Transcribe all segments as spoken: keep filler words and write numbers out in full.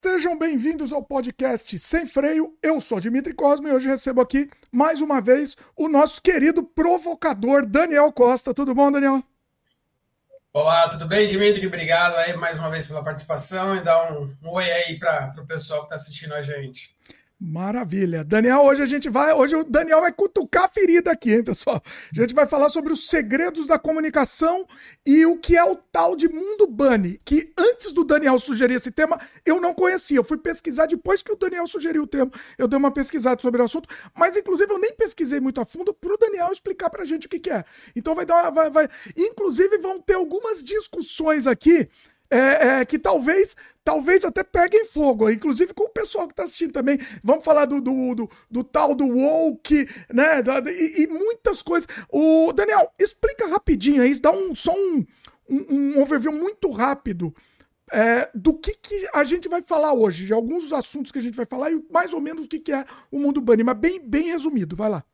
Sejam bem-vindos ao podcast Sem Freio. Eu sou Dimitri Cosma e hoje recebo aqui, mais uma vez, o nosso querido provocador Daniel Costa. Tudo bom, Daniel? Olá, tudo bem, Dimitri? Obrigado aí mais uma vez pela participação e dá um, um oi aí para o pessoal que está assistindo a gente. Maravilha. Daniel, hoje a gente vai, hoje o Daniel vai cutucar a ferida aqui, hein, pessoal? A gente vai falar sobre os segredos da comunicação e o que é o tal de mundo bunny, que antes do Daniel sugerir esse tema, eu não conhecia. Eu fui pesquisar depois que o Daniel sugeriu o tema. Eu dei uma pesquisada sobre o assunto, mas inclusive eu nem pesquisei muito a fundo para o Daniel explicar pra gente o que que é. Então vai dar uma, vai, vai... Inclusive vão ter algumas discussões aqui É, é, que talvez, talvez até peguem fogo, inclusive com o pessoal que está assistindo também. Vamos falar do, do, do, do tal do woke, né? Da, e, e muitas coisas. O Daniel, explica rapidinho aí, dá um, só um, um, um overview muito rápido é, do que, que a gente vai falar hoje, de alguns dos assuntos que a gente vai falar e mais ou menos o que, que é o mundo bunny, mas bem, bem resumido, vai lá.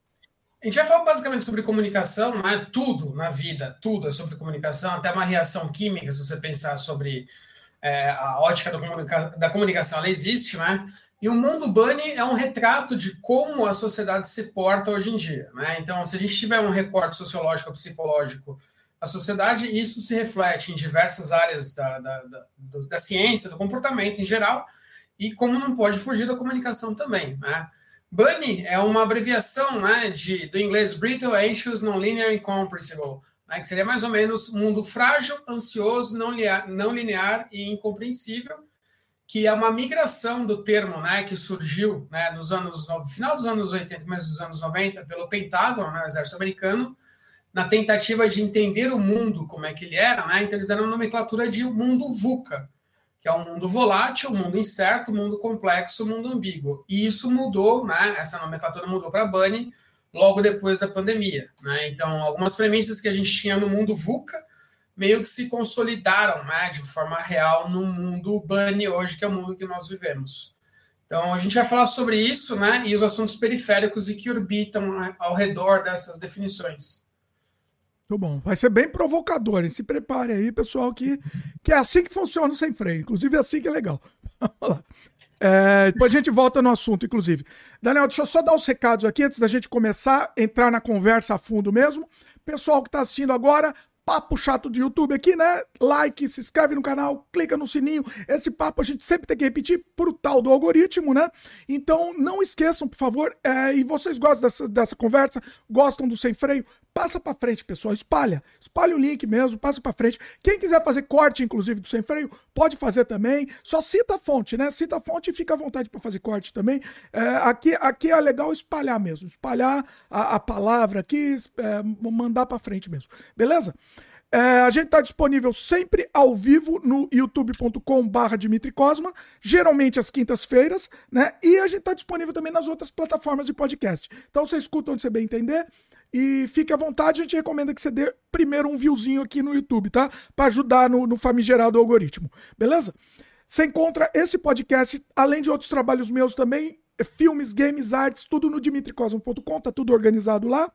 A gente vai falar basicamente sobre comunicação, não é? Tudo na vida, tudo é sobre comunicação, até uma reação química, se você pensar sobre é, a ótica da, comunica da comunicação, ela existe, né? E o mundo bunny é um retrato de como a sociedade se porta hoje em dia, né? Então, se a gente tiver um recorte sociológico ou psicológico da sociedade, isso se reflete em diversas áreas da, da, da, da ciência, do comportamento em geral, e como não pode fugir da comunicação também, né? bunny é uma abreviação, né, de, do inglês brittle, anxious, non-linear, incomprehensible, né, que seria mais ou menos mundo frágil, ansioso, não linear, não linear e incompreensível, que é uma migração do termo, né, que surgiu, né, nos anos, no final dos anos oitenta, começo dos anos noventa, pelo Pentágono, né, o exército americano, na tentativa de entender o mundo, como é que ele era, né, então eles deram a nomenclatura de mundo VUCA, que é um mundo volátil, um mundo incerto, um mundo complexo, um mundo ambíguo. E isso mudou, né? Essa nomenclatura mudou para bunny logo depois da pandemia, né? Então, algumas premissas que a gente tinha no mundo VUCA meio que se consolidaram, né, de forma real no mundo bunny hoje, que é o mundo que nós vivemos. Então, a gente vai falar sobre isso, né, e os assuntos periféricos e que orbitam ao redor dessas definições. Muito bom. Vai ser bem provocador, hein? Se prepare aí, pessoal, que, que é assim que funciona o Sem Freio. Inclusive, é assim que é legal. Vamos lá. É, depois a gente volta no assunto, inclusive. Daniel, deixa eu só dar os recados aqui antes da gente começar a entrar na conversa a fundo mesmo. Pessoal que está assistindo agora, papo chato de YouTube aqui, né? Like, se inscreve no canal, clica no sininho. Esse papo a gente sempre tem que repetir pro tal do algoritmo, né? Então não esqueçam, por favor, é, e vocês gostam dessa, dessa conversa, gostam do Sem Freio, passa pra frente, pessoal, espalha. Espalha o link mesmo, passa pra frente. Quem quiser fazer corte, inclusive, do Sem Freio, pode fazer também. Só cita a fonte, né? Cita a fonte e fica à vontade pra fazer corte também. É, aqui, aqui é legal espalhar mesmo, espalhar a, a palavra aqui, é, mandar pra frente mesmo. Beleza? É, a gente está disponível sempre ao vivo no youtube ponto com barra Dimitri Cosma, geralmente às quintas-feiras, né? E a gente está disponível também nas outras plataformas de podcast. Então você escuta onde você bem entender e fique à vontade. A gente recomenda que você dê primeiro um viewzinho aqui no YouTube, tá? Para ajudar no, no famigerado algoritmo, beleza? Você encontra esse podcast, além de outros trabalhos meus também, filmes, games, artes, tudo no dimitri cosma ponto com, tá tudo organizado lá.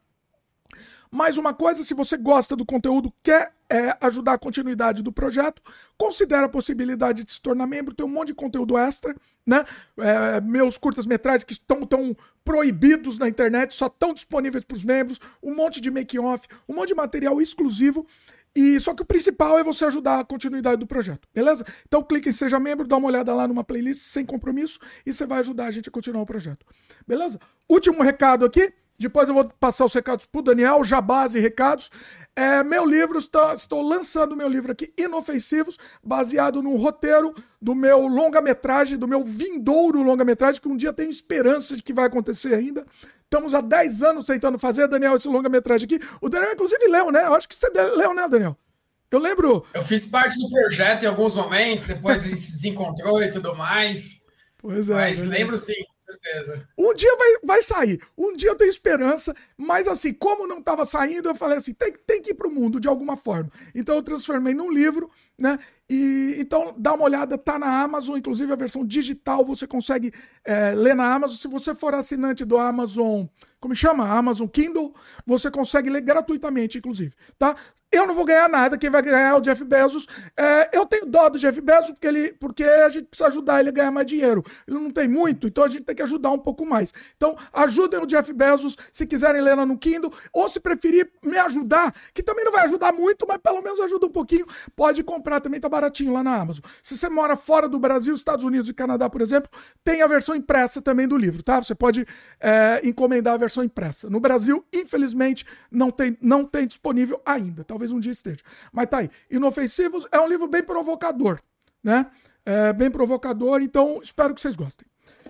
Mais uma coisa, se você gosta do conteúdo, quer é, ajudar a continuidade do projeto, considere a possibilidade de se tornar membro, tem um monte de conteúdo extra, né? É, meus curtas-metragens que estão tão proibidos na internet, só estão disponíveis para os membros, um monte de making-off, um monte de material exclusivo, e só que o principal é você ajudar a continuidade do projeto, beleza? Então clique em Seja Membro, dá uma olhada lá numa playlist sem compromisso, e você vai ajudar a gente a continuar o projeto, beleza? Último recado aqui. Depois eu vou passar os recados pro Daniel, jabás e recados. É, meu livro, está, estou lançando meu livro aqui, Inofensivos, baseado no roteiro do meu longa-metragem, do meu vindouro longa-metragem, que um dia tenho esperança de que vai acontecer ainda. Estamos há dez anos tentando fazer, Daniel, esse longa-metragem aqui. O Daniel, inclusive, leu, né? Eu acho que você leu, né, Daniel? Eu lembro... Eu fiz parte do projeto em alguns momentos, depois a gente se desencontrou e tudo mais. Pois é. Mas né? lembro sim. Certeza. Um dia vai, vai sair, um dia eu tenho esperança, mas assim, como não estava saindo, eu falei assim, tem, tem que ir para o mundo de alguma forma. Então eu transformei num livro, né? E então dá uma olhada, tá na Amazon, inclusive a versão digital você consegue é, ler na Amazon. Se você for assinante do Amazon como chama? Amazon Kindle, você consegue ler gratuitamente, inclusive, tá? Eu não vou ganhar nada, quem vai ganhar é o Jeff Bezos. É, eu tenho dó do Jeff Bezos porque, ele, porque a gente precisa ajudar ele a ganhar mais dinheiro. Ele não tem muito, então a gente tem que ajudar um pouco mais. Então, ajudem o Jeff Bezos, se quiserem ler lá no Kindle, ou se preferir me ajudar, que também não vai ajudar muito, mas pelo menos ajuda um pouquinho, pode comprar, também tá baratinho lá na Amazon. Se você mora fora do Brasil, Estados Unidos e Canadá, por exemplo, tem a versão impressa também do livro, tá? Você pode é, encomendar a versão impressa. No Brasil, infelizmente, não tem, não tem disponível ainda, tá? Talvez um dia esteja. Mas tá aí. Inofensivos é um livro bem provocador, né? É bem provocador, então espero que vocês gostem.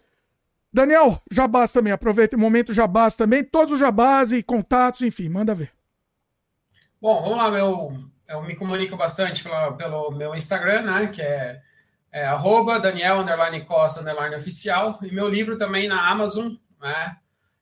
Daniel, jabás também. Aproveita o momento jabás também. Todos os jabás e contatos, enfim, manda ver. Bom, vamos lá, meu, eu me comunico bastante pela, pelo meu Instagram, né? Que é, é arroba Daniel underline Costa underline oficial. E meu livro também na Amazon, né?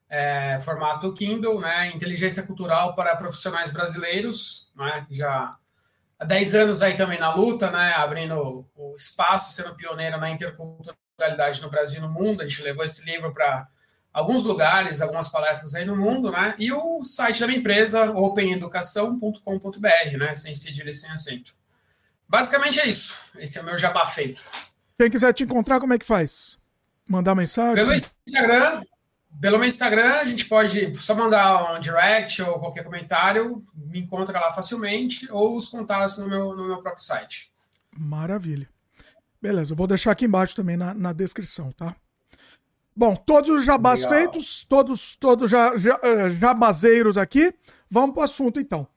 É, formato Kindle, né, Inteligência Cultural para Profissionais Brasileiros, né, já há dez anos aí também na luta, né, abrindo o espaço, sendo pioneiro na interculturalidade no Brasil e no mundo. A gente levou esse livro para alguns lugares, algumas palestras aí no mundo, né, e o site da minha empresa, open educação ponto com ponto b r, né, sem cedilha e sem acento. Basicamente é isso, esse é o meu jabá feito. Quem quiser te encontrar, como é que faz? Mandar mensagem? Pelo Instagram... Pelo meu Instagram, a gente pode só mandar um direct ou qualquer comentário, me encontra lá facilmente, ou os contatos no meu, no meu próprio site. Maravilha. Beleza, eu vou deixar aqui embaixo também na, na descrição, tá? Bom, todos os jabás Legal. feitos, todos, todos já, já, jabazeiros aqui, vamos para o assunto então.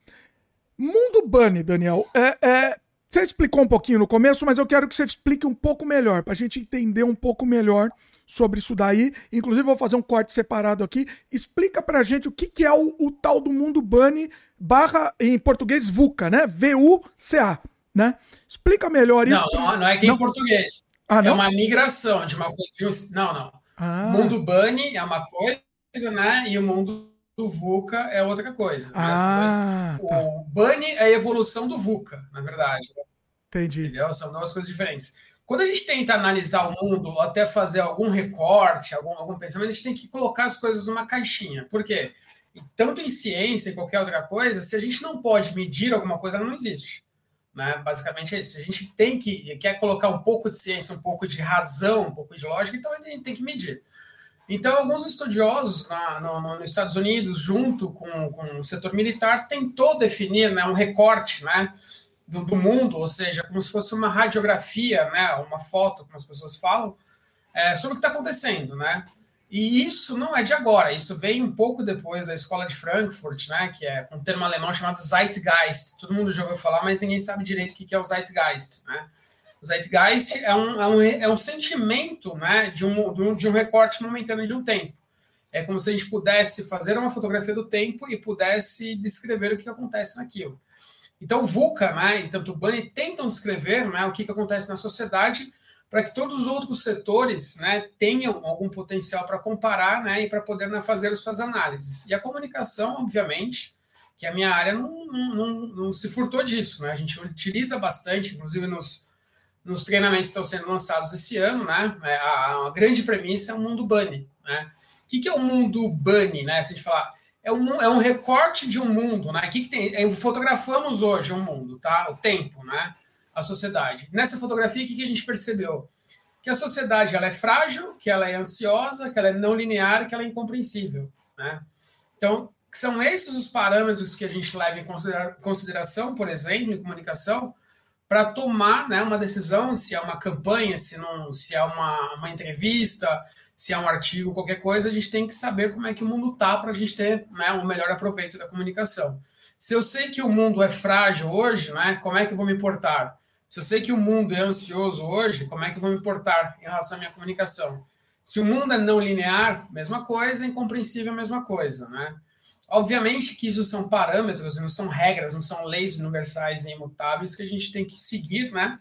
Mundo Bunny, Daniel, é, é, você explicou um pouquinho no começo, mas eu quero que você explique um pouco melhor, para a gente entender um pouco melhor sobre isso daí. Inclusive, vou fazer um corte separado aqui. Explica pra gente o que, que é o, o tal do Mundo Bunny, barra, em português, VUCA, né? V U C A, né? Explica melhor isso. Não, não, não é que em português. Ah, é uma migração de uma coisa... Não, não. Ah. O Mundo Bunny é uma coisa, né? E o Mundo do VUCA é outra coisa. Ah, né? tá. O Bunny é a evolução do VUCA, na verdade. Entendi. Entendeu? São duas coisas diferentes. Quando a gente tenta analisar o mundo, ou até fazer algum recorte, algum, algum pensamento, a gente tem que colocar as coisas numa caixinha. Por quê? Tanto em ciência e qualquer outra coisa, se a gente não pode medir alguma coisa, ela não existe. Né? Basicamente é isso. A gente tem que, quer colocar um pouco de ciência, um pouco de razão, um pouco de lógica, então a gente tem que medir. Então, alguns estudiosos na, no, no, nos Estados Unidos, junto com, com o setor militar, tentou definir, né, um recorte, né, Do, do mundo, ou seja, como se fosse uma radiografia, né, uma foto, como as pessoas falam, é, sobre o que está acontecendo, né? E isso não é de agora, isso veio um pouco depois da Escola de Frankfurt, né, que é um termo alemão chamado Zeitgeist. Todo mundo já ouviu falar, mas ninguém sabe direito o que é o Zeitgeist, né? O Zeitgeist é um, é um, é um sentimento, né, de um, de um, de um recorte momentâneo de um tempo. É como se a gente pudesse fazer uma fotografia do tempo e pudesse descrever o que acontece naquilo. Então, o VUCA, né, e tanto o Bunny tentam descrever, né, o que, que acontece na sociedade para que todos os outros setores, né, tenham algum potencial para comparar, né, e para poder, né, fazer as suas análises. E a comunicação, obviamente, que a minha área não, não, não, não se furtou disso. Né, a gente utiliza bastante, inclusive nos, nos treinamentos que estão sendo lançados esse ano, né, a, a grande premissa é o mundo Bunny. Né. O que, que é o mundo Bunny? Né, se a gente falar... É um, é um recorte de um mundo, né? O que, que tem? É, fotografamos hoje um mundo, tá? O tempo, né? A sociedade. Nessa fotografia, o que, que a gente percebeu? Que a sociedade ela é frágil, que ela é ansiosa, que ela é não linear, que ela é incompreensível, né? Então, são esses os parâmetros que a gente leva em consideração, por exemplo, em comunicação, para tomar, né, uma decisão, se é uma campanha, se, não, se é uma, uma entrevista, se é um artigo, qualquer coisa, a gente tem que saber como é que o mundo está para a gente ter, né, um melhor aproveito da comunicação. Se eu sei que o mundo é frágil hoje, né, como é que eu vou me portar? Se eu sei que o mundo é ansioso hoje, como é que eu vou me portar em relação à minha comunicação? Se o mundo é não linear, mesma coisa, incompreensível, mesma coisa. Né? Obviamente que isso são parâmetros, não são regras, não são leis universais e imutáveis que a gente tem que seguir, né?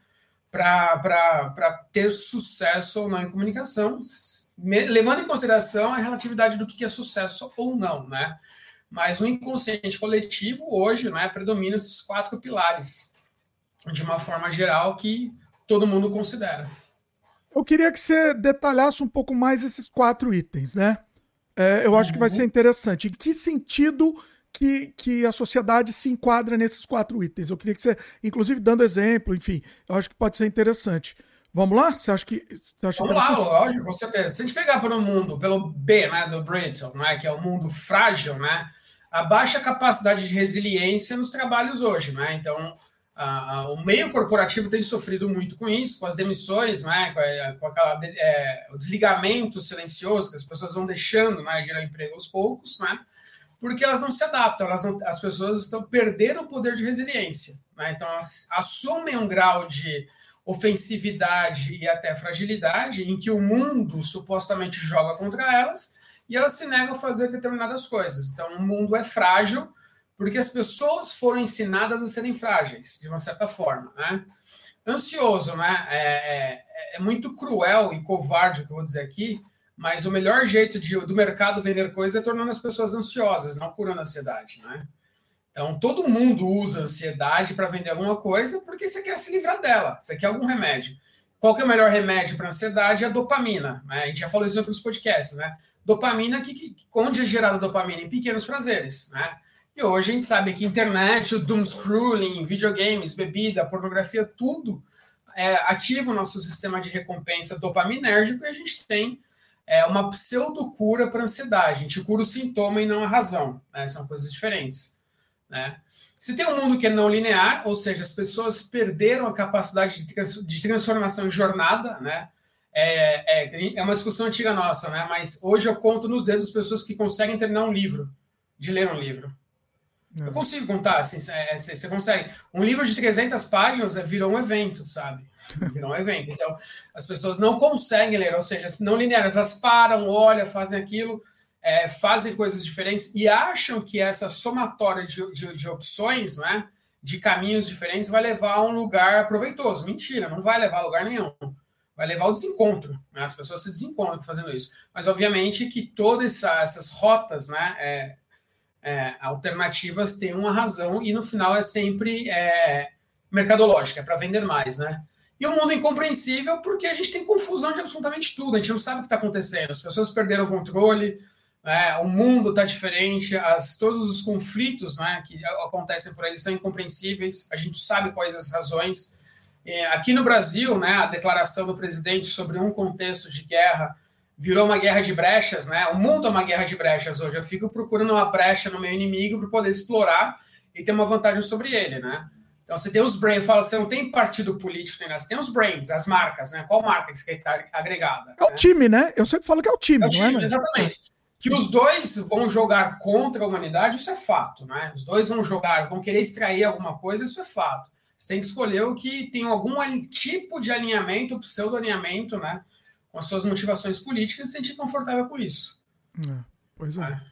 Para ter sucesso ou não em comunicação, levando em consideração a relatividade do que é sucesso ou não, né? Mas o inconsciente coletivo hoje, né, predomina esses quatro pilares, de uma forma geral, que todo mundo considera. Eu queria que você detalhasse um pouco mais esses quatro itens, né? É, eu acho que vai ser interessante. Em que sentido que, que a sociedade se enquadra nesses quatro itens? Eu queria que você, inclusive, dando exemplo, enfim, eu acho que pode ser interessante. Vamos lá? Você acha que você acha Vamos lá, lógico, com certeza. Se a gente pegar pelo mundo, pelo B, né, do Brittle, né, que é o mundo frágil, né, a baixa capacidade de resiliência nos trabalhos hoje, né? Então, a, a, o meio corporativo tem sofrido muito com isso, com as demissões, né, com, a, com aquela, é, o desligamento silencioso que as pessoas vão deixando, né, gerar emprego aos poucos, né? Porque elas não se adaptam, elas não, as pessoas estão perdendo o poder de resiliência, né? Então, elas assumem um grau de ofensividade e até fragilidade em que o mundo supostamente joga contra elas e elas se negam a fazer determinadas coisas. Então, o mundo é frágil porque as pessoas foram ensinadas a serem frágeis, de uma certa forma, né? Ansioso, né? É, é, é muito cruel e covarde o que eu vou dizer aqui, mas o melhor jeito de, do mercado vender coisa é tornando as pessoas ansiosas, não curando a ansiedade, né? Então, todo mundo usa ansiedade para vender alguma coisa porque você quer se livrar dela, você quer algum remédio. Qual que é o melhor remédio para ansiedade? É a dopamina, né? A gente já falou isso em outros podcasts, né? Dopamina, que, que, onde é gerada dopamina? Em pequenos prazeres, né? E hoje a gente sabe que internet, o doom scrolling, videogames, bebida, pornografia, tudo é, ativa o nosso sistema de recompensa dopaminérgico e a gente tem é, uma pseudo-cura para ansiedade. A gente cura o sintoma e não a razão, né? São coisas diferentes. Né? Se tem um mundo que é não linear, ou seja, as pessoas perderam a capacidade de, trans, de transformação em jornada, né? É, é, é uma discussão antiga nossa, né? Mas hoje eu conto nos dedos as pessoas que conseguem terminar um livro, de ler um livro. É. Eu consigo contar, assim, é, você consegue. Um livro de trezentas páginas virou um evento, sabe? Virou um evento. Então, as pessoas não conseguem ler, ou seja, não lineares, elas param, olham, fazem aquilo. É, fazem coisas diferentes e acham que essa somatória de, de, de opções, né, de caminhos diferentes, vai levar a um lugar proveitoso. Mentira, não vai levar a lugar nenhum. Vai levar ao desencontro. Né? As pessoas se desencontram fazendo isso. Mas, obviamente, que todas essa, essas rotas, né, é, é, alternativas têm uma razão e, no final, é sempre é, mercadológica, é para vender mais, né? E um mundo incompreensível porque a gente tem confusão de absolutamente tudo. A gente não sabe o que está acontecendo. As pessoas perderam o controle. É, o mundo está diferente, as, todos os conflitos, né, que acontecem por aí são incompreensíveis, a gente sabe quais as razões. É, aqui no Brasil, né, a declaração do presidente sobre um contexto de guerra virou uma guerra de brechas, né? O mundo é uma guerra de brechas hoje. Eu fico procurando uma brecha no meu inimigo para poder explorar e ter uma vantagem sobre ele, né? Então, você tem os brains, fala que você não tem partido político, nem nada. Você tem os brains, as marcas, né? Qual marca que você quer estar agregada? É o né? time, né? Eu sempre falo que é o time, é o time, não é? Exatamente. Que os dois vão jogar contra a humanidade, isso é fato, né? Os dois vão jogar, vão querer extrair alguma coisa, isso é fato. Você tem que escolher o que tem algum tipo de alinhamento, pseudo-alinhamento, né? Com as suas motivações políticas e se sentir confortável com isso. É, pois é. é.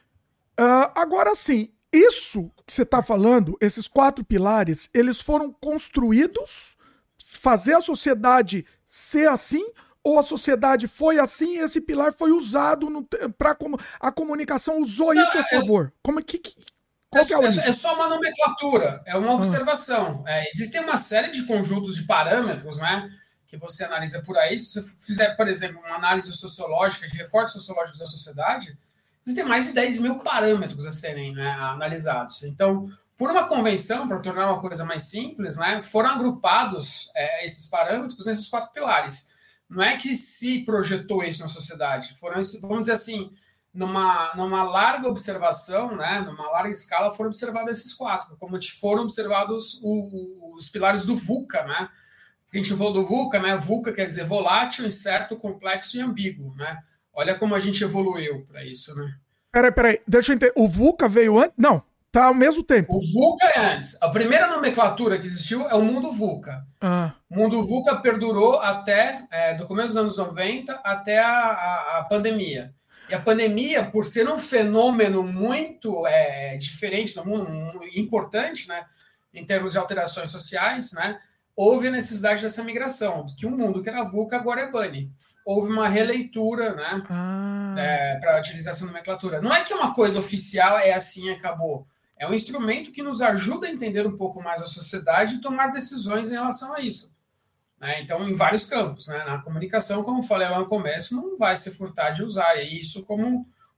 Uh, agora sim, isso que você está falando, esses quatro pilares, eles foram construídos, fazer a sociedade ser assim, ou a sociedade foi assim e esse pilar foi usado para a comunicação usou Não, isso a favor? Como que, que qual é, que é, o é, é só uma nomenclatura, é uma observação. Ah. É, existem uma série de conjuntos de parâmetros, né, que você analisa por aí. Se você fizer, por exemplo, uma análise sociológica, de recortes sociológicos da sociedade, existem mais de dez mil parâmetros a serem, né, analisados. Então, por uma convenção, para tornar uma coisa mais simples, né, foram agrupados é, esses parâmetros nesses quatro pilares. Não é que se projetou isso na sociedade, foram, vamos dizer assim, numa, numa larga observação, né, numa larga escala, foram observados esses quatro, como foram observados o, os pilares do VUCA, né? A gente falou do VUCA, né? VUCA quer dizer volátil, incerto, complexo e ambíguo, né? Olha como a gente evoluiu para isso, né? Peraí, peraí, deixa eu entender. O VUCA veio antes? Não. Tá ao mesmo tempo. O VUCA é antes. A primeira nomenclatura que existiu é o mundo VUCA. Ah. O mundo VUCA perdurou até, é, do começo dos anos noventa até a, a, a pandemia. E a pandemia, por ser um fenômeno muito é, diferente no mundo, um, importante, né, em termos de alterações sociais, né, houve a necessidade dessa migração, que o mundo que era VUCA agora é BUNNY. Houve uma releitura, né, ah. é, para utilizar essa nomenclatura. Não é que uma coisa oficial é assim e acabou. É um instrumento que nos ajuda a entender um pouco mais a sociedade e tomar decisões em relação a isso. Né? Então, em vários campos. Né? Na comunicação, como eu falei lá no começo, não vai se furtar de usar isso como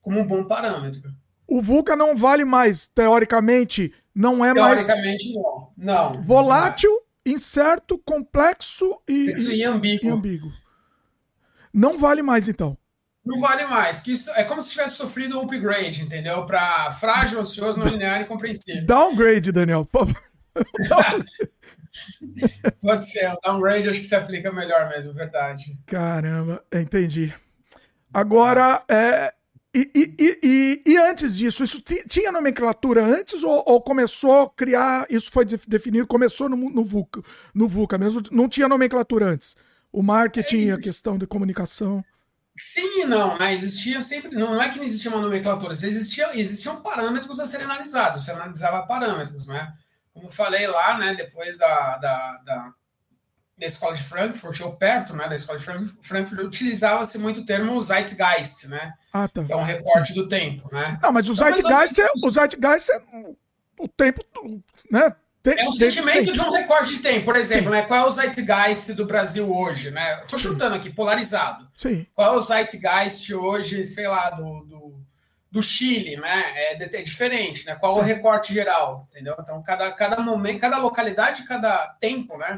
como um bom parâmetro. O VUCA não vale mais, teoricamente, não é mais... Teoricamente, não. Não. Volátil, não é. Incerto, complexo e, e, e, ambíguo. e ambíguo. Não vale mais, então. Não vale mais. Que isso é como se tivesse sofrido um upgrade, entendeu? Para frágil, ansioso, não linear e compreensível. Downgrade, Daniel. Pode ser. O downgrade acho que se aplica melhor mesmo, verdade. Caramba, entendi. Agora, é, e, e, e, e antes disso, isso tinha nomenclatura antes ou, ou começou a criar, isso foi definido, começou no, no, VUCA, no VUCA mesmo, não tinha nomenclatura antes? O marketing, é, a questão de comunicação... Sim e não, né? Existia sempre. Não é que não existia uma nomenclatura, existia, existiam parâmetros a serem analisados, você analisava parâmetros, né? Como eu falei lá, né? Depois da, da, da, da escola de Frankfurt, ou perto, né? Da escola de Frankfurt, utilizava-se muito o termo Zeitgeist, né? Ah, tá. Que é um recorte Sim. do tempo, né? Não, mas o então, Zeitgeist, é, o Zeitgeist é o tempo, né? De, é um sentimento sempre. de um recorte de tempo. Por exemplo, né, qual é o Zeitgeist do Brasil hoje? Né? Estou chutando aqui, polarizado. Sim. Qual é o Zeitgeist hoje, sei lá, do, do, do Chile? Né? É, é diferente. Né? Qual Sim. é o recorte geral? Entendeu? Então, cada, cada momento, cada localidade, cada tempo, né?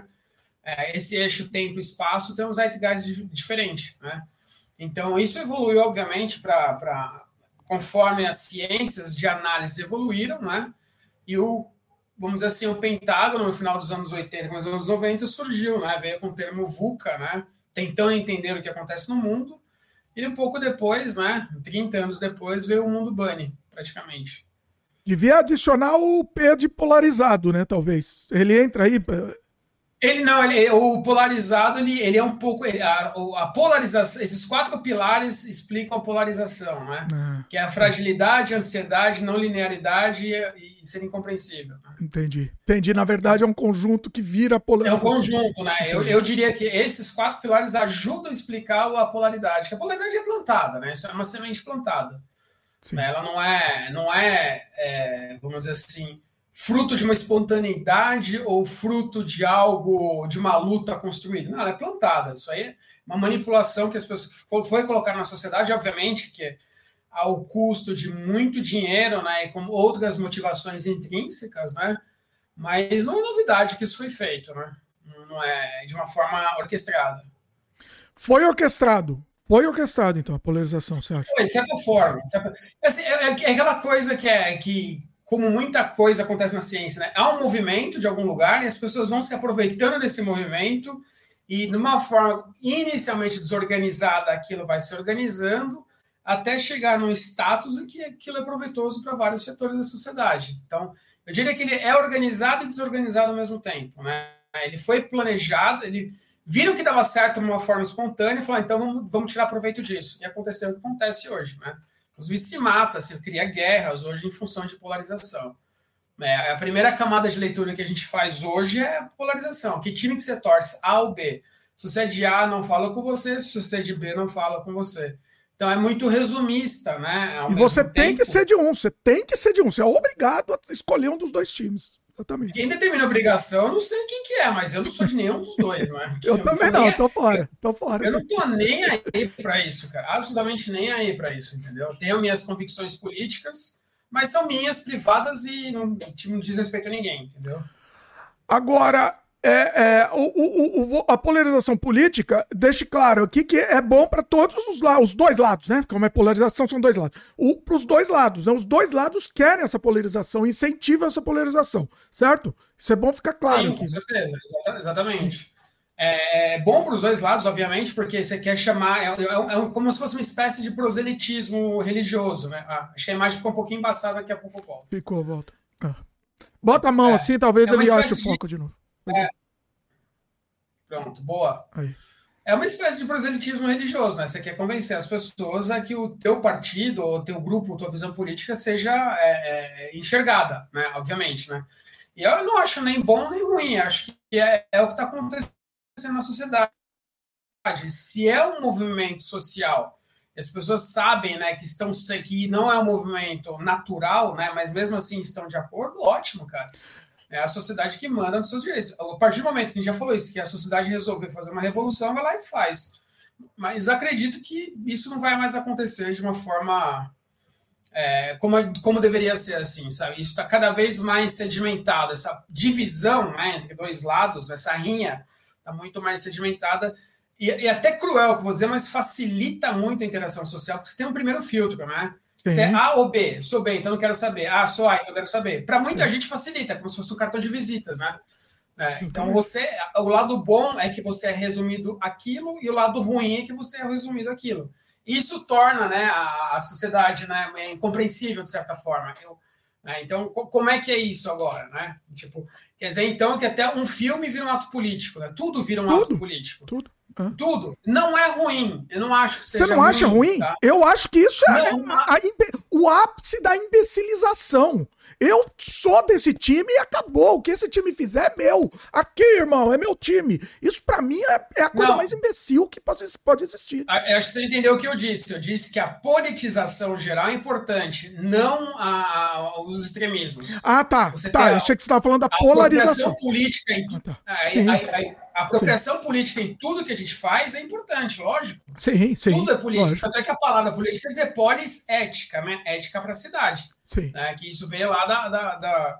É, esse eixo tempo-espaço tem um Zeitgeist diferente. Né? Então, isso evoluiu, obviamente, para conforme as ciências de análise evoluíram, né? E o vamos dizer assim, o Pentágono, no final dos anos oitenta, nos anos noventa, surgiu, né? Veio com o termo VUCA, né? Tentando entender o que acontece no mundo, e um pouco depois, né? trinta anos depois, veio o mundo Bunny, praticamente. Devia adicionar o P de polarizado, né? Talvez. Ele entra aí... Ele não, ele, o polarizado, ele, ele é um pouco... Ele, a, a polarização, esses quatro pilares explicam a polarização, né? Ah, que é a fragilidade, a ansiedade, não linearidade e, e ser incompreensível. Né? Entendi. Entendi. Na verdade, é um conjunto que vira a polarização. É um conjunto, né? Eu, eu diria que esses quatro pilares ajudam a explicar a polaridade, que a polaridade é plantada, né? Isso é uma semente plantada. Né? Ela não é, não é, é, vamos dizer assim... fruto de uma espontaneidade ou fruto de algo, de uma luta construída. Não, ela é plantada. Isso aí é uma manipulação que as pessoas foi colocar na sociedade, obviamente, que ao custo de muito dinheiro, né, e com outras motivações intrínsecas, né, mas não é novidade que isso foi feito, né, não é de uma forma orquestrada. Foi orquestrado. Foi orquestrado, então, a polarização, você acha? Foi, de certa forma. De certa... Assim, é, é aquela coisa que é que como muita coisa acontece na ciência, né? Há um movimento de algum lugar e as pessoas vão se aproveitando desse movimento e, de uma forma inicialmente desorganizada, aquilo vai se organizando até chegar num status em que aquilo é proveitoso para vários setores da sociedade. Então, eu diria que ele é organizado e desorganizado ao mesmo tempo, né? Ele foi planejado, ele viram que dava certo de uma forma espontânea e falaram, então vamos, vamos tirar proveito disso. E aconteceu o que acontece hoje, né? Inclusive se mata, se cria guerras hoje em função de polarização. É, a primeira camada de leitura que a gente faz hoje é a polarização. Que time que você torce? A ou B? Se você é de A, não fala com você. Se você é de B, não fala com você. Então é muito resumista, né? Ao e você tempo, tem que ser de um. Você tem que ser de um. Você é obrigado a escolher um dos dois times. Exatamente. Quem determina a obrigação, eu não sei quem que é, mas eu não sou de nenhum dos dois, né? eu, eu também não, tô fora, tô fora. Eu não tô nem aí para isso, cara. Absolutamente nem aí para isso, entendeu? Eu tenho minhas convicções políticas, mas são minhas, privadas e não, não diz respeito a ninguém, entendeu? Agora, é, é, o, o, o, a polarização política deixa claro aqui que é bom para todos os lados, os dois lados, né? Como é polarização, são dois lados. Para os dois lados, né? Os dois lados querem essa polarização, incentivam essa polarização, certo? Isso é bom ficar claro. Sim, aqui. Com certeza, exatamente. É, é bom para os dois lados, obviamente, porque você quer chamar, é, é, é como se fosse uma espécie de proselitismo religioso, né? Ah, acho que a imagem ficou um pouquinho embaçada, daqui a pouco eu volto. Ficou, volta. Ah. Bota a mão é, assim, talvez ele ache o foco de, de novo. É. Pronto, boa. Aí. É uma espécie de proselitismo religioso, né? Você quer convencer as pessoas a que o teu partido, ou o teu grupo, a tua visão política seja é, é, enxergada, né? Obviamente, né? E eu não acho nem bom nem ruim, acho que é, é o que está acontecendo na sociedade. Se é um movimento social, e as pessoas sabem, né, que estão que não é um movimento natural, né, mas mesmo assim estão de acordo, ótimo, cara. É a sociedade que manda nos seus direitos. A partir do momento que a gente já falou isso, que a sociedade resolver fazer uma revolução, vai lá e faz. Mas acredito que isso não vai mais acontecer de uma forma é, como, como deveria ser assim, sabe? Isso está cada vez mais sedimentado, essa divisão, né, entre dois lados, essa rinha está muito mais sedimentada e, e até cruel, que eu vou dizer, mas facilita muito a interação social, porque você tem um primeiro filtro, né? Você é A ou B, sou B, então não quero saber. Ah, sou A, então eu quero saber. Para muita Sim. gente facilita, como se fosse um cartão de visitas, né? É, então você, o lado bom é que você é resumido aquilo e o lado ruim é que você é resumido aquilo. Isso torna, né, a, a sociedade, né, incompreensível de certa forma. Eu, né, então, co como é que é isso agora, né? Tipo, quer dizer, então, que até um filme vira um ato político, né? Tudo vira um tudo, ato político. Tudo. Ah. Tudo. Não é ruim. Eu não acho que seja Você não acha ruim? ruim? Tá? Eu acho que isso é não, a, a, a, o ápice da imbecilização. Eu sou desse time e acabou. O que esse time fizer é meu. Aqui, irmão, é meu time. Isso pra mim é, é a coisa não. mais imbecil que pode, pode existir. Eu acho que você entendeu o que eu disse. Eu disse que a politização geral é importante, não a, a, os extremismos. Ah, tá. Você tá. Eu achei que você estava falando da polarização. A política em, ah, tá. a, a, a, a apropriação sim. política em tudo que a gente faz é importante, lógico. Sim, sim. Tudo é política. Até que a palavra política quer dizer polis, ética, né? Ética para a cidade. Sim. Né? Que isso veio lá da, da, da,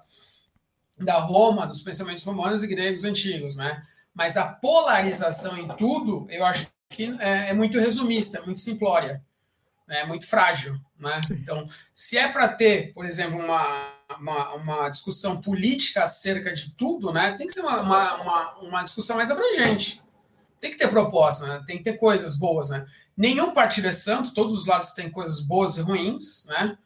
da Roma, dos pensamentos romanos e gregos antigos, né? Mas a polarização em tudo, eu acho que é, é muito resumista, é muito simplória, né? É muito frágil, né? Sim. Então, se é para ter, por exemplo, uma, uma, uma discussão política acerca de tudo, né? Tem que ser uma, uma, uma, uma discussão mais abrangente. Tem que ter proposta, né? Tem que ter coisas boas, né? Nenhum partido é santo, todos os lados têm coisas boas e ruins, né?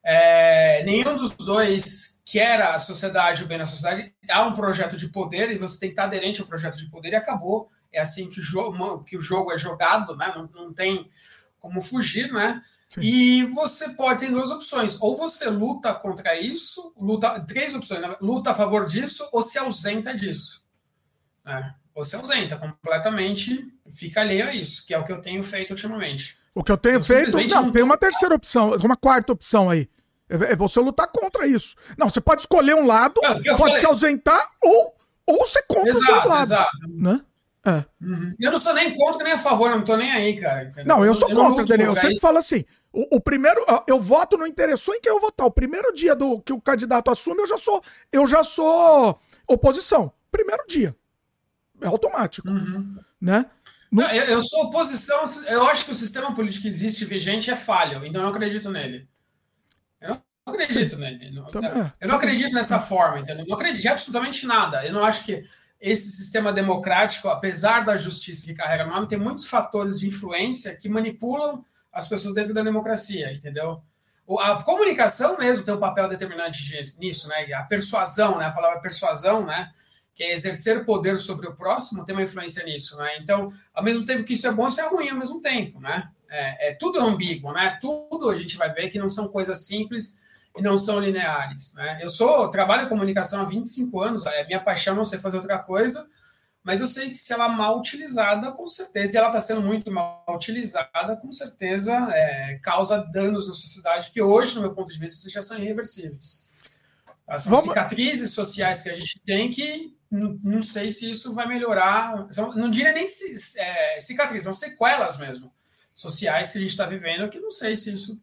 É, nenhum dos dois quer a sociedade, o bem na sociedade. Há um projeto de poder e você tem que estar aderente ao projeto de poder e acabou. É assim que o jogo, que o jogo é jogado, né? Não, não tem como fugir, né? Sim. E você pode ter duas opções. Ou você luta contra isso, luta, três opções, né? Luta a favor disso ou se ausenta disso. Né? Ou se ausenta completamente, fica alheio a isso, que é o que eu tenho feito ultimamente. O que eu tenho eu feito... Não, não, tem uma terceira opção, uma quarta opção aí. É você lutar contra isso. Não, você pode escolher um lado, é, pode falei. se ausentar ou, ou ser contra exato, os dois lados. Exato. Né? É. Uhum. Eu não sou nem contra nem a favor, eu não tô nem aí, cara. Entendeu? Não, eu sou eu contra, Daniel. Eu sempre aí. falo assim: o, o primeiro, eu voto, não interessou em quem eu votar. O primeiro dia do que o candidato assume, eu já sou, eu já sou oposição. Primeiro dia. É automático. Uhum. Né? Não, eu, eu sou oposição, eu acho que o sistema político que existe vigente é falho, então eu não acredito nele. Eu não acredito Sim. nele. Não, Também. Eu não acredito nessa forma, entendeu? Eu não acredito em absolutamente nada. Eu não acho que esse sistema democrático, apesar da justiça que carrega no nome, tem muitos fatores de influência que manipulam as pessoas dentro da democracia, entendeu? A comunicação mesmo tem um papel determinante nisso, né? A persuasão, né? A palavra persuasão, né? Que é exercer poder sobre o próximo, tem uma influência nisso, né? Então, ao mesmo tempo que isso é bom, isso é ruim ao mesmo tempo, né? É, é, tudo é ambíguo, né? Tudo a gente vai ver que não são coisas simples e não são lineares, né? Eu sou, trabalho em comunicação há vinte e cinco anos, é minha paixão, não sei fazer outra coisa, mas eu sei que se ela é mal utilizada, com certeza, e ela está sendo muito mal utilizada, com certeza é, causa danos na sociedade que hoje, no meu ponto de vista, já são irreversíveis. São Vamos... cicatrizes sociais que a gente tem que não, não sei se isso vai melhorar. São, não diria nem se, é, cicatrizes, são sequelas mesmo sociais que a gente está vivendo, que não sei se isso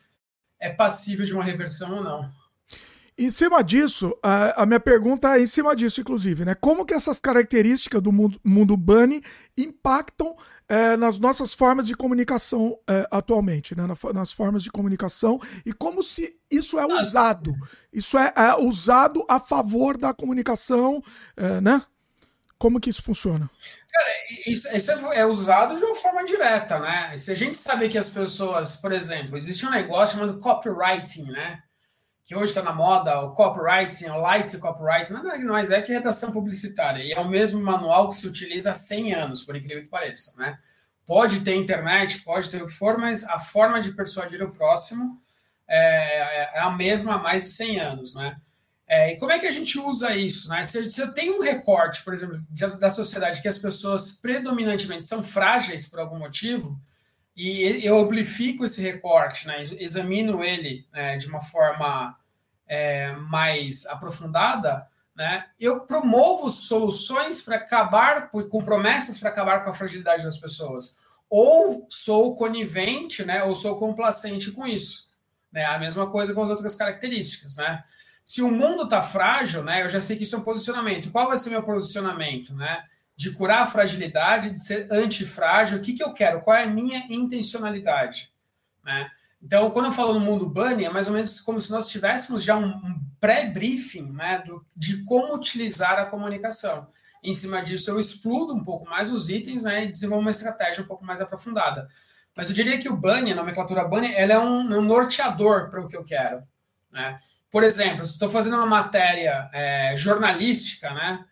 é passível de uma reversão ou não. Em cima disso, a, a minha pergunta é em cima disso, inclusive, né? Como que essas características do mundo, mundo bunny impactam é, nas nossas formas de comunicação é, atualmente, né? Na, nas formas de comunicação e como se isso é usado. Isso é, é usado a favor da comunicação, é, né? Como que isso funciona? Cara, isso, isso é usado de uma forma direta, né? Se a gente sabe que as pessoas, por exemplo, existe um negócio chamado copywriting, né? Que hoje está na moda, o copywriting, o light copywriting, nada mais é que redação publicitária. E é o mesmo manual que se utiliza há cem anos, por incrível que pareça, né? Pode ter internet, pode ter o que for, mas a forma de persuadir o próximo é, é a mesma há mais de cem anos, né? É, e como é que a gente usa isso, né? Se, se eu tenho um recorte, por exemplo, da sociedade que as pessoas predominantemente são frágeis por algum motivo, e eu amplifico esse recorte, né? Examino ele, né, de uma forma é, mais aprofundada, né? Eu promovo soluções para acabar, com promessas para acabar com a fragilidade das pessoas. Ou sou conivente, né? Ou sou complacente com isso. né? A mesma coisa com as outras características, né? Se o mundo está frágil, né, eu já sei que isso é um posicionamento. Qual vai ser o meu posicionamento, né? De curar a fragilidade, de ser antifrágil. O que, que eu quero? Qual é a minha intencionalidade? Né? Então, quando eu falo no mundo Bunny, é mais ou menos como se nós tivéssemos já um, um pré-briefing, né, do, de como utilizar a comunicação. Em cima disso, eu explodo um pouco mais os itens, né, e desenvolvo uma estratégia um pouco mais aprofundada. Mas eu diria que o Bunny, a nomenclatura Bunny, ela é um, um norteador para o que eu quero. Né? Por exemplo, se estou fazendo uma matéria é, jornalística, né,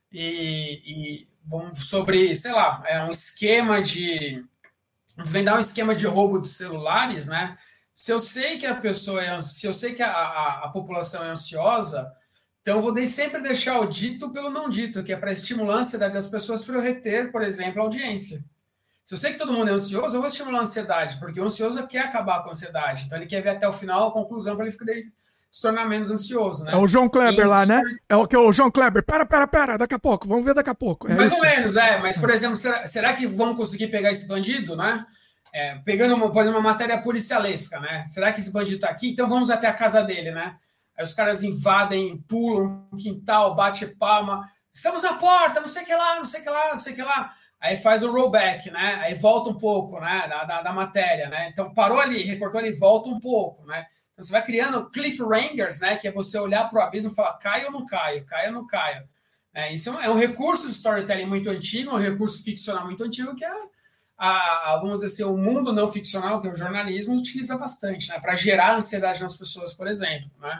e, e bom, sobre, sei lá, é um esquema de... desvendar um esquema de roubo de celulares, né? Se eu sei que a pessoa é, se eu sei que a, a, a população é ansiosa, então eu vou sempre deixar o dito pelo não dito, que é para estimular a ansiedade das pessoas para eu reter, por exemplo, a audiência. Se eu sei que todo mundo é ansioso, eu vou estimular a ansiedade, porque o ansioso quer acabar com a ansiedade, então ele quer ver até o final a conclusão para ele ficar se tornar menos ansioso, né? É o João Kleber e lá, né? É o que o João Kleber. Pera, pera, pera, daqui a pouco, vamos ver daqui a pouco. É Mais isso. ou menos, é. Mas, por exemplo, será, será que vamos conseguir pegar esse bandido, né? É, pegando uma, uma matéria policialesca, né? Será que esse bandido tá aqui? Então vamos até a casa dele, né? Aí os caras invadem, pulam no quintal, bate palma. Estamos na porta, não sei o que lá, não sei o que lá, não sei o que lá. Aí faz o rollback, né? Aí volta um pouco, né? Da, da, da matéria, né? Então parou ali, recortou ali, volta um pouco, né? Então, você vai criando cliffhangers, né? Que é você olhar para o abismo e falar, caio ou não caio, caio ou não caio. É, isso é um recurso de storytelling muito antigo, um recurso ficcional muito antigo, que é, a, a, vamos dizer assim, o mundo não ficcional, que é o jornalismo, utiliza bastante, né? Para gerar ansiedade nas pessoas, por exemplo, né?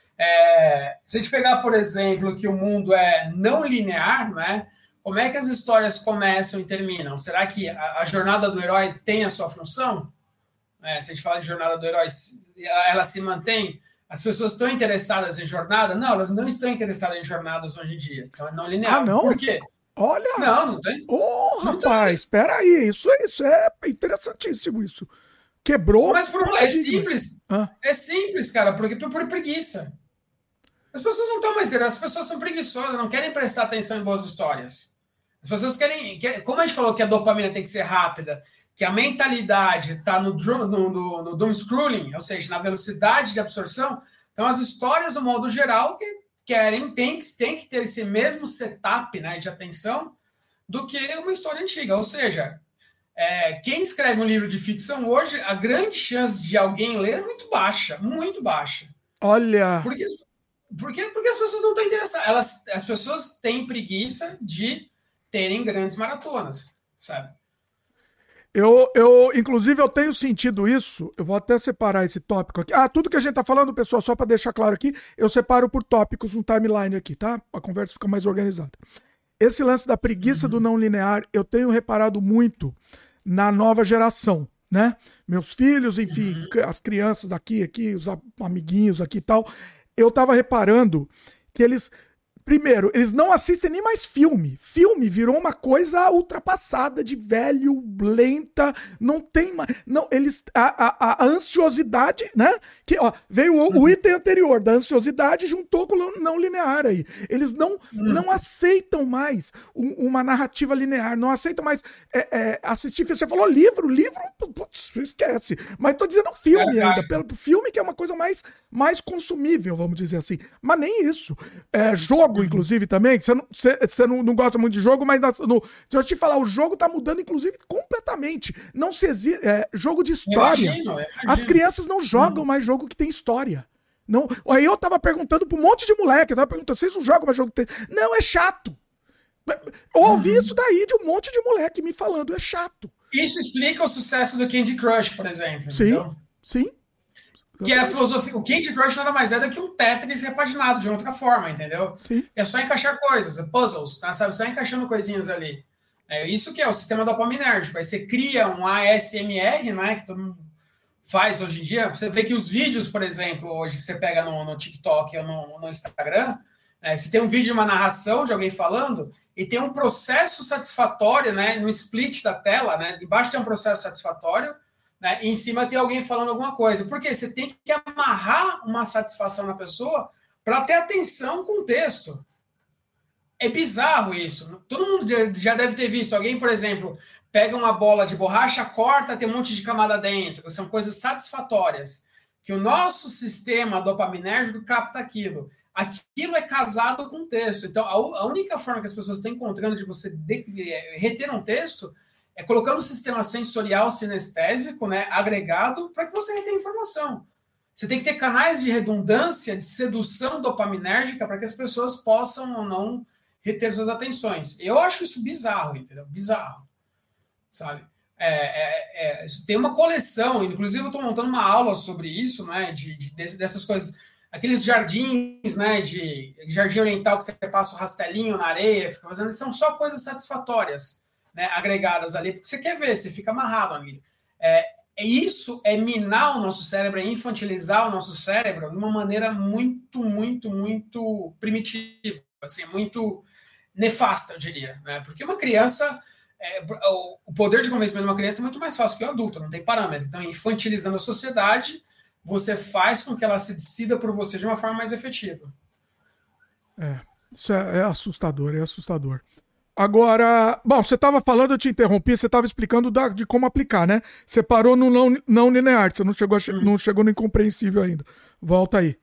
É, se a gente pegar, por exemplo, que o mundo é não linear, né? Como é que as histórias começam e terminam? Será que a, a jornada do herói tem a sua função? É, se a gente fala de jornada do herói, ela se mantém? As pessoas estão interessadas em jornada? Não, elas não estão interessadas em jornadas hoje em dia. Então é não linear. Ah, não? Por quê? Olha! Não, não tem. Ô, oh, não rapaz, espera aí. Isso, isso é interessantíssimo, isso. Quebrou. Mas por, é simples. Ah. É simples, cara, porque por, por preguiça. As pessoas não estão mais interessadas, as pessoas são preguiçosas, não querem prestar atenção em boas histórias. As pessoas querem, querem. Como a gente falou que a dopamina tem que ser rápida, que a mentalidade está no, no, no, no doom scrolling, ou seja, na velocidade de absorção, então as histórias, no modo geral, que querem, tem, tem que ter esse mesmo setup, né, de atenção do que uma história antiga. Ou seja, é, quem escreve um livro de ficção hoje, a grande chance de alguém ler é muito baixa, muito baixa. Olha! Porque, porque, porque as pessoas não estão interessadas. Elas, as pessoas têm preguiça de terem grandes maratonas, sabe? Eu, eu, inclusive, eu tenho sentido isso. Eu vou até separar esse tópico aqui. Ah, tudo que a gente tá falando, pessoal, só para deixar claro aqui, eu separo por tópicos no timeline aqui, tá? A conversa fica mais organizada. Esse lance da preguiça uhum. do não linear, eu tenho reparado muito na nova geração, né? Meus filhos, enfim, uhum. as crianças daqui, aqui, os amiguinhos aqui e tal. Eu tava reparando que eles... Primeiro, eles não assistem nem mais filme. Filme virou uma coisa ultrapassada, de velho, lenta, não tem mais... Não, eles... A, a, a ansiosidade, né? Que, ó, veio o, uhum. o item anterior da ansiosidade juntou com o não linear aí. Eles não, uhum. não aceitam mais um, uma narrativa linear, não aceitam mais é, é, assistir... Você falou livro, livro, putz, esquece. Mas tô dizendo filme é, ainda, pelo filme que é uma coisa mais, mais consumível, vamos dizer assim. Mas nem isso. É, jogo, inclusive, também, você não, você, você não, não gosta muito de jogo, mas no, deixa eu te falar, o jogo tá mudando, inclusive, completamente. Não se existe. É, jogo de história. Eu imagino, eu imagino. As crianças não jogam hum. mais jogo que tem história. Não, aí eu tava perguntando pra um monte de moleque, eu tava perguntando, vocês não jogam mais jogo que tem. Não, é chato. Eu ouvi uhum. isso daí de um monte de moleque me falando, é chato. Isso explica o sucesso do Candy Crush, por exemplo. Sim, então. sim. Que é a filosofia. O Candy Crush nada mais é do que um Tetris repaginado de outra forma, entendeu? Sim. É só encaixar coisas, puzzles, tá? Sabe? Só encaixando coisinhas ali. É isso que é o sistema dopaminérgico. Aí você cria um A S M R, né? Que todo mundo faz hoje em dia. Você vê que os vídeos, por exemplo, hoje que você pega no, no TikTok ou no, no Instagram, né, você tem um vídeo de uma narração de alguém falando e tem um processo satisfatório, né? No split da tela, né? Embaixo tem um processo satisfatório. Né? E em cima tem alguém falando alguma coisa. Porque você tem que amarrar uma satisfação na pessoa para ter atenção com o texto. É bizarro isso. Todo mundo já deve ter visto. Alguém, por exemplo, pega uma bola de borracha, corta, tem um monte de camada dentro. São coisas satisfatórias. que o nosso sistema dopaminérgico capta aquilo. Aquilo é casado com o texto. Então, a, a única forma que as pessoas estão encontrando de você de, de, reter um texto é colocando o sistema sensorial sinestésico, né, agregado, para que você retenha informação. Você tem que ter canais de redundância, de sedução dopaminérgica, para que as pessoas possam ou não reter suas atenções. Eu acho isso bizarro, entendeu? Bizarro, sabe? É, é, é, tem uma coleção, inclusive eu estou montando uma aula sobre isso, né, de, de, dessas coisas, aqueles jardins, né, de jardim oriental que você passa o rastelinho na areia, fica fazendo, são só coisas satisfatórias, né, agregadas ali, porque você quer ver, você fica amarrado ali. É, isso é minar o nosso cérebro, é infantilizar o nosso cérebro de uma maneira muito, muito, muito primitiva, assim, muito nefasta, eu diria, né, porque uma criança... É, o poder de convencimento de uma criança é muito mais fácil que o adulto, não tem parâmetro. Então, infantilizando a sociedade, você faz com que ela se decida por você de uma forma mais efetiva. É, isso é, é assustador, é assustador. Agora, bom, você estava falando, eu te interrompi, você estava explicando da, de como aplicar, né? Você parou no não, não linear, você não chegou, a, hum. não chegou no incompreensível ainda. Volta aí.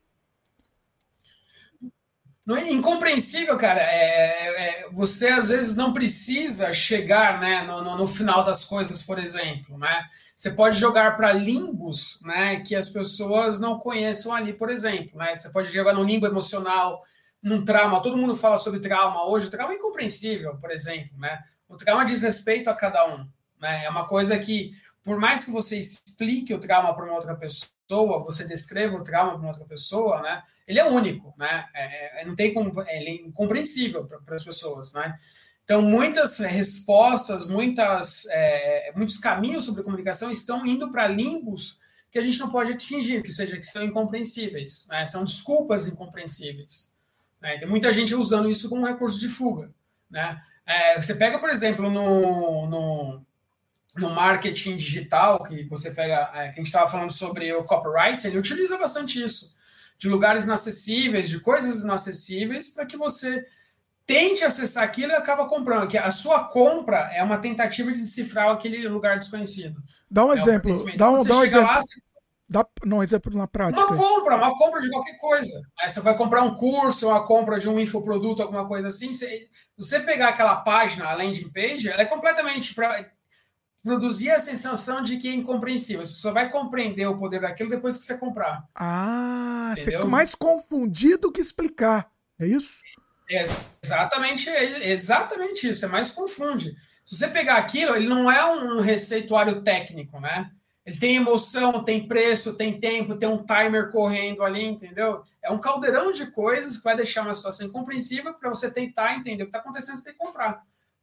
No incompreensível, cara, é, é, você às vezes não precisa chegar, né, no, no, no final das coisas, por exemplo, né? Você pode jogar para limbos, né, que as pessoas não conheçam ali, por exemplo, né? Você pode jogar no limbo emocional, num trauma. Todo mundo fala sobre trauma hoje. O trauma é incompreensível, por exemplo, né? O trauma diz respeito a cada um, né? É uma coisa que, por mais que você explique o trauma para uma outra pessoa, você descreva o trauma para uma outra pessoa, né? Ele é único, né? É, é, não tem como, ele é incompreensível para as pessoas, né? Então, muitas respostas, muitas, é, muitos caminhos sobre comunicação estão indo para limbos que a gente não pode atingir, que seja que são incompreensíveis, né? São desculpas incompreensíveis, né? Tem muita gente usando isso como um recurso de fuga, né? É, você pega, por exemplo, no, no, no marketing digital, que você pega, é, que a gente estava falando sobre o copyright, ele utiliza bastante isso, de lugares inacessíveis, de coisas inacessíveis, para que você tente acessar aquilo e acaba comprando. Que a sua compra é uma tentativa de decifrar aquele lugar desconhecido. Dá um é exemplo. Dá um, dá um exemplo. Lá, você... Dá não, um exemplo na prática. Uma compra, uma compra de qualquer coisa. Aí você vai comprar um curso, uma compra de um infoproduto, alguma coisa assim. Você, você pegar aquela página, a landing page, ela é completamente para produzir a sensação de que é incompreensível. Você só vai compreender o poder daquilo depois que você comprar. Ah, entendeu? Você é mais confundir do que explicar. É isso? É exatamente, é exatamente isso. É mais confunde. Se você pegar aquilo, ele não é um receituário técnico, né? Ele tem emoção, tem preço, tem tempo, tem um timer correndo ali, entendeu? É um caldeirão de coisas que vai deixar uma situação incompreensível para você tentar entender o que está acontecendo, você tem que comprar.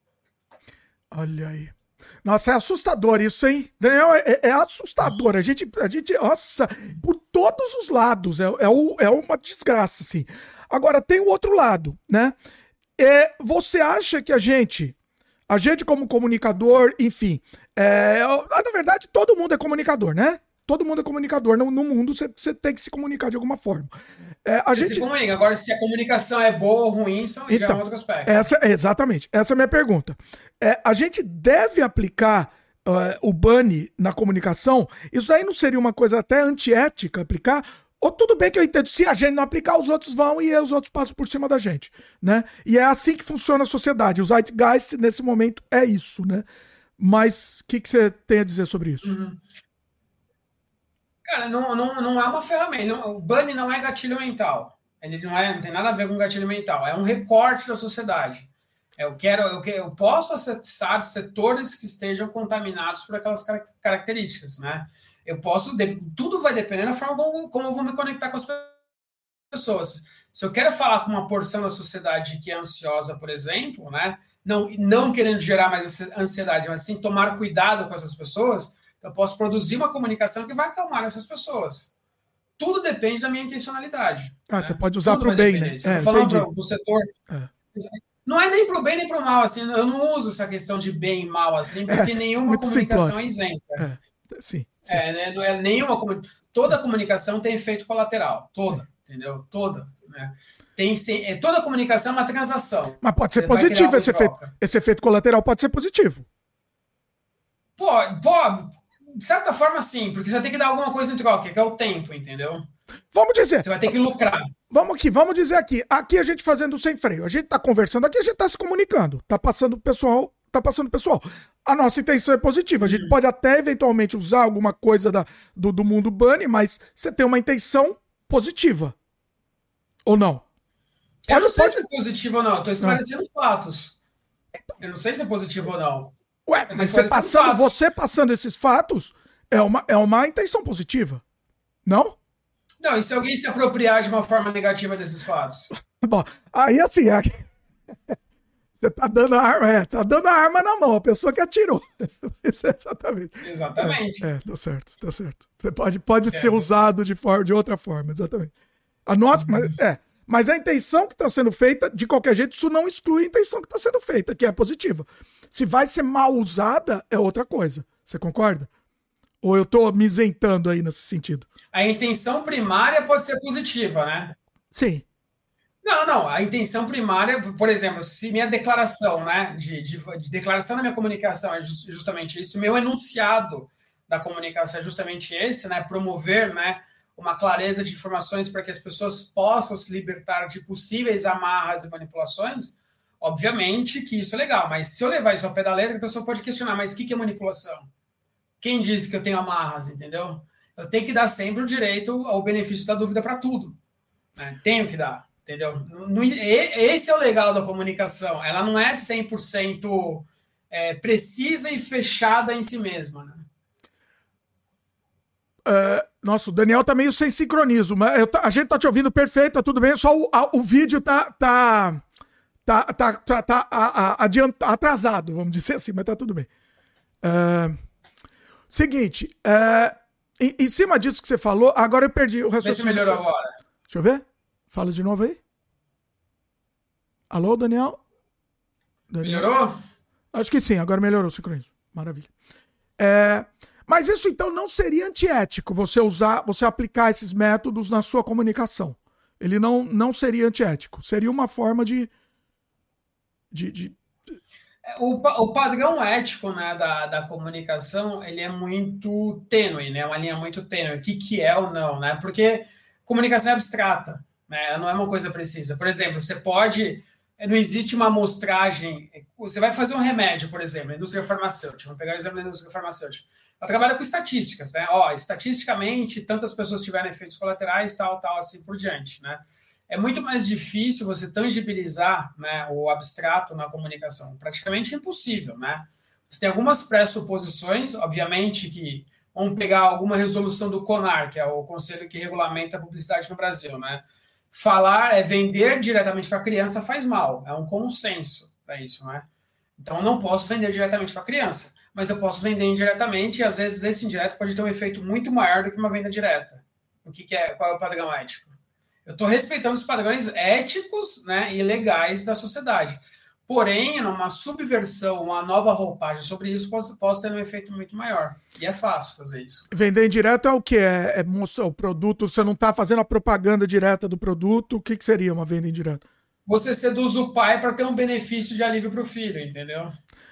Olha aí. Nossa, é assustador isso, hein? Daniel, é, é assustador. A gente, a gente, nossa, por todos os lados, é, é, o, é uma desgraça, assim. Agora, tem o outro lado, né? É, você acha que a gente, a gente como comunicador, enfim, é, na verdade, todo mundo é comunicador, né? Todo mundo é comunicador. No, no mundo, você, você tem que se comunicar de alguma forma. É, a você gente... se comunica. Agora, se a comunicação é boa ou ruim, são então, já é outro aspecto. Essa, exatamente. Essa é a minha pergunta. É, a gente deve aplicar uh, o bunny na comunicação? Isso aí não seria uma coisa até antiética aplicar? Ou tudo bem que eu entendo, se a gente não aplicar, os outros vão e os outros passam por cima da gente, né? E é assim que funciona a sociedade. O Zeitgeist, nesse momento, é isso, né? Mas o que, que você tem a dizer sobre isso? Uhum. Cara, não, não, não é uma ferramenta. Não, o bunny não é gatilho mental. Ele não, é, não tem nada a ver com gatilho mental. É um recorte da sociedade. Eu quero, eu, quero, eu posso acessar setores que estejam contaminados por aquelas características, né? Eu posso, tudo vai depender da forma como, como eu vou me conectar com as pessoas. Se eu quero falar com uma porção da sociedade que é ansiosa, por exemplo, né? Não, não querendo gerar mais ansiedade, mas sim tomar cuidado com essas pessoas, eu posso produzir uma comunicação que vai acalmar essas pessoas. Tudo depende da minha intencionalidade. Ah, né? Você pode usar para o bem, né? Se eu é, falando do setor... É. Não é nem para o bem nem para o mal, assim, eu não uso essa questão de bem e mal, assim, porque é, nenhuma comunicação é isenta. É. Sim, sim. É, né? Não é nenhuma toda sim. comunicação tem efeito colateral, toda, entendeu? Toda, né? Tem é, toda comunicação é uma transação. Mas pode ser positivo esse efeito, esse efeito colateral pode ser positivo. Pode, pode, De certa forma, sim, porque você vai ter que dar alguma coisa em troca, que é o tempo, entendeu? Vamos dizer. Você vai ter que lucrar. Vamos aqui, vamos dizer aqui. Aqui a gente fazendo sem freio. A gente tá conversando aqui, a gente tá se comunicando. Tá passando pessoal, tá passando pessoal. A nossa intenção é positiva. A gente hum. pode até eventualmente usar alguma coisa da, do, do mundo bunny, mas você tem uma intenção positiva. Ou não? Eu pode, não sei pode... se é positivo ou não. Eu tô esclarecendo ah. fatos. Eu não sei se é positivo ou não. Ué, mas você passando, você passando esses fatos é uma, é uma intenção positiva. Não? Não, e se alguém se apropriar de uma forma negativa desses fatos? Bom, aí assim, é... você tá dando a arma, é, tá dando a arma na mão, a pessoa que atirou. Isso é exatamente. Exatamente. É, é, tá certo, tá certo. Você pode, pode é. ser usado de, forma, de outra forma, exatamente. A nossa, uhum. mas, é, mas a intenção que está sendo feita, de qualquer jeito, isso não exclui a intenção que está sendo feita, que é positiva. Se vai ser mal usada, é outra coisa. Você concorda? Ou eu tô me isentando aí nesse sentido? A intenção primária pode ser positiva, né? Sim. Não, não. A intenção primária, por exemplo, se minha declaração, né, de, de, de declaração da minha comunicação é justamente isso, meu enunciado da comunicação é justamente esse, né, promover, né, uma clareza de informações para que as pessoas possam se libertar de possíveis amarras e manipulações, obviamente que isso é legal, mas se eu levar isso ao pé da letra, a pessoa pode questionar, mas o que é manipulação? Quem disse que eu tenho amarras, entendeu? Eu tenho que dar sempre o direito ao benefício da dúvida para tudo. Né? Tenho que dar, entendeu? Esse é o legal da comunicação. Ela não é cem por cento é, precisa e fechada em si mesma. Né? Uh, nossa, o Daniel tá meio sem sincronismo. Mas eu, a gente tá te ouvindo perfeito, tá tudo bem, só o, a, o vídeo tá... tá... Tá, tá, tá, tá a, a, adianta, atrasado, vamos dizer assim, mas tá tudo bem. Uh, seguinte, uh, em, em cima disso que você falou, agora eu perdi o raciocínio. Vê se melhorou agora. Deixa eu ver. Fala de novo aí. Alô, Daniel? Daniel? Melhorou? Acho que sim, agora melhorou o sincronismo. Maravilha. É, mas isso então não seria antiético, você usar, você aplicar esses métodos na sua comunicação. Ele não, não seria antiético. Seria uma forma de De, de... O, o padrão ético, né, da, da comunicação, ele é muito tênue, né, uma linha muito tênue, o que, que é ou não, né, porque comunicação é abstrata, né, ela não é uma coisa precisa. Por exemplo, você pode, não existe uma amostragem, você vai fazer um remédio, por exemplo, indústria farmacêutica, vamos pegar o exemplo da indústria farmacêutica, ela trabalha com estatísticas, né, ó, estatisticamente, tantas pessoas tiveram efeitos colaterais, tal, tal, assim por diante, né. É muito mais difícil você tangibilizar, né, o abstrato na comunicação. Praticamente impossível, né? Você tem algumas pressuposições, obviamente que vamos pegar alguma resolução do CONAR, que é o conselho que regulamenta a publicidade no Brasil, né? Falar é vender diretamente para a criança faz mal, é um consenso para isso, né? Então eu não posso vender diretamente para a criança, mas eu posso vender indiretamente e às vezes esse indireto pode ter um efeito muito maior do que uma venda direta. O que, que é? Qual é o padrão ético? Eu estou respeitando os padrões éticos, né, e legais da sociedade. Porém, numa subversão, uma nova roupagem sobre isso, posso, posso ter um efeito muito maior. E é fácil fazer isso. Vender direto é o que? É, é mostrar o produto, você não está fazendo a propaganda direta do produto. O que, que seria uma venda indireta? Você seduz o pai para ter um benefício de alívio para o filho, entendeu?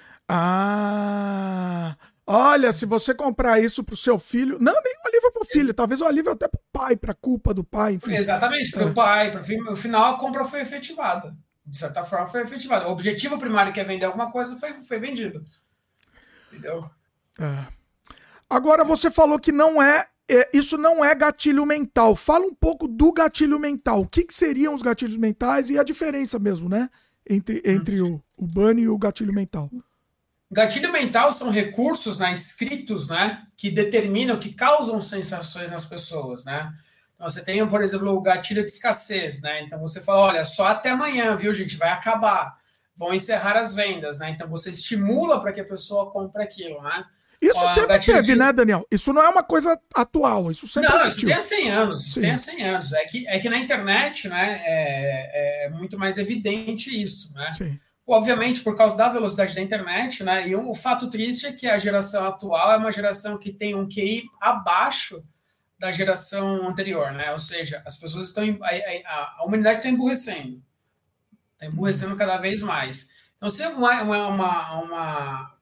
Ah... Olha, se você comprar isso pro seu filho... Não, nem o alívio pro filho. Talvez o alívio até pro pai, pra culpa do pai, enfim. Exatamente, pro é. pai. Pro filho. No final, a compra foi efetivada. De certa forma, foi efetivada. O objetivo primário, que é vender alguma coisa, foi, foi vendido. Entendeu? É. Agora, você falou que não é, é... Isso não é gatilho mental. Fala um pouco do gatilho mental. O que, que seriam os gatilhos mentais e a diferença mesmo, né? Entre, entre hum. o, o bunny e o gatilho mental. Gatilho mental são recursos, né, escritos, né, que determinam, que causam sensações nas pessoas, né? Então, você tem, por exemplo, o gatilho de escassez, né? Então, você fala, olha, só até amanhã, viu, gente? Vai acabar. Vão encerrar as vendas, né? Então, você estimula para que a pessoa compre aquilo, né? Isso Ó, sempre teve, de... né, Daniel? Isso não é uma coisa atual, isso sempre Não, existiu. Isso tem há cem anos, isso tem há cem anos. É que, é que na internet, né, é, é muito mais evidente isso, né? Sim. Obviamente, por causa da velocidade da internet, né? E o fato triste é que a geração atual é uma geração que tem um Q I abaixo da geração anterior, né? Ou seja, as pessoas estão... A, a, a humanidade está emburrecendo. Está emburrecendo cada vez mais. Então, se uma, uma, uma,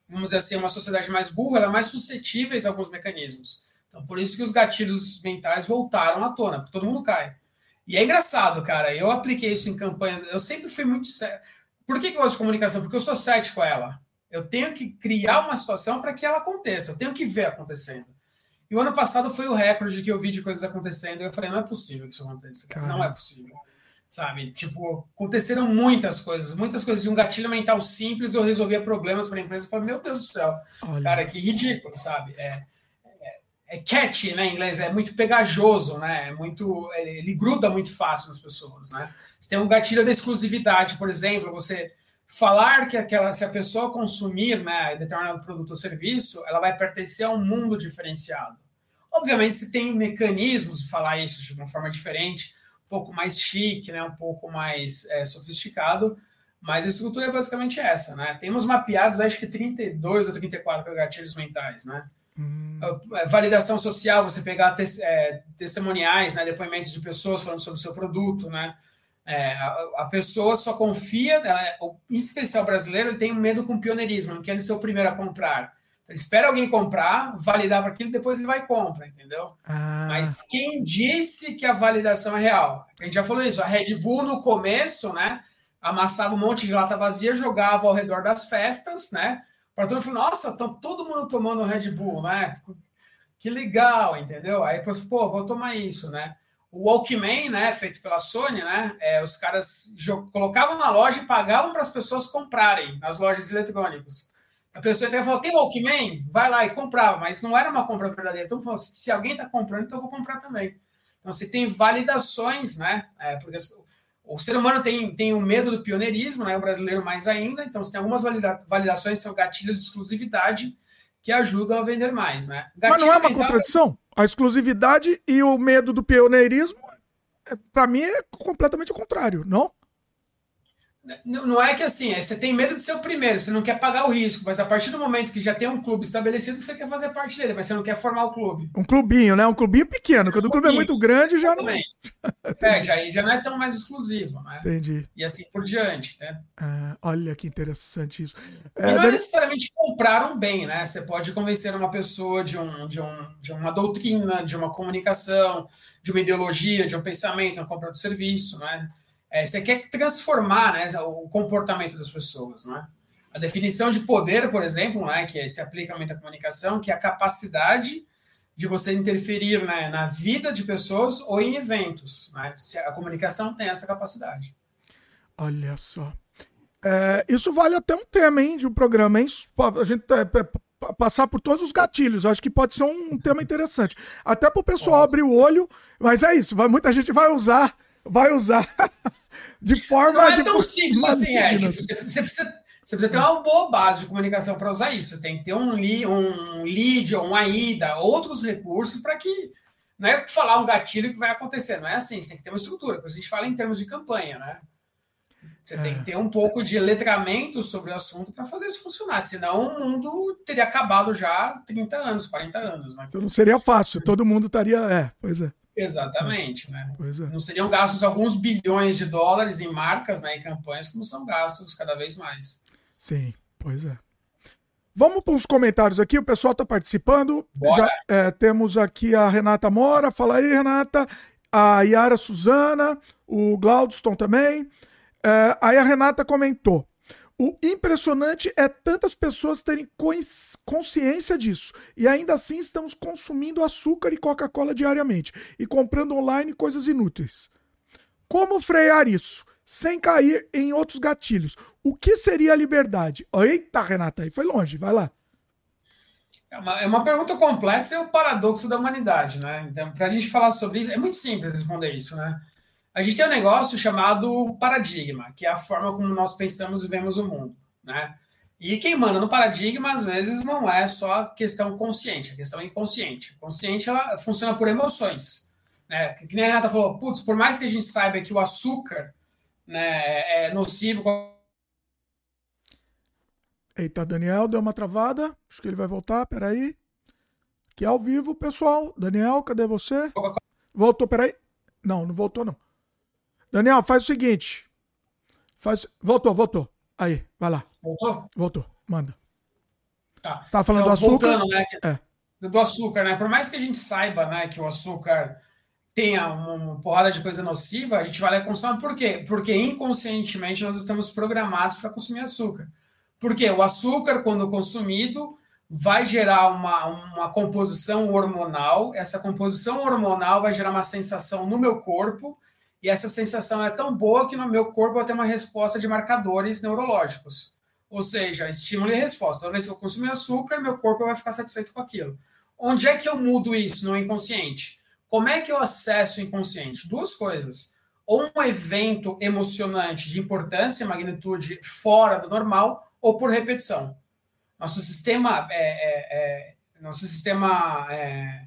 vamos dizer assim, uma sociedade mais burra, ela é mais suscetível a alguns mecanismos. Então, por isso que os gatilhos mentais voltaram à tona, porque todo mundo cai. E é engraçado, cara, eu apliquei isso em campanhas, eu sempre fui muito sério. Por que, que eu gosto de comunicação? Porque eu sou cético a ela. Eu tenho que criar uma situação para que ela aconteça, eu tenho que ver acontecendo. E o ano passado foi o recorde que eu vi de coisas acontecendo, e eu falei, não é possível que isso aconteça, cara. Não é possível. Sabe? Tipo, aconteceram muitas coisas, muitas coisas de um gatilho mental simples, eu resolvia problemas para a empresa. Eu falei, meu Deus do céu, Olha. cara, que ridículo, sabe? É, é, é catchy, né, em inglês, é muito pegajoso, né? É muito, ele gruda muito fácil nas pessoas, né? Você tem um gatilho da exclusividade, por exemplo, você falar que aquela, se a pessoa consumir, né, determinado produto ou serviço, ela vai pertencer a um mundo diferenciado. Obviamente, se tem mecanismos de falar isso de uma forma diferente, um pouco mais chique, né, um pouco mais é, sofisticado, mas a estrutura é basicamente essa, né? Temos mapeados, acho que trinta e dois ou trinta e quatro gatilhos mentais, né? Hum. Validação social, você pegar te, é, testemuniais, né, depoimentos de pessoas falando sobre o seu produto, né? É, a, a pessoa só confia, ela, o em especial brasileiro, ele tem um medo com pioneirismo, não quer ser o primeiro a comprar. Ele espera alguém comprar, validar para aquilo, depois ele vai e compra, entendeu? Ah. Mas quem disse que a validação é real? A gente já falou isso, a Red Bull no começo, né, amassava um monte de lata vazia, jogava ao redor das festas, né, para todo mundo falar, nossa, estão todo mundo tomando Red Bull, né, que legal, entendeu? Aí depois, pô, vou tomar isso, né. O Walkman, né, feito pela Sony, né, é, os caras colocavam na loja e pagavam para as pessoas comprarem nas lojas eletrônicas. A pessoa até falou, tem Walkman? Vai lá e comprava, mas não era uma compra verdadeira. Então, falou, se alguém está comprando, então eu vou comprar também. Então, você tem validações, né? É, porque o ser humano tem, tem o medo do pioneirismo, né? O brasileiro mais ainda. Então, você tem algumas valida validações, são gatilhos de exclusividade que ajudam a vender mais, né? Gatilho mas não é uma mental... contradição? A exclusividade e o medo do pioneirismo, para mim, é completamente o contrário, não? Não é que assim, você tem medo de ser o primeiro, você não quer pagar o risco, mas a partir do momento que já tem um clube estabelecido, você quer fazer parte dele, mas você não quer formar o clube. Um clubinho, né? Um clubinho pequeno. Quando um o clube é muito grande, já não... É, já, já não é tão mais exclusivo, né? Entendi. E assim por diante, né? Ah, olha que interessante isso. É, não é deve... necessariamente comprar um bem, né? Você pode convencer uma pessoa de, um, de, um, de uma doutrina, de uma comunicação, de uma ideologia, de um pensamento, uma compra de serviço, né? É, você quer transformar, né, o comportamento das pessoas, né? A definição de poder, por exemplo, né, que se aplica muito à comunicação, que é a capacidade de você interferir, né, na vida de pessoas ou em eventos, né? A comunicação tem essa capacidade. Olha só. É, isso vale até um tema, hein, de um programa, hein? A gente é, passar por todos os gatilhos. Eu acho que pode ser um tema interessante. Até para o pessoal oh. abrir o olho, mas é isso. Vai, muita gente vai usar... Vai usar de forma... Não é tão simples assim, é. Tipo, você, você, precisa, você precisa ter uma boa base de comunicação para usar isso. Você tem que ter um, li, um lead, ou um A I D A, outros recursos para que... Não é falar um gatilho que vai acontecer. Não é assim. Você tem que ter uma estrutura. Porque a gente fala em termos de campanha, né? Você é. tem que ter um pouco de letramento sobre o assunto para fazer isso funcionar. Senão o mundo teria acabado já há trinta anos, quarenta anos. Né? Então não seria fácil. Todo mundo estaria... É, pois é. Exatamente, né? Pois é. Não seriam gastos alguns bilhões de dólares em marcas, né, e campanhas, como são gastos cada vez mais. Sim, pois é. Vamos para os comentários aqui, o pessoal está participando. Já, é, temos aqui a Renata Mora, fala aí, Renata. A Yara Suzana, o Glaudston também. É, aí a Renata comentou. O impressionante é tantas pessoas terem consciência disso e ainda assim estamos consumindo açúcar e Coca-Cola diariamente e comprando online coisas inúteis. Como frear isso sem cair em outros gatilhos? O que seria a liberdade? Eita, Renata, aí foi longe, vai lá. É uma, é uma pergunta complexa, é o paradoxo da humanidade, né? Então, para a gente falar sobre isso, é muito simples responder isso, né? A gente tem um negócio chamado paradigma, que é a forma como nós pensamos e vemos o mundo, né? E quem manda no paradigma, às vezes, não é só a questão consciente, a questão inconsciente. A consciente, ela funciona por emoções, né? Que nem a Renata falou, putz, por mais que a gente saiba que o açúcar, né, é nocivo... Eita, Daniel, deu uma travada. Acho que ele vai voltar, peraí. Aqui ao vivo, pessoal. Daniel, cadê você? Voltou, peraí. Não, não voltou, não. Daniel, faz o seguinte. Faz... Voltou, voltou. Aí, vai lá. Voltou? Voltou, manda. Tá. Você estava falando Então, do açúcar? voltando, né? É. Do açúcar, né? Por mais que a gente saiba, né, que o açúcar tenha uma, uma porrada de coisa nociva, a gente vai lá e consome. Por quê? Porque inconscientemente nós estamos programados para consumir açúcar. Porque o açúcar, quando consumido, vai gerar uma, uma composição hormonal. Essa composição hormonal vai gerar uma sensação no meu corpo, e essa sensação é tão boa que no meu corpo vai ter uma resposta de marcadores neurológicos. Ou seja, estímulo e resposta. Toda vez que eu consumir açúcar, meu corpo vai ficar satisfeito com aquilo. Onde é que eu mudo isso no inconsciente? Como é que eu acesso o inconsciente? Duas coisas. Ou um evento emocionante de importância e magnitude fora do normal, ou por repetição. Nosso sistema, é, é, é, nosso sistema é,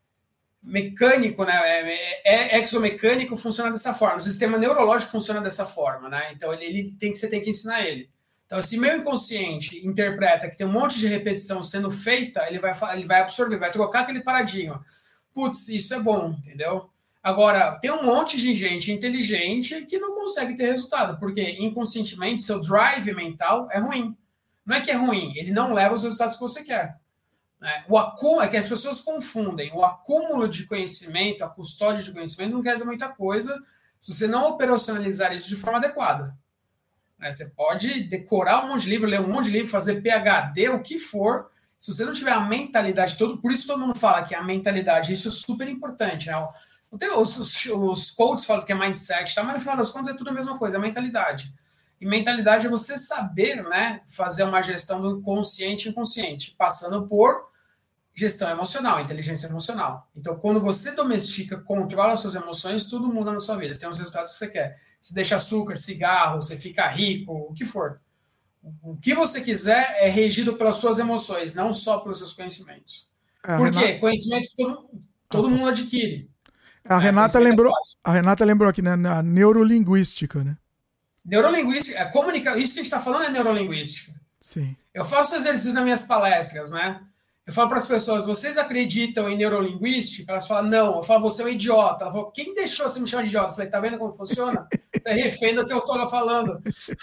mecânico, né, é, é, exomecânico funciona dessa forma. O sistema neurológico funciona dessa forma, né? Então ele, ele tem que, você tem que ensinar ele. Então, se meu inconsciente interpreta que tem um monte de repetição sendo feita, ele vai, ele vai absorver, vai trocar aquele paradigma. Putz, isso é bom, entendeu? Agora, tem um monte de gente inteligente que não consegue ter resultado, porque inconscientemente seu drive mental é ruim. Não é que é ruim, ele não leva os resultados que você quer. Né? O acúmulo, é que as pessoas confundem o acúmulo de conhecimento, a custódia de conhecimento, não quer dizer muita coisa se você não operacionalizar isso de forma adequada. Né? Você pode decorar um monte de livro, ler um monte de livro, fazer P H D, o que for. Se você não tiver a mentalidade toda, por isso todo mundo fala que a mentalidade, isso é super importante. Né? Os, os, os coaches falam que é mindset, tá? Mas no final das contas é tudo a mesma coisa, é mentalidade. E mentalidade é você saber, né, fazer uma gestão do consciente e inconsciente, passando por gestão emocional, inteligência emocional. Então, quando você domestica, controla as suas emoções, tudo muda na sua vida. Você tem os resultados que você quer. Você deixa açúcar, cigarro, você fica rico, o que for. O que você quiser é regido pelas suas emoções, não só pelos seus conhecimentos. É, Por quê? Renata... Conhecimento todo, todo ah, mundo adquire. A, né? Renata lembrou, é a Renata lembrou aqui, né? Na neurolinguística, né? Neurolinguística, a comunica... isso que a gente está falando é neurolinguística. Sim. Eu faço exercícios nas minhas palestras, né? Eu falo para as pessoas, vocês acreditam em neurolinguística? Elas falam, não. Eu falo, você é um idiota. Ela falou, quem deixou você me chamar de idiota? Eu falei, tá vendo como funciona? Você é refém do que eu estou falando.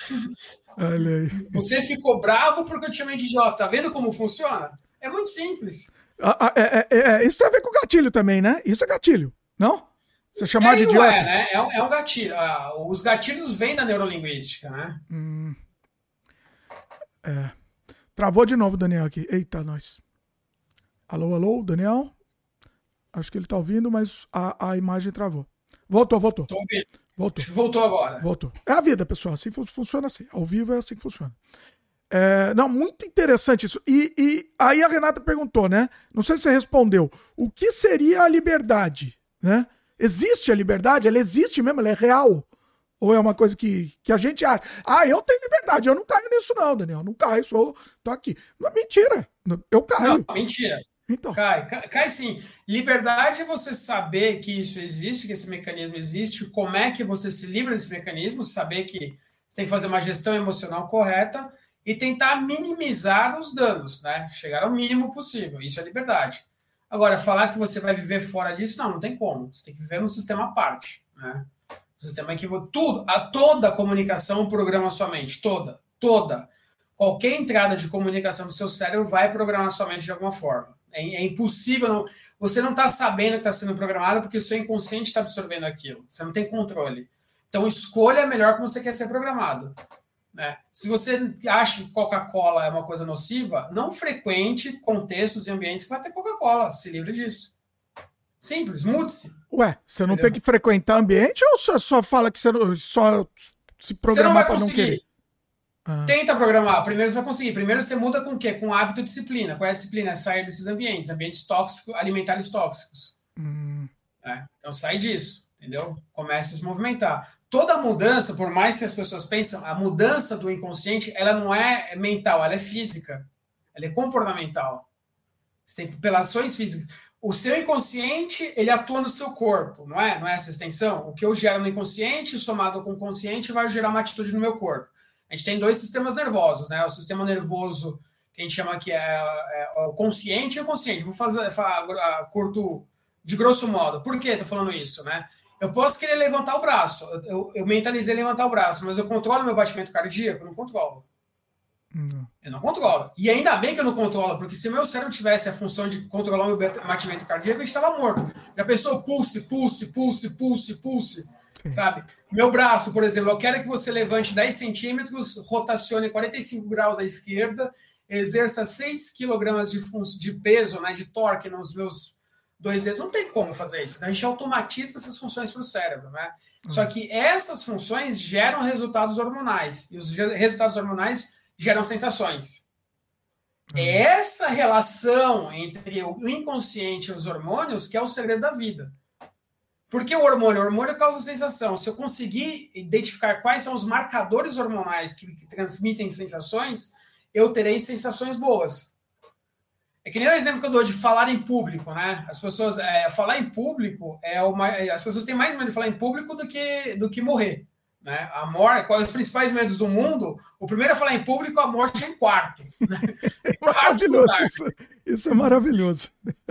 Olha aí. Você ficou bravo porque eu te chamei de idiota. Tá vendo como funciona? É muito simples. Ah, ah, é, é, é, isso tem a ver com gatilho também, né? Isso é gatilho, não? Você chamar é, de idiota. É, né? é, um, é um gatilho. Ah, os gatilhos vêm da neurolinguística, né? Hum. É. Travou de novo o Daniel aqui. Eita, nós. Alô, alô, Daniel? Acho que ele tá ouvindo, mas a, a imagem travou. Voltou, voltou. Tô ouvindo. Voltou. Voltou agora. Voltou. É a vida, pessoal. Assim funciona assim. Ao vivo é assim que funciona. É, não, muito interessante isso. E, e aí a Renata perguntou, né? Não sei se você respondeu. O que seria a liberdade, né? Existe a liberdade? Ela existe mesmo? Ela é real? Ou é uma coisa que, que a gente acha? Ah, eu tenho liberdade. Eu não caio nisso não, Daniel. Não caio, sou, tô aqui. Mas mentira. Eu caio. Não, mentira. Então. Cai, cai, cai sim. Liberdade é você saber que isso existe, que esse mecanismo existe, como é que você se livra desse mecanismo, saber que você tem que fazer uma gestão emocional correta e tentar minimizar os danos, né? Chegar ao mínimo possível. Isso é liberdade. Agora, falar que você vai viver fora disso, não, não tem como. Você tem que viver num sistema à parte, né? Um sistema em que tudo, a toda a comunicação programa sua mente, toda, toda. Qualquer entrada de comunicação do seu cérebro vai programar sua mente de alguma forma. É, é impossível, não, você não está sabendo que está sendo programado porque o seu inconsciente está absorvendo aquilo. Você não tem controle. Então, escolha melhor como você quer ser programado. Né? Se você acha que Coca-Cola é uma coisa nociva, não frequente contextos e ambientes que vai ter Coca-Cola. Se livre disso. Simples, mude-se. Ué, você não Entendeu? Tem que frequentar ambiente ou só, só fala que você só se programar para não querer? Ah. Tenta programar. Primeiro você vai conseguir. Primeiro você muda com o quê? Com hábito e disciplina. Qual é a disciplina? É sair desses ambientes. Ambientes tóxicos, alimentares tóxicos. Hum. É. Então sai disso. Entendeu? Comece a se movimentar. Toda mudança, por mais que as pessoas pensem, a mudança do inconsciente, ela não é mental, ela é física. Ela é comportamental. Você tem pelas ações físicas. O seu inconsciente, ele atua no seu corpo, não é? Não é essa extensão? O que eu gero no inconsciente, somado com o consciente, vai gerar uma atitude no meu corpo. A gente tem dois sistemas nervosos, né? O sistema nervoso, que a gente chama que é, é, é o consciente e o inconsciente. Vou fazer a curto, de grosso modo. Por que eu tô falando isso, né? Eu posso querer levantar o braço. Eu, eu mentalizei levantar o braço, mas eu controlo meu batimento cardíaco? Não controlo. Hum. Eu não controlo. E ainda bem que eu não controlo, porque se o meu cérebro tivesse a função de controlar o meu batimento cardíaco, ele estava morto. Já pensou? Pulse, pulse, pulse, pulse, pulse, Sim. sabe? Meu braço, por exemplo, eu quero que você levante dez centímetros, rotacione quarenta e cinco graus à esquerda, exerça seis quilogramas de, de peso, né, de torque nos meus dois dedos. Não tem como fazer isso. Então, a gente automatiza essas funções para o cérebro, né? Hum. Só que essas funções geram resultados hormonais. E os resultados hormonais geram sensações. Hum. É essa relação entre o inconsciente e os hormônios que é o segredo da vida. Porque o hormônio, o hormônio causa sensação. Se eu conseguir identificar quais são os marcadores hormonais que, que transmitem sensações, eu terei sensações boas. É que nem o exemplo que eu dou de falar em público, né? As pessoas, é, falar em público, é uma, as pessoas têm mais medo de falar em público do que, do que morrer. Né? A morte, quais os principais medos do mundo? O primeiro a falar em público, a morte é em quarto. Né? É maravilhoso isso, isso é maravilhoso.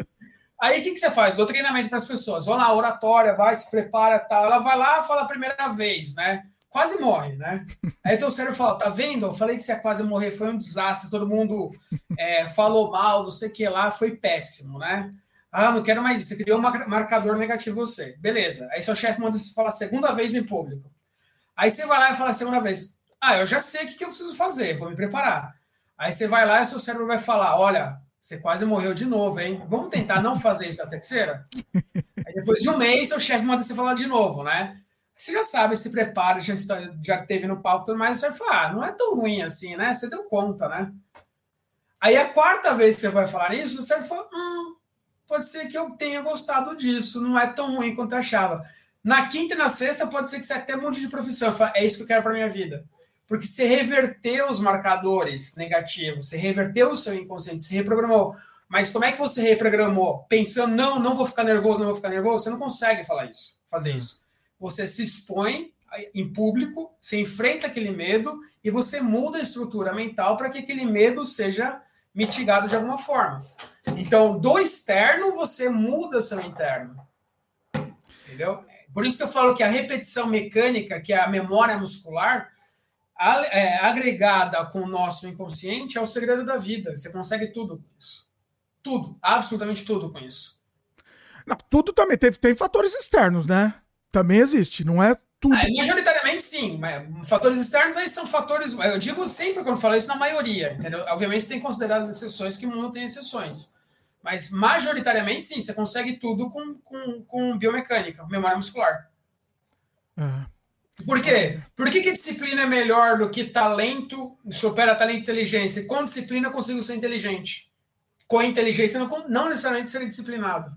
Aí o que, que você faz? Dou treinamento para as pessoas. Vão na oratória, vai, se prepara, tal. Ela vai lá, fala a primeira vez, né? Quase morre, né? Aí teu cérebro fala, tá vendo? Eu falei que você ia quase morrer, foi um desastre, todo mundo é, falou mal, não sei o que lá, foi péssimo, né? Ah, não quero mais isso, você criou um marcador negativo em você. Beleza. Aí seu chefe manda você falar a segunda vez em público. Aí você vai lá e fala a segunda vez, ah, eu já sei o que eu preciso fazer, vou me preparar. Aí você vai lá e seu cérebro vai falar, olha, você quase morreu de novo, hein? Vamos tentar não fazer isso na terceira? Aí depois de um mês, seu chefe manda você falar de novo, né? Você já sabe, se prepara, já, está, já teve no palco e tudo mais, você vai falar, ah, não é tão ruim assim, né? Você deu conta, né? Aí a quarta vez que você vai falar isso, você vai falar, hum, pode ser que eu tenha gostado disso, não é tão ruim quanto eu achava. Na quinta e na sexta, pode ser que você até mude de profissão. Fala, é isso que eu quero para minha vida. Porque você reverteu os marcadores negativos, você reverteu o seu inconsciente, você reprogramou. Mas como é que você reprogramou? Pensando, não, não vou ficar nervoso, não vou ficar nervoso. Você não consegue falar isso, fazer isso. Você se expõe em público, você enfrenta aquele medo e você muda a estrutura mental para que aquele medo seja mitigado de alguma forma. Então, do externo, você muda seu interno. Entendeu? Por isso que eu falo que a repetição mecânica, que é a memória muscular, é, agregada com o nosso inconsciente, é o segredo da vida. Você consegue tudo com isso. Tudo, absolutamente tudo com isso. Não, tudo também. Tem, tem fatores externos, né? Também existe, não é tudo. Ah, majoritariamente, sim. Fatores externos aí são fatores... Eu digo sempre quando falo isso na maioria, entendeu? Obviamente, você tem que considerar as exceções, que o mundo tem exceções. Mas, majoritariamente, sim, você consegue tudo com, com, com biomecânica, memória muscular. É. Por quê? Por que, que disciplina é melhor do que talento, supera talento e inteligência? Com disciplina, eu consigo ser inteligente. Com inteligência, não, não necessariamente ser disciplinado.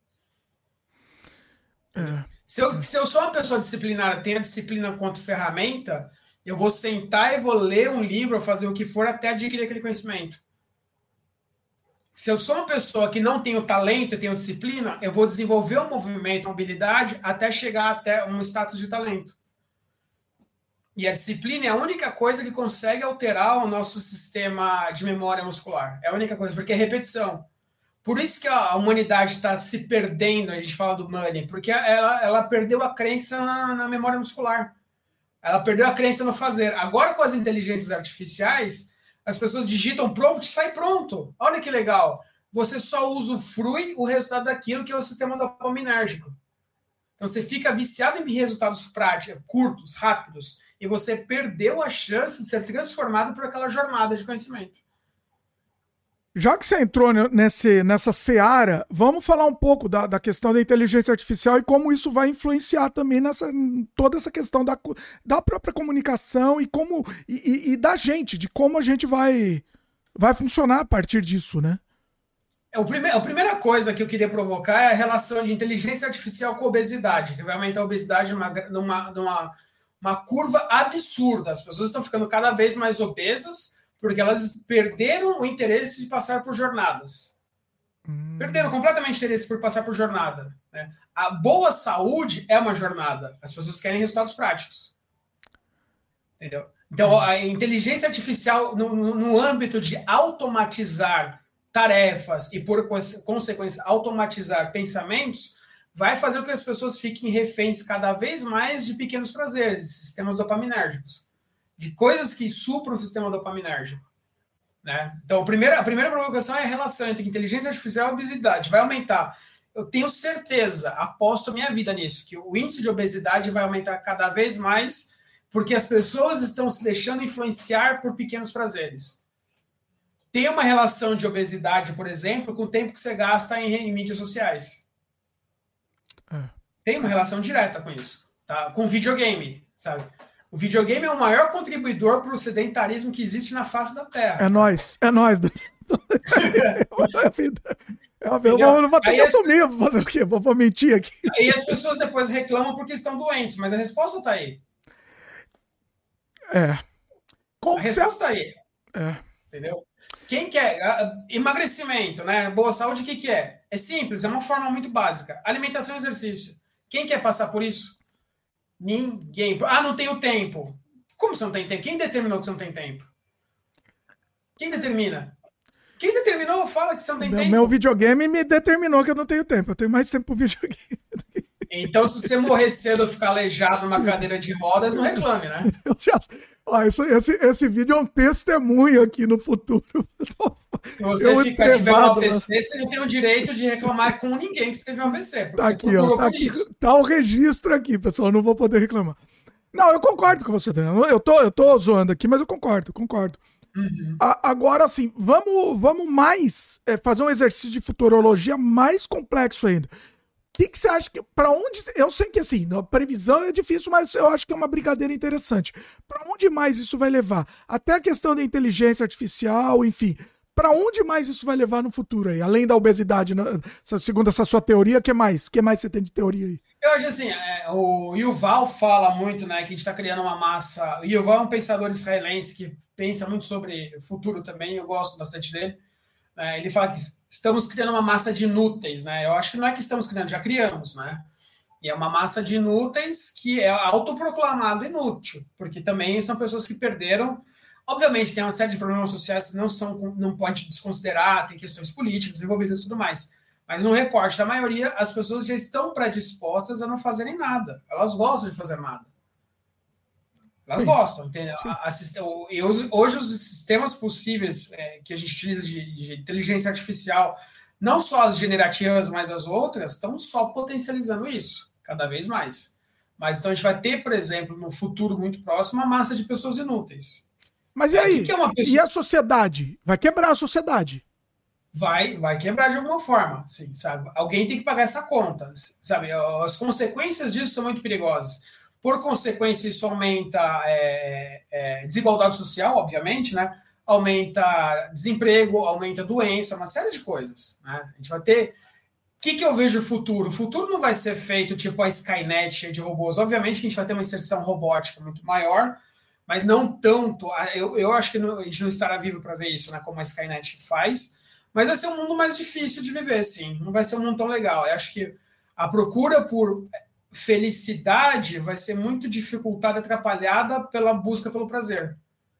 É. Se, eu, se eu sou uma pessoa disciplinada, tenho a disciplina quanto ferramenta, eu vou sentar e vou ler um livro, ou fazer o que for, até adquirir aquele conhecimento. Se eu sou uma pessoa que não tenho talento e tenho disciplina, eu vou desenvolver um movimento, uma habilidade, até chegar até um status de talento. E a disciplina é a única coisa que consegue alterar o nosso sistema de memória muscular. É a única coisa, porque é repetição. Por isso que a humanidade está se perdendo, a gente fala do money, porque ela, ela perdeu a crença na, na memória muscular. Ela perdeu a crença no fazer. Agora, com as inteligências artificiais, as pessoas digitam prompt e sai pronto. Olha que legal. Você só usufrui o resultado daquilo que é o sistema dopaminérgico. Então, você fica viciado em resultados práticos, curtos, rápidos, e você perdeu a chance de ser transformado por aquela jornada de conhecimento. Já que você entrou nesse, nessa seara, vamos falar um pouco da, da questão da inteligência artificial e como isso vai influenciar também nessa toda essa questão da, da própria comunicação e como e, e, e da gente, de como a gente vai, vai funcionar a partir disso, né? O prime- a primeira coisa que eu queria provocar é a relação de inteligência artificial com obesidade, que vai aumentar a obesidade numa, numa, numa uma curva absurda. As pessoas estão ficando cada vez mais obesas, porque elas perderam o interesse de passar por jornadas. Hum. Perderam completamente o interesse por passar por jornada. Né? A boa saúde é uma jornada. As pessoas querem resultados práticos. Entendeu? Então, a inteligência artificial, no, no, no âmbito de automatizar tarefas e, por consequência, automatizar pensamentos, vai fazer com que as pessoas fiquem reféns cada vez mais de pequenos prazeres, sistemas dopaminérgicos. De coisas que supram o sistema dopaminérgico. Né? Então, a primeira, a primeira provocação é a relação entre inteligência artificial e obesidade. Vai aumentar. Eu tenho certeza, aposto minha vida nisso, que o índice de obesidade vai aumentar cada vez mais porque as pessoas estão se deixando influenciar por pequenos prazeres. Tem uma relação de obesidade, por exemplo, com o tempo que você gasta em, em mídias sociais. É. Tem uma relação direta com isso. Tá? Com videogame, sabe? O videogame é o maior contribuidor para o sedentarismo que existe na face da Terra. É nós, é nós. Eu vou, vou ter que assumir, vou fazer o quê? Vou, vou mentir aqui. E as pessoas depois reclamam porque estão doentes, mas a resposta está aí. É. Qual a resposta está aí. É. Entendeu? Quem quer? Emagrecimento, né? Boa saúde, o que, que é? É simples, é uma forma muito básica. Alimentação e exercício. Quem quer passar por isso? Ninguém. Ah, não tenho tempo. Como você não tem tempo? Quem determinou que você não tem tempo? Quem determina? Quem determinou fala que você não tem meu, tempo. Meu videogame me determinou que eu não tenho tempo. Eu tenho mais tempo pro videogame. Então, se você morrer cedo ou ficar aleijado numa cadeira de rodas, não reclame, né? Eu já... ah, isso, esse, esse vídeo é um testemunho aqui no futuro. Se você eu ficar, tiver um A V C, mas... você não tem o direito de reclamar com ninguém que você teve um A V C. Tá aqui, ó, tá, aqui tá o registro aqui, pessoal. Eu não vou poder reclamar. Não, eu concordo com você, Daniel. Eu tô, eu tô zoando aqui, mas eu concordo, concordo. Uhum. A, agora, assim, vamos, vamos mais é, fazer um exercício de futurologia mais complexo ainda. O que, que você acha que. Para onde. Eu sei que assim, a previsão é difícil, mas eu acho que é uma brincadeira interessante. Para onde mais isso vai levar? Até a questão da inteligência artificial, enfim. Para onde mais isso vai levar no futuro aí? Além da obesidade, segundo essa sua teoria, o que mais? O que mais você tem de teoria aí? Eu acho assim, é, o Yuval fala muito, né, que a gente está criando uma massa. O Yuval é um pensador israelense que pensa muito sobre o futuro também, eu gosto bastante dele. É, ele fala que estamos criando uma massa de inúteis, né? Eu acho que não é que estamos criando, já criamos, né? E é uma massa de inúteis que é autoproclamado inútil, porque também são pessoas que perderam. Obviamente, tem uma série de problemas sociais que não, são, não pode desconsiderar, tem questões políticas envolvidas e tudo mais. Mas no recorte da maioria, as pessoas já estão predispostas a não fazerem nada. Elas gostam de fazer nada. Elas Sim. gostam, entendeu? E hoje, hoje os sistemas possíveis é, que a gente utiliza de, de inteligência artificial, não só as generativas, mas as outras, estão só potencializando isso, cada vez mais. Mas então a gente vai ter, por exemplo, no futuro muito próximo, uma massa de pessoas inúteis. Mas e aí? Que é uma pessoa... E a sociedade? Vai quebrar a sociedade? Vai, vai quebrar de alguma forma, sim, sabe? Alguém tem que pagar essa conta, sabe? As consequências disso são muito perigosas. Por consequência, isso aumenta é, é, desigualdade social, obviamente, né? Aumenta desemprego, aumenta doença, uma série de coisas, né? A gente vai ter... O que, que eu vejo o futuro? O futuro não vai ser feito tipo a Skynet de robôs. Obviamente que a gente vai ter uma inserção robótica muito maior, mas não tanto. Eu, eu acho que não, a gente não estará vivo para ver isso, né? Como a Skynet faz. Mas vai ser um mundo mais difícil de viver, sim. Não vai ser um mundo tão legal. Eu acho que a procura por felicidade vai ser muito dificultada, atrapalhada pela busca pelo prazer.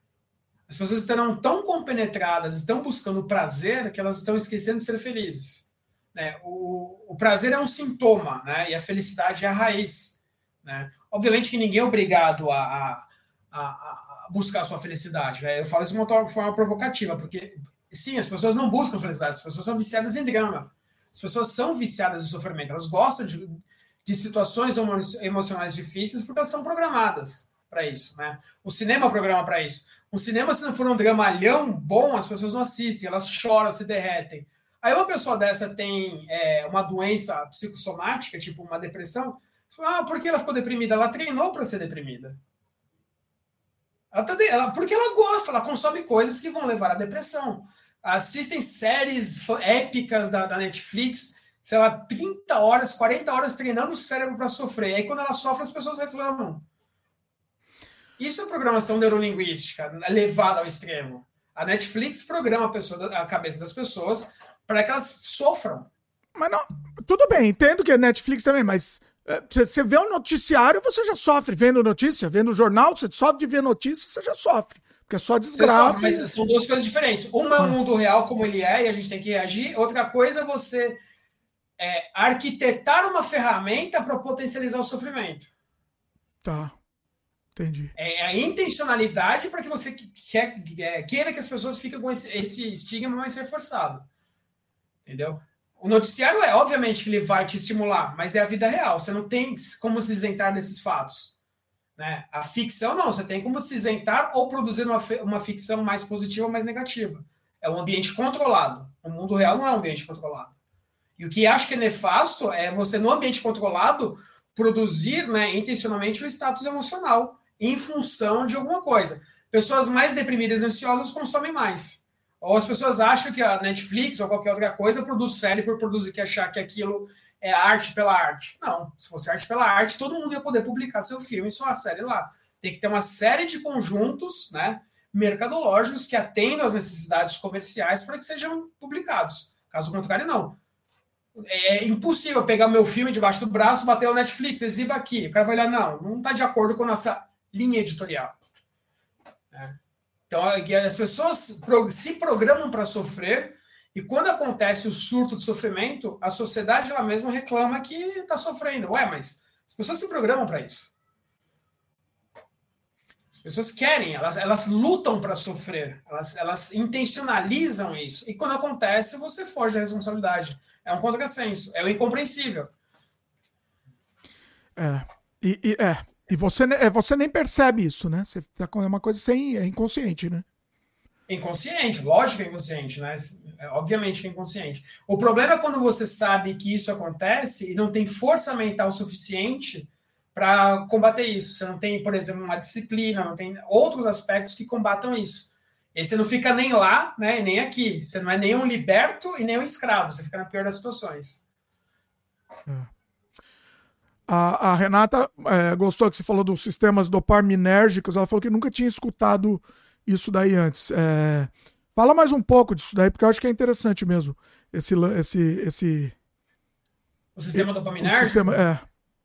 As pessoas estarão tão compenetradas, estão buscando prazer, que elas estão esquecendo de ser felizes. Né? O, o prazer é um sintoma, né? E a felicidade é a raiz. Né? Obviamente que ninguém é obrigado a, a, a, a buscar a sua felicidade. Né? Eu falo isso de uma forma provocativa, porque, sim, as pessoas não buscam felicidade, as pessoas são viciadas em drama. As pessoas são viciadas em sofrimento, elas gostam de, de situações emocionais difíceis porque elas são programadas para isso. Né? O cinema programa para isso. Um cinema, se não for um dramalhão bom, as pessoas não assistem, elas choram, se derretem. Aí uma pessoa dessa tem é, uma doença psicossomática, tipo uma depressão. Ah, por que ela ficou deprimida? Ela treinou para ser deprimida. Ela tá de... ela... Porque ela gosta, ela consome coisas que vão levar à depressão. Assistem séries épicas da, da Netflix, sei lá, trinta horas, quarenta horas treinando o cérebro para sofrer. Aí quando ela sofre, as pessoas reclamam. Isso é programação neurolinguística levada ao extremo. A Netflix programa a, pessoa, a cabeça das pessoas para que elas sofram. Mas não, tudo bem, entendo que é Netflix também, mas você vê um noticiário, você já sofre vendo notícia, vendo o jornal, você sofre de ver notícia, você já sofre. Porque é só desgraça. Sofre, mas são duas coisas diferentes. Uma é o mundo real como ele é e a gente tem que reagir. Outra coisa é você é, arquitetar uma ferramenta para potencializar o sofrimento. Tá. Entendi. É a intencionalidade para que você quer, é, queira que as pessoas fiquem com esse, esse estigma mais reforçado. Entendeu? O noticiário é, obviamente, que ele vai te estimular, mas é a vida real. Você não tem como se isentar desses fatos. Né? A ficção, não. Você tem como se isentar ou produzir uma, uma ficção mais positiva ou mais negativa. É um ambiente controlado. O mundo real não é um ambiente controlado. E o que acho que é nefasto é você, no ambiente controlado, produzir, né, intencionalmente o status emocional em função de alguma coisa. Pessoas mais deprimidas e ansiosas consomem mais. Ou as pessoas acham que a Netflix ou qualquer outra coisa produz série por produzir, que achar que aquilo é arte pela arte. Não, se fosse arte pela arte, todo mundo ia poder publicar seu filme e sua série lá. Tem que ter uma série de conjuntos, né, mercadológicos que atendam às necessidades comerciais para que sejam publicados. Caso contrário, não. É impossível pegar meu filme debaixo do braço, bater o Netflix, exiba aqui. O cara vai olhar, não, não está de acordo com a nossa linha editorial. É. Então, as pessoas se programam para sofrer, e quando acontece o surto de sofrimento, a sociedade ela mesma reclama que está sofrendo. Ué, mas as pessoas se programam para isso. As pessoas querem, elas, elas lutam para sofrer, elas, elas intencionalizam isso. E quando acontece, você foge da responsabilidade. É um contrassenso, é o incompreensível. É, e, e, é, e você, você nem percebe isso, né? Você tá com uma coisa sem, é inconsciente, né? Inconsciente, lógico que é inconsciente, né? É, obviamente que é inconsciente. O problema é quando você sabe que isso acontece e não tem força mental suficiente para combater isso. Você não tem, por exemplo, uma disciplina, não tem outros aspectos que combatam isso. E aí você não fica nem lá, né, nem aqui. Você não é nem um liberto e nem um escravo. Você fica na pior das situações. É. A, a Renata é, gostou que você falou dos sistemas dopaminérgicos. Ela falou que nunca tinha escutado isso daí antes. É, fala mais um pouco disso daí, porque eu acho que é interessante mesmo. Esse... esse, esse o sistema dopaminérgico? O sistema, é.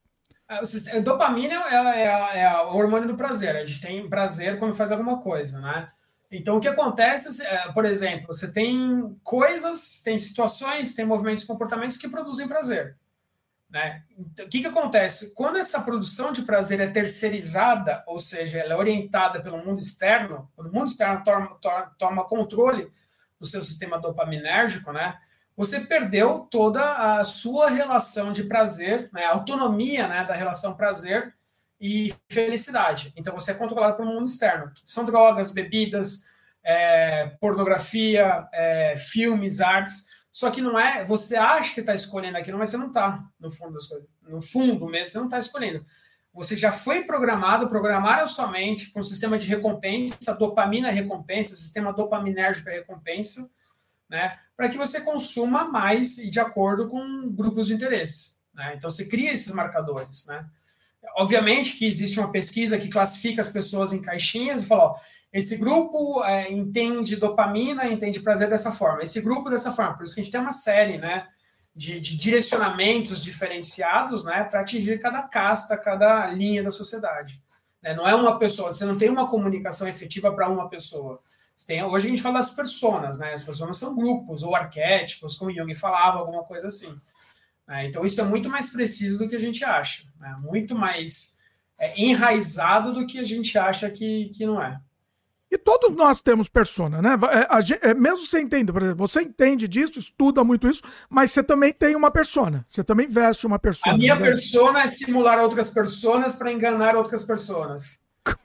O sistema, dopamina é, é, é o hormônio do prazer. A gente tem prazer quando faz alguma coisa, né? Então, o que acontece, é, por exemplo, você tem coisas, tem situações, tem movimentos, comportamentos que produzem prazer. Né? Então, o que, que acontece? Quando essa produção de prazer é terceirizada, ou seja, ela é orientada pelo mundo externo, quando o mundo externo toma, toma, toma controle do seu sistema dopaminérgico, né? Você perdeu toda a sua relação de prazer, né? A autonomia, né, da relação prazer e felicidade. Então, você é controlado pelo mundo externo. São drogas, bebidas, é, pornografia, é, filmes, artes. Só que não é... Você acha que está escolhendo aquilo, mas você não está, no fundo das coisas. No fundo mesmo, você não está escolhendo. Você já foi programado, programaram sua mente com um sistema de recompensa, dopamina recompensa, sistema dopaminérgico recompensa, né, para que você consuma mais e de acordo com grupos de interesse. Né? Então, você cria esses marcadores. Né? Obviamente que existe uma pesquisa que classifica as pessoas em caixinhas e fala, ó, esse grupo é, entende dopamina, entende prazer dessa forma, esse grupo dessa forma. Por isso que a gente tem uma série, né, de, de direcionamentos diferenciados, né, para atingir cada casta, cada linha da sociedade. Né? Não é uma pessoa, você não tem uma comunicação efetiva para uma pessoa. Você tem, hoje a gente fala das personas, né? As personas são grupos ou arquétipos, como Jung falava, alguma coisa assim. Né? Então isso é muito mais preciso do que a gente acha, né? Muito mais é, enraizado do que a gente acha que, que não é. E todos nós temos persona, né? A, a, a, mesmo você entende, por exemplo, você entende disso, estuda muito isso, mas você também tem uma persona. Você também veste uma persona. A minha persona é simular outras personas para enganar outras personas.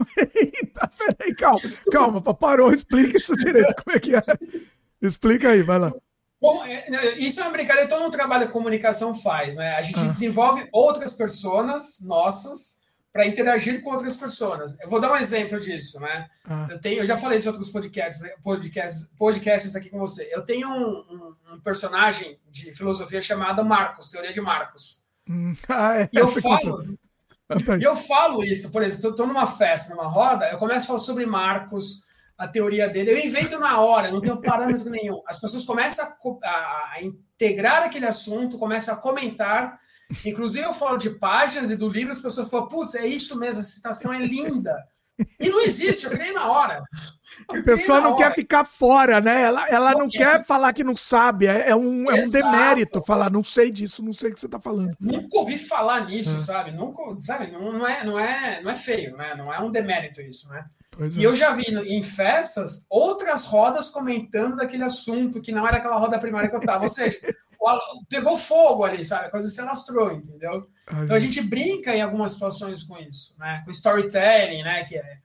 Eita, peraí, calma, calma, parou, explica isso direito, como é que é? Explica aí, vai lá. Bom, isso é uma brincadeira, todo um trabalho de comunicação faz, né? A gente ah. desenvolve outras personas nossas para interagir com outras pessoas. Eu vou dar um exemplo disso, né? Ah. Eu, tenho, eu já falei isso em outros podcasts, podcasts, podcasts aqui com você. Eu tenho um, um, um personagem de filosofia chamado Marcos, Teoria de Marcos. Hum. Ah, é, e eu falo... E eu falo isso, por exemplo, eu estou numa festa, numa roda, eu começo a falar sobre Marcos, a teoria dele, eu invento na hora, não tenho parâmetro nenhum. As pessoas começam a, a, a integrar aquele assunto, começam a comentar, inclusive eu falo de páginas e do livro, as pessoas falam, putz, é isso mesmo, a citação é linda. E não existe, eu criei na hora. A pessoa não quer ficar fora, né? Ela, ela não, não quer falar que não sabe. É, é, um, é um demérito falar, não sei disso, não sei o que você está falando. Nunca ouvi falar nisso, é. sabe? Nunca, sabe? Não, não, é, não, é, não é feio, né? Não é um demérito isso, né? Pois e é. eu já vi em festas outras rodas comentando daquele assunto que não era aquela roda primária que eu estava. Ou seja, pegou fogo ali, sabe? A coisa se alastrou, entendeu? Ai, então a gente brinca em algumas situações com isso, né? Com storytelling, né? Que é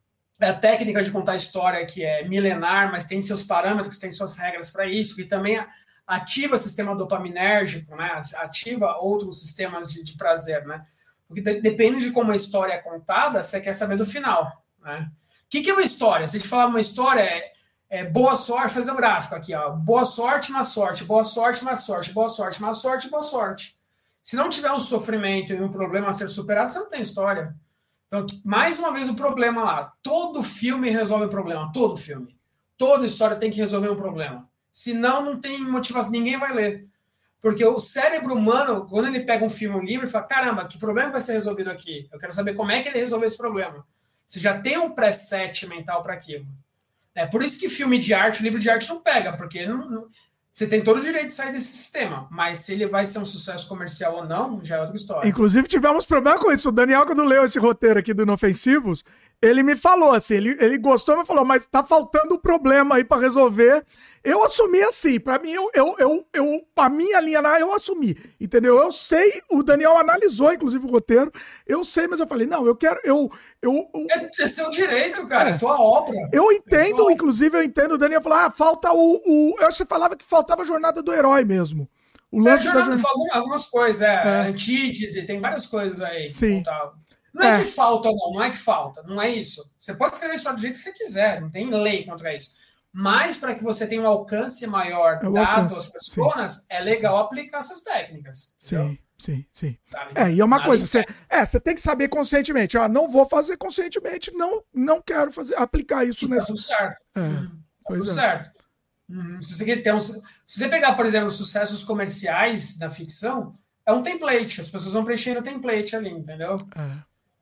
a técnica de contar história que é milenar, mas tem seus parâmetros, tem suas regras para isso, que também ativa o sistema dopaminérgico, né? Ativa outros sistemas de, de prazer, né? Porque de, depende de como a história é contada, você quer saber do final, né? O que, que é uma história? Se a gente falar uma história, é, é boa sorte, fazer o um gráfico aqui, ó. Boa sorte, má sorte, boa sorte, má sorte, boa sorte, má sorte, boa sorte. Se não tiver um sofrimento e um problema a ser superado, você não tem história. Então, mais uma vez, o problema lá. Todo filme resolve o problema. Todo filme. Toda história tem que resolver um problema. Senão, não tem motivação. Ninguém vai ler. Porque o cérebro humano, quando ele pega um filme, um livro, ele fala, caramba, que problema vai ser resolvido aqui? Eu quero saber como é que ele resolveu esse problema. Você já tem um preset mental para aquilo. É por isso que filme de arte, livro de arte não pega, porque não, não, você tem todo o direito de sair desse sistema, mas se ele vai ser um sucesso comercial ou não, já é outra história. Inclusive, tivemos problema com isso. O Daniel, quando leu esse roteiro aqui do Inofensivos, ele me falou assim, ele, ele gostou, mas falou, mas tá faltando um problema aí para resolver. Eu assumi assim, para mim, eu, eu, eu, eu, a minha linha lá, eu assumi, entendeu? Eu sei, o Daniel analisou, inclusive, o roteiro, eu sei, mas eu falei, não, eu quero, eu... eu, eu é seu direito, cara, é tua obra. Eu entendo, é inclusive, eu entendo, o Daniel falou, ah, falta o... o eu você falava que faltava a jornada do herói mesmo. O lance é, a jornada, da jornada... algumas coisas, é, é. antítese, tem várias coisas aí. Sim. Não é, é que falta ou não, não é que falta, não é isso. Você pode escrever isso do jeito que você quiser, não tem lei contra isso. Mas para que você tenha um alcance maior é dado alcance, às pessoas, sim. é legal aplicar essas técnicas. Sim, entendeu? sim, sim. Sabe? É, e é uma coisa, você, é, você tem que saber conscientemente, ó, não vou fazer conscientemente, não, não quero fazer, aplicar isso e nesse... Tá tudo certo. É, hum, tá pois tudo é. certo. Hum, se, você quer ter um, se você pegar, por exemplo, sucessos comerciais da ficção, é um template, as pessoas vão preenchendo o template ali, entendeu? É.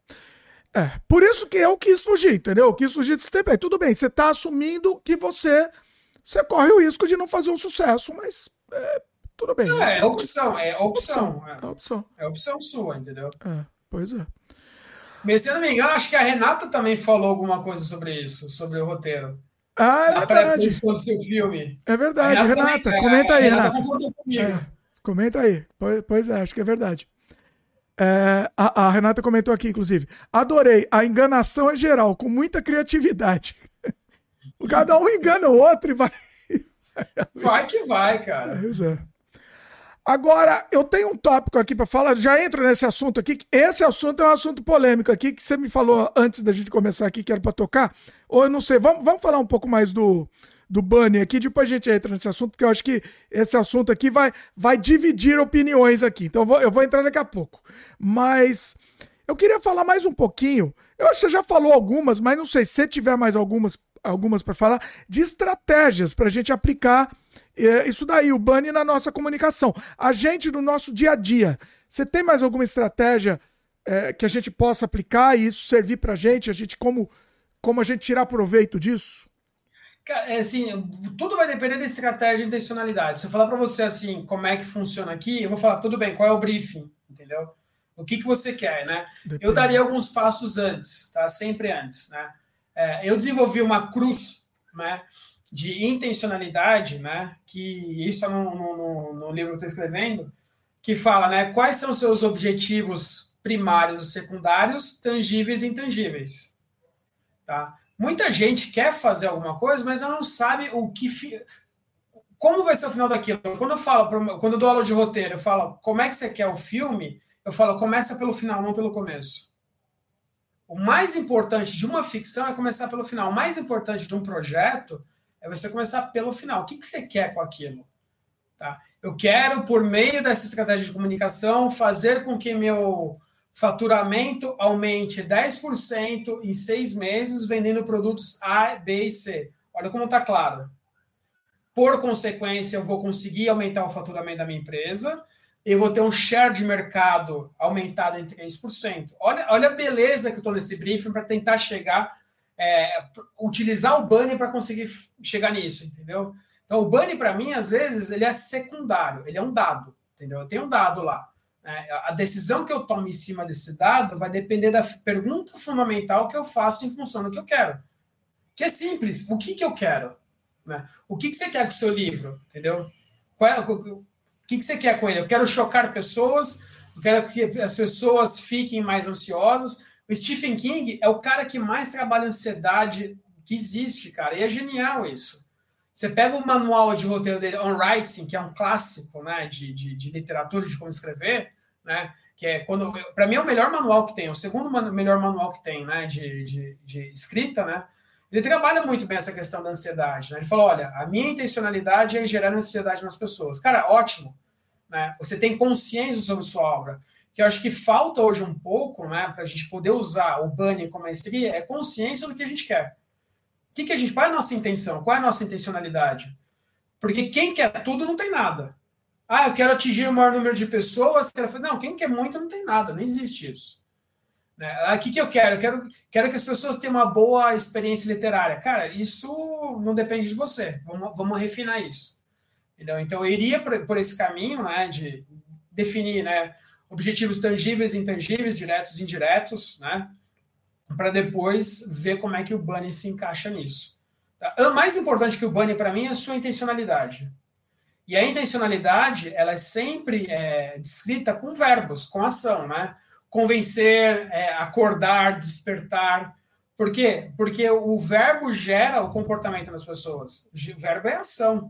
É, por isso que eu quis fugir, entendeu? Eu quis fugir desse tempo. Aí, tudo bem, você tá assumindo que você, você corre o risco de não fazer um sucesso, mas é, tudo bem. Não, é opção, é opção. É, é opção. É opção sua, entendeu? É, pois é. Mas se eu não me engano, acho que a Renata também falou alguma coisa sobre isso, sobre o roteiro. Ah, é verdade. Do seu filme. É verdade, Renata, Renata também, comenta a, aí, a Renata. Renata. É, comenta aí, pois, pois é, acho que é verdade. É, a, a Renata comentou aqui, inclusive. Adorei. A enganação é geral, com muita criatividade. Cada um engana o outro e vai. Vai que vai, cara. Pois é. Agora, eu tenho um tópico aqui para falar. Já entro nesse assunto aqui. Esse assunto é um assunto polêmico aqui que você me falou antes da gente começar aqui, que era para tocar. Ou eu não sei. Vamos, vamos falar um pouco mais do. do Bunny aqui, depois a gente entra nesse assunto, porque eu acho que esse assunto aqui vai, vai dividir opiniões aqui, então eu vou, eu vou entrar daqui a pouco. Mas eu queria falar mais um pouquinho, eu acho que você já falou algumas, mas não sei, se você tiver mais algumas, algumas para falar, de estratégias para a gente aplicar é, isso daí, o Bunny na nossa comunicação. A gente, no nosso dia a dia, você tem mais alguma estratégia é, que a gente possa aplicar e isso servir para a gente, a gente como, como a gente tirar proveito disso? Cara, assim, tudo vai depender da estratégia e intencionalidade. Se eu falar para você assim, como é que funciona aqui, eu vou falar, tudo bem, qual é o briefing, entendeu? O que, que você quer, né? Depende. Eu daria alguns passos antes, tá? Sempre antes, né? É, eu desenvolvi uma cruz, né, de intencionalidade, né, que isso é no, no, no livro que eu estou escrevendo, que fala, né, quais são os seus objetivos primários e secundários, tangíveis e intangíveis, tá? Muita gente quer fazer alguma coisa, mas ela não sabe o que fi... como vai ser o final daquilo. Quando eu falo, quando eu dou aula de roteiro, eu falo como é que você quer o filme, eu falo começa pelo final, não pelo começo. O mais importante de uma ficção é começar pelo final. O mais importante de um projeto é você começar pelo final. O que, que você quer com aquilo? Tá? Eu quero, por meio dessa estratégia de comunicação, fazer com que meu faturamento aumente dez por cento em seis meses vendendo produtos A, B e C. Olha como está claro. Por consequência, eu vou conseguir aumentar o faturamento da minha empresa, eu vou ter um share de mercado aumentado em três por cento. Olha, olha a beleza que eu estou nesse briefing para tentar chegar, é, utilizar o Bunny para conseguir chegar nisso, entendeu? Então, o Bunny, para mim, às vezes, ele é secundário, ele é um dado, entendeu? Eu tenho um dado lá. Né? A decisão que eu tomo em cima desse dado vai depender da pergunta fundamental que eu faço em função do que eu quero. Que é simples, o que, que eu quero? Né? O que, que você quer com o seu livro, entendeu? Qual é, o que, que você quer com ele? Eu quero chocar pessoas, eu quero que as pessoas fiquem mais ansiosas. O Stephen King é o cara que mais trabalha ansiedade que existe, cara, e é genial isso. Você pega o manual de roteiro dele, On Writing, que é um clássico, né, de, de, de literatura, de como escrever, né, que é quando, para mim é o melhor manual que tem, o segundo melhor manual que tem, né, de, de, de escrita, né. Ele trabalha muito bem essa questão da ansiedade, né? Ele falou, olha, a minha intencionalidade é gerar ansiedade nas pessoas. Cara, ótimo, né? Você tem consciência sobre sua obra, que eu acho que falta hoje um pouco, né, para a gente poder usar o Bunny com maestria, é consciência do que a gente quer. O que, que a gente, qual é a nossa intenção? Qual é a nossa intencionalidade? Porque quem quer tudo não tem nada. Ah, eu quero atingir o maior número de pessoas. Não, quem quer muito não tem nada, não existe isso. Né? O que, que eu quero? Eu quero, quero que as pessoas tenham uma boa experiência literária. Cara, isso não depende de você. Vamos, vamos refinar isso. Entendeu? Então, eu iria por, por esse caminho, né, de definir, né, objetivos tangíveis e intangíveis, diretos e indiretos, né, para depois ver como é que o Bunny se encaixa nisso. Tá? O mais importante que o Bunny, para mim, é a sua intencionalidade. E a intencionalidade, ela é sempre é, descrita com verbos, com ação, né? Convencer, é, acordar, despertar. Por quê? Porque o verbo gera o comportamento nas pessoas. O verbo é ação.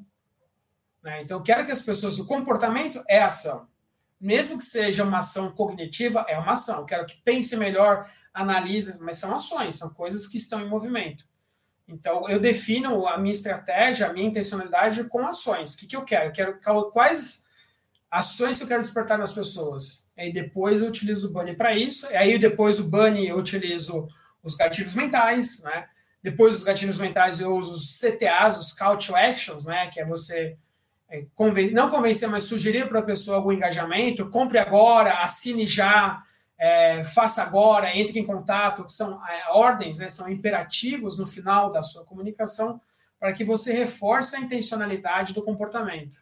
Né? Então, eu quero que as pessoas... O comportamento é ação. Mesmo que seja uma ação cognitiva, é uma ação. Eu quero que pense melhor, analise, mas são ações, são coisas que estão em movimento. Então, eu defino a minha estratégia, a minha intencionalidade com ações. O que, que eu quero? Eu quero quais ações que eu quero despertar nas pessoas. Aí depois eu utilizo o Bunny para isso. Aí depois o Bunny eu utilizo os gatilhos mentais, né? Depois dos gatilhos mentais eu uso os C T As, os Call to Actions, né? Que é você é, conven- não convencer, mas sugerir para a pessoa algum engajamento. Compre agora, assine já, é, faça agora, entre em contato. Que são é, ordens, né? São imperativos no final da sua comunicação para que você reforce a intencionalidade do comportamento.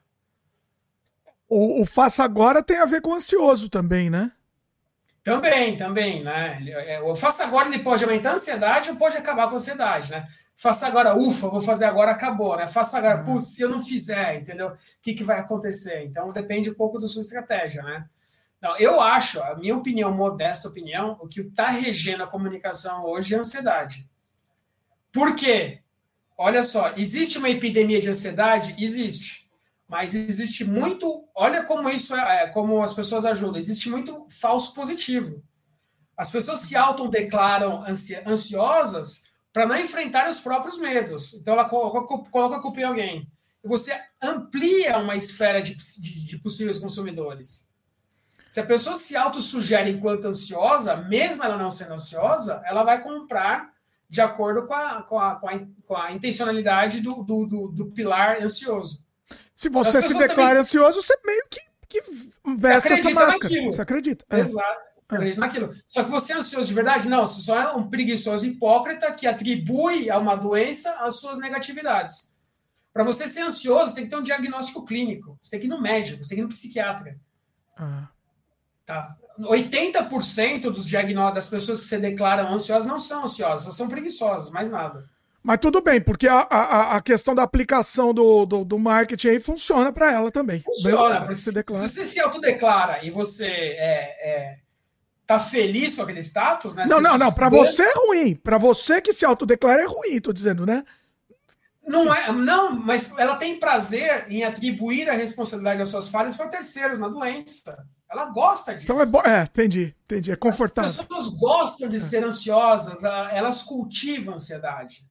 O, o faça agora tem a ver com ansioso também, né? Também, também, né? O faça agora ele pode aumentar a ansiedade ou pode acabar com a ansiedade, né? Faça agora, ufa, vou fazer agora, acabou, né? Faça agora, uhum. Putz, se eu não fizer, entendeu? O que, que vai acontecer? Então depende um pouco da sua estratégia, né? Então, eu acho, a minha opinião, modesta opinião, o que está regendo a comunicação hoje é a ansiedade. Por quê? Olha só, existe uma epidemia de ansiedade? Existe. Mas existe muito, olha como isso é, como as pessoas ajudam, existe muito falso positivo. As pessoas se autodeclaram ansi, ansiosas para não enfrentar os próprios medos. Então ela coloca, coloca a culpa em alguém. E você amplia uma esfera de, de, de possíveis consumidores. Se a pessoa se autossugere enquanto ansiosa, mesmo ela não sendo ansiosa, ela vai comprar de acordo com a, com a, com a, com a intencionalidade do, do, do, do pilar ansioso. Se você se declara também... ansioso, você meio que, que veste essa máscara. Naquilo. Você acredita? É. Exato. Você é. acredita naquilo. Só que você é ansioso de verdade? Não, você só é um preguiçoso hipócrita que atribui a uma doença as suas negatividades. Para você ser ansioso, você tem que ter um diagnóstico clínico. Você tem que ir no médico, você tem que ir no psiquiatra. Ah. Tá? oitenta por cento dos diagnósticos das pessoas que se declaram ansiosas não são ansiosas, só são preguiçosas, mais nada. Mas tudo bem, porque a, a, a questão da aplicação do, do, do marketing aí funciona para ela também. Funciona, porque se, se você se autodeclara e você é, é, tá feliz com aquele status, né? Não, não, não, para você é ruim. Para você que se autodeclara é ruim, tô dizendo, né? Não, é, não, mas ela tem prazer em atribuir a responsabilidade das suas falhas para terceiros na doença. Ela gosta disso. Então é, bo- é, entendi, entendi, é confortável. As pessoas gostam de é. ser ansiosas, elas cultivam ansiedade.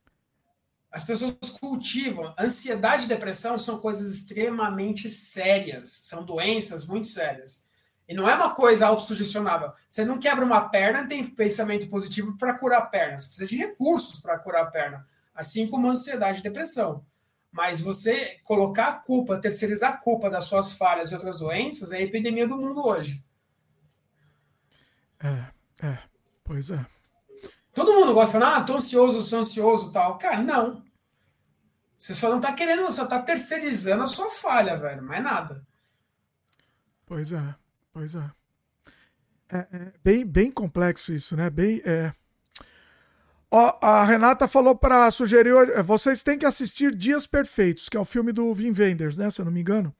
As pessoas cultivam. Ansiedade e depressão são coisas extremamente sérias. São doenças muito sérias. E não é uma coisa autossugestionável. Você não quebra uma perna e tem pensamento positivo para curar a perna. Você precisa de recursos para curar a perna. Assim como ansiedade e depressão. Mas você colocar a culpa, terceirizar a culpa das suas falhas e outras doenças é a epidemia do mundo hoje. É, é, pois é. Todo mundo gosta de falar, ah, tô ansioso, sou ansioso e tal. Cara, não. Você só não tá querendo, você só tá terceirizando a sua falha, velho. Mais nada. Pois é, pois é. É, é bem, bem complexo isso, né? Bem, é... Ó, a Renata falou para sugerir, vocês têm que assistir Dias Perfeitos, que é o filme do Wim Wenders, né? Se eu não me engano.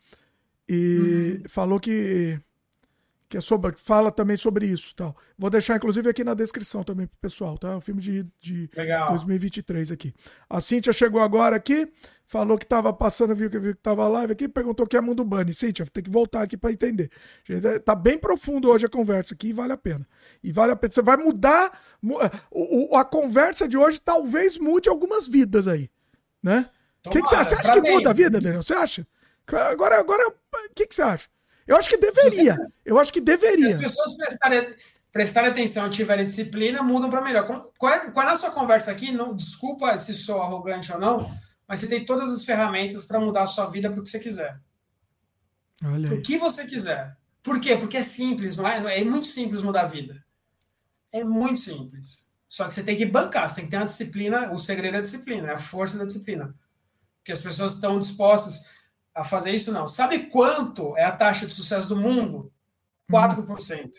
E uhum. falou que, que é sobre, fala também sobre isso, tal. Vou deixar inclusive aqui na descrição também pro pessoal, tá? É um filme de, de dois mil e vinte e três aqui. A Cíntia chegou agora aqui, falou que tava passando, viu que viu que tava live aqui, perguntou o que é Mundo Bunny. Cíntia, tem que voltar aqui para entender. Tá bem profundo hoje a conversa aqui e vale a pena. E vale a pena. Você vai mudar o, o, a conversa de hoje, talvez mude algumas vidas aí, né? O que, que você acha? Você acha que muda a vida, Daniel? Você acha? Agora, agora, o que, que você acha? Eu acho que deveria. Você, eu acho que deveria. Se as pessoas prestarem, prestarem atenção e tiverem disciplina, mudam para melhor. Qual é, qual é a sua conversa aqui? Não, desculpa se sou arrogante ou não, mas você tem todas as ferramentas para mudar a sua vida para o que você quiser. Olha aí. O que você quiser. Por quê? Porque é simples, não é? É muito simples mudar a vida. É muito simples. Só que você tem que bancar, você tem que ter uma disciplina. O segredo é a disciplina, é a força da disciplina. Porque as pessoas estão dispostas a fazer isso, não. Sabe quanto é a taxa de sucesso do mundo? quatro por cento.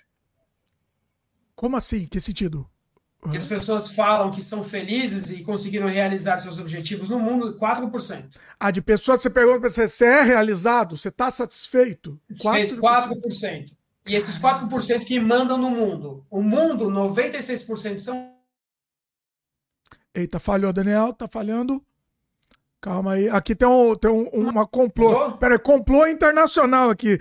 Como assim? Que sentido? Que as pessoas falam que são felizes e conseguiram realizar seus objetivos no mundo, quatro por cento. Ah, de pessoas, você pergunta para você, você é realizado? Você está satisfeito? Satisfeito, quatro por cento. E esses quatro por cento que mandam no mundo. O mundo, noventa e seis por cento são... Eita, falhou, Daniel, tá falhando. Calma aí. Aqui tem, um, tem um, uma complô. Pera aí, complô internacional aqui.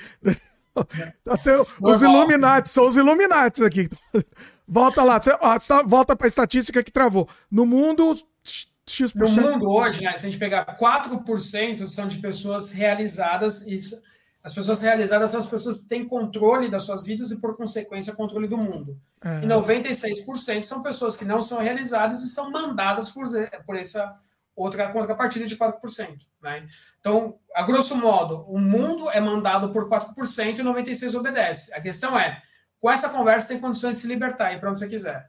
Tem os Illuminati, são os Illuminati aqui. Volta lá, volta para a estatística que travou. No mundo, X%. No mundo hoje, né, se a gente pegar quatro por cento são de pessoas realizadas, e as pessoas realizadas são as pessoas que têm controle das suas vidas e, por consequência, controle do mundo. É. E noventa e seis por cento são pessoas que não são realizadas e são mandadas por, por essa outra contrapartida de quatro por cento. Né? Então, a grosso modo, o mundo é mandado por quatro por cento e noventa e seis por cento obedece. A questão é, com essa conversa, tem condições de se libertar e ir para onde você quiser.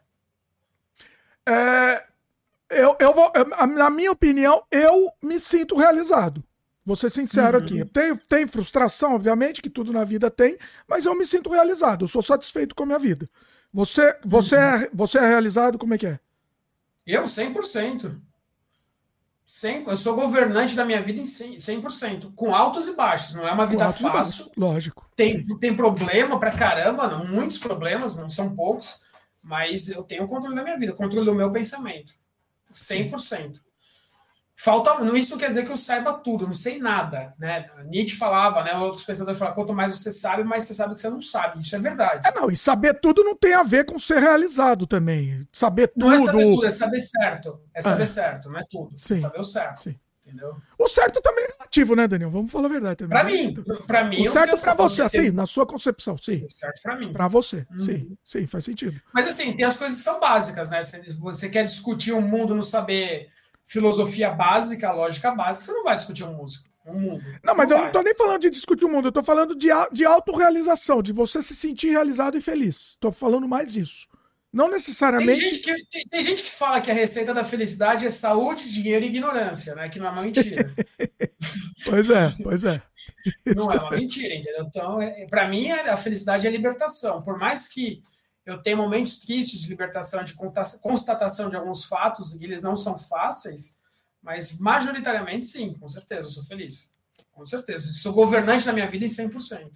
É, eu, eu vou, na minha opinião, eu me sinto realizado. Vou ser sincero uhum. aqui. Tem, tem frustração, obviamente, que tudo na vida tem, mas eu me sinto realizado. Eu sou satisfeito com a minha vida. Você, você, uhum. é, você é realizado? Como é que é? Eu, cem por cento. cem, eu sou governante da minha vida em cem por cento, com altos e baixos. Não é uma vida fácil. Lógico. Tem, tem problema pra caramba, não, muitos problemas, não são poucos, mas eu tenho o controle da minha vida, o controle do meu pensamento. cem por cento. Falta, isso não quer dizer que eu saiba tudo, eu não sei nada, né? Nietzsche falava, né? Outros pensadores falavam, quanto mais você sabe, mais você sabe que você não sabe. Isso é verdade. É, não, e saber tudo não tem a ver com ser realizado também. Saber tudo... Não é saber tudo, é saber certo. É saber é. certo, não é tudo. Sim. É saber o certo. Sim. Entendeu? O certo também é relativo, né, Daniel? Vamos falar a verdade também. Pra mim, pra mim... O certo pra você, assim, na sua concepção, sim. O certo pra mim. Pra você, uhum. sim. Sim, faz sentido. Mas assim, tem as coisas que são básicas, né? Você quer discutir um mundo, não saber... filosofia básica, lógica básica, você não vai discutir um músico, um mundo. Não, mas não eu vai. não tô nem falando de discutir o mundo, eu tô falando de, de autorrealização, de você se sentir realizado e feliz. Tô falando mais disso. Não necessariamente... Tem gente, que, tem, tem gente que fala que a receita da felicidade é saúde, dinheiro e ignorância, né? Que não é uma mentira. Pois é, pois é. Não é uma mentira, entendeu? Então, é, para mim, a felicidade é a libertação. Por mais que eu tenho momentos tristes de libertação, de constatação de alguns fatos, e eles não são fáceis, mas majoritariamente sim, com certeza, eu sou feliz. Com certeza. Sou governante da minha vida em cem por cento.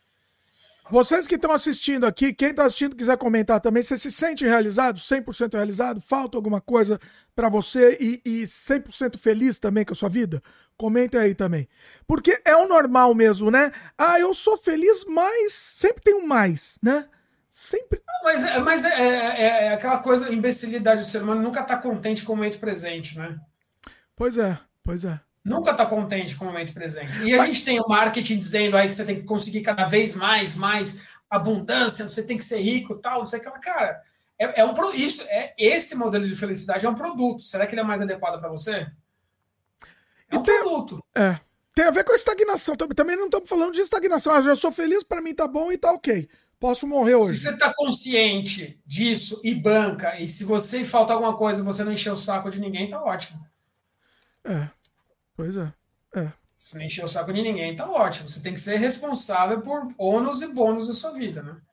Vocês que estão assistindo aqui, quem está assistindo quiser comentar também, você se sente realizado, cem por cento realizado? Falta alguma coisa para você e, e cem por cento feliz também com a sua vida? Comenta aí também. Porque é o normal mesmo, né? Ah, eu sou feliz, mas sempre tem um mais, né? Sempre. Mas, mas é, é, é aquela coisa, a imbecilidade do ser humano nunca está contente com o momento presente, né? Pois é, pois é. Nunca está contente com o momento presente. E a mas... gente tem o marketing dizendo aí que você tem que conseguir cada vez mais, mais abundância, você tem que ser rico, tal, não sei o que. Cara, é, é um isso, é esse modelo de felicidade é um produto. Será que ele é mais adequado para você? É um e, tem, luto. É. Tem a ver com a estagnação também. Também não estamos falando de estagnação. Ah, já sou feliz, para mim tá bom e tá ok. Posso morrer hoje. Se você tá consciente disso e banca, e se você falta alguma coisa você não encher o saco de ninguém, tá ótimo. É, pois é. é. Se não encher o saco de ninguém, tá ótimo. Você tem que ser responsável por ônus e bônus da sua vida, né?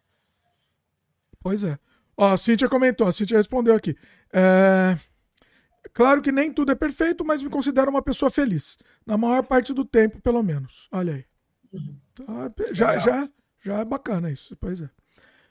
Pois é. Ó, a Cíntia comentou, a Cíntia respondeu aqui. É... Claro que nem tudo é perfeito, mas me considero uma pessoa feliz. Na maior parte do tempo, pelo menos. Olha aí. Uhum. Tá, já, já, já é bacana isso. Pois é.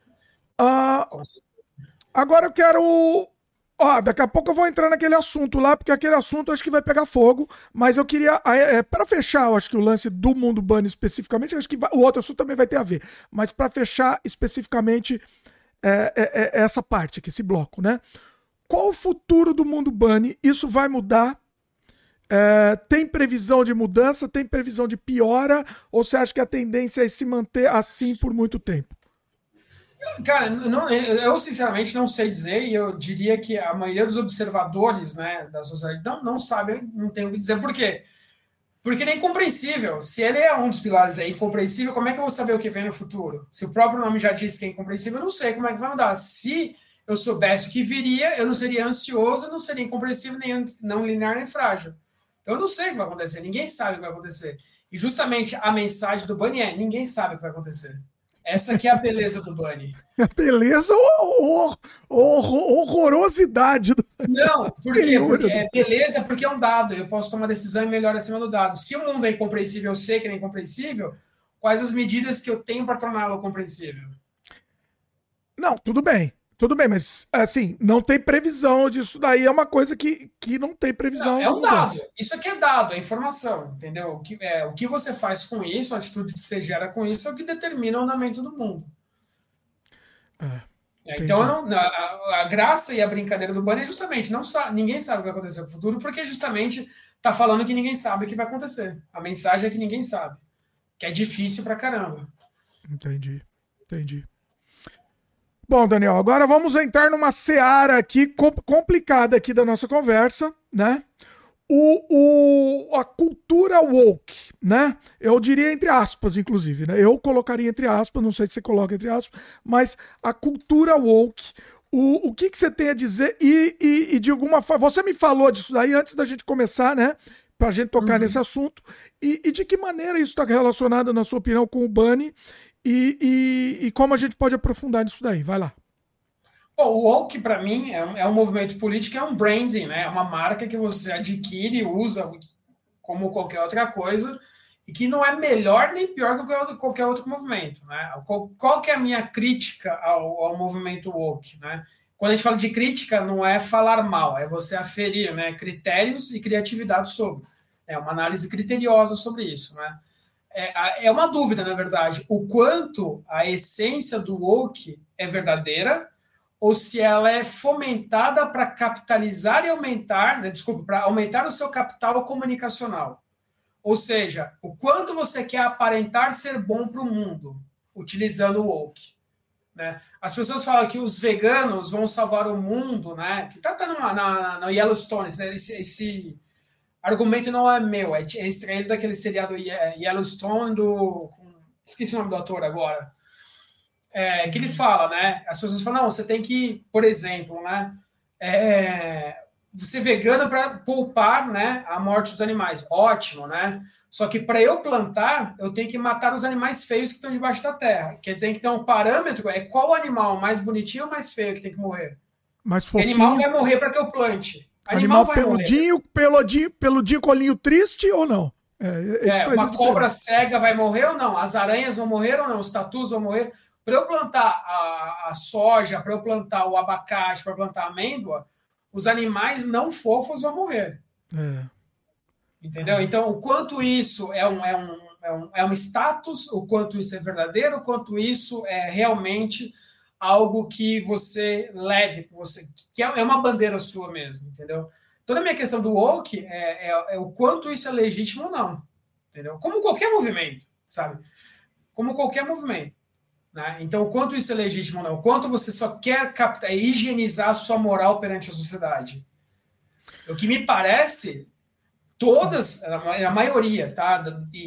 Ah, agora eu quero... Ó, daqui a pouco eu vou entrar naquele assunto lá, porque aquele assunto eu acho que vai pegar fogo. Mas eu queria... É, para fechar, eu acho que o lance do mundo bunny especificamente, eu acho que vai, o outro assunto também vai ter a ver. Mas para fechar especificamente é, é, é essa parte aqui, esse bloco, né? Qual o futuro do mundo bunny? Isso vai mudar? É, tem previsão de mudança? Tem previsão de piora? Ou você acha que a tendência é se manter assim por muito tempo? Cara, não, eu sinceramente não sei dizer, e eu diria que a maioria dos observadores, né, da sociedade não, não sabem, não tem o que dizer. Por quê? Porque ele é incompreensível. Se ele é um dos pilares, é incompreensível, como é que eu vou saber o que vem no futuro? Se o próprio nome já disse que é incompreensível, eu não sei como é que vai mudar. Se eu soubesse o que viria, eu não seria ansioso, eu não seria incompreensível, nem não linear, nem frágil. Então, eu não sei o que vai acontecer, ninguém sabe o que vai acontecer. E justamente a mensagem do Bunny é: ninguém sabe o que vai acontecer. Essa aqui é a beleza do Bunny. A beleza ou horrorosidade? Do... Não, por quê? Porque é beleza porque é um dado. Eu posso tomar decisão e melhor acima do dado. Se o mundo é incompreensível, eu sei que ele é incompreensível, quais as medidas que eu tenho para torná-lo compreensível? Não, tudo bem. Tudo bem, mas assim, não tem previsão disso daí, é uma coisa que, que não tem previsão. Não, é um dado. Isso aqui é dado, é informação, entendeu? O que, é, o que você faz com isso, a atitude que você gera com isso é o que determina o andamento do mundo. É, então, não, a, a graça e a brincadeira do Bunny é justamente, não sa- ninguém sabe o que vai acontecer no futuro, porque justamente tá falando que ninguém sabe o que vai acontecer. A mensagem é que ninguém sabe, que é difícil pra caramba. Entendi, entendi. Bom, Daniel, agora vamos entrar numa seara aqui complicada aqui da nossa conversa, né? O, o, a cultura woke, né? Eu diria entre aspas, inclusive, né? Eu colocaria entre aspas, não sei se você coloca entre aspas, mas a cultura woke, o, o que, que você tem a dizer? E, e, e de alguma forma, você me falou disso daí antes da gente começar, né? Pra gente tocar uhum. nesse assunto. E, e de que maneira isso está relacionado, na sua opinião, com o Bunny? E, e, e como a gente pode aprofundar nisso daí? Vai lá. Bom, o woke, para mim, é um, é um movimento político, é um branding, né? É uma marca que você adquire e usa como qualquer outra coisa e que não é melhor nem pior que qualquer outro movimento, né? Qual, qual que é a minha crítica ao, ao movimento woke, né? Quando a gente fala de crítica, não é falar mal, é você aferir, né, critérios e criatividade sobre. É uma análise criteriosa sobre isso, né? É, é uma dúvida, na verdade, o quanto a essência do woke é verdadeira ou se ela é fomentada para capitalizar e aumentar, né, desculpa, para aumentar o seu capital comunicacional. Ou seja, o quanto você quer aparentar ser bom para o mundo, utilizando o woke. Né? As pessoas falam que os veganos vão salvar o mundo, né? Que tá, tá numa, na, na Yellowstone, né? esse, esse argumento não é meu, é, é extraído daquele seriado Yellowstone do... Esqueci o nome do ator agora. É, que ele fala, né? As pessoas falam, não, você tem que, por exemplo, né? É, você vegano para poupar, né, a morte dos animais. Ótimo, né? Só que para eu plantar, eu tenho que matar os animais feios que estão debaixo da terra. Quer dizer, então, o parâmetro é qual animal mais bonitinho ou mais feio que tem que morrer? Mais fofinho. Animal vai morrer para que eu plante. Animal, animal vai peludinho, morrer. peludinho, peludinho, colinho triste ou não? É, é uma cobra cega vai morrer ou não? As aranhas vão morrer ou não? Os tatus vão morrer? Para eu plantar a, a soja, para eu plantar o abacate, para plantar a amêndoa, os animais não fofos vão morrer. É. Entendeu? Então, o quanto isso é um, é, um, é, um, é um status, o quanto isso é verdadeiro, o quanto isso é realmente algo que você leve com você, que é uma bandeira sua mesmo, entendeu? Toda a minha questão do woke é, é, é o quanto isso é legítimo ou não, entendeu? Como qualquer movimento, sabe? Como qualquer movimento. Né? Então, o quanto isso é legítimo ou não, o quanto você só quer captar, higienizar a sua moral perante a sociedade. O que me parece, todas, a maioria, tá?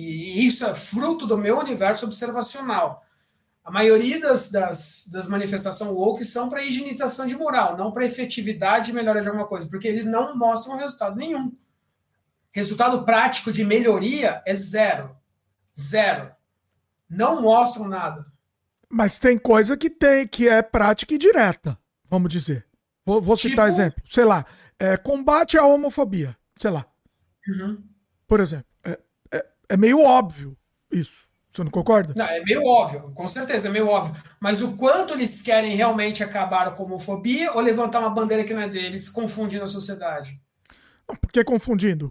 E isso é fruto do meu universo observacional. A maioria das, das, das manifestações woke são para higienização de moral, não para efetividade e melhora de alguma coisa, porque eles não mostram resultado nenhum. Resultado prático de melhoria é zero. Zero. Não mostram nada. Mas tem coisa que tem, que é prática e direta, vamos dizer. Vou, vou citar tipo... exemplo. Sei lá, é, combate à homofobia. Sei lá. Uhum. Por exemplo. É, é, é meio óbvio isso. Você não concorda? Não, é meio óbvio, com certeza, é meio óbvio. Mas o quanto eles querem realmente acabar com a homofobia ou levantar uma bandeira que não é deles, confundindo a sociedade? Por que confundindo?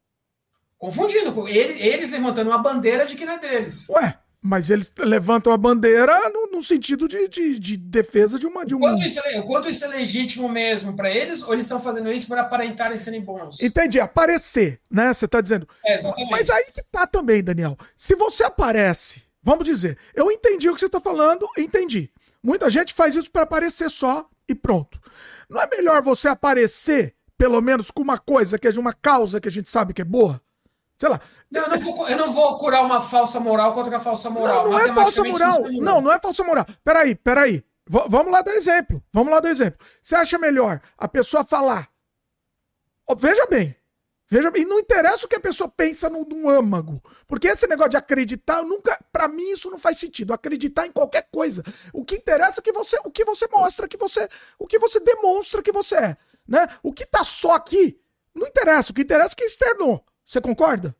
Confundindo. Eles, eles levantando uma bandeira de que não é deles. Ué, mas eles levantam a bandeira no, no sentido de, de, de defesa de uma... De um... o, quanto isso é, o quanto isso é legítimo mesmo para eles, ou eles estão fazendo isso para aparentarem serem bons? Entendi, aparecer, né? Você tá dizendo. É, exatamente. Mas aí que tá também, Daniel. Se você aparece, vamos dizer, eu entendi o que você tá falando, entendi. Muita gente faz isso para aparecer só e pronto. Não é melhor você aparecer, pelo menos com uma coisa que é de uma causa que a gente sabe que é boa? Sei lá. Não, eu, não vou, eu não vou curar uma falsa moral contra a falsa moral. Não, não é falsa moral. Não, não é falsa moral. Peraí, peraí. V- vamos lá dar exemplo. Vamos lá dar exemplo. Você acha melhor a pessoa falar... Oh, veja bem. Veja bem. E não interessa o que a pessoa pensa no, no âmago. Porque esse negócio de acreditar, eu nunca... Pra mim isso não faz sentido. Acreditar em qualquer coisa. O que interessa é que você, o que você mostra, que você, o que você demonstra que você é. Né? O que tá só aqui, não interessa. O que interessa é que externou. Você concorda?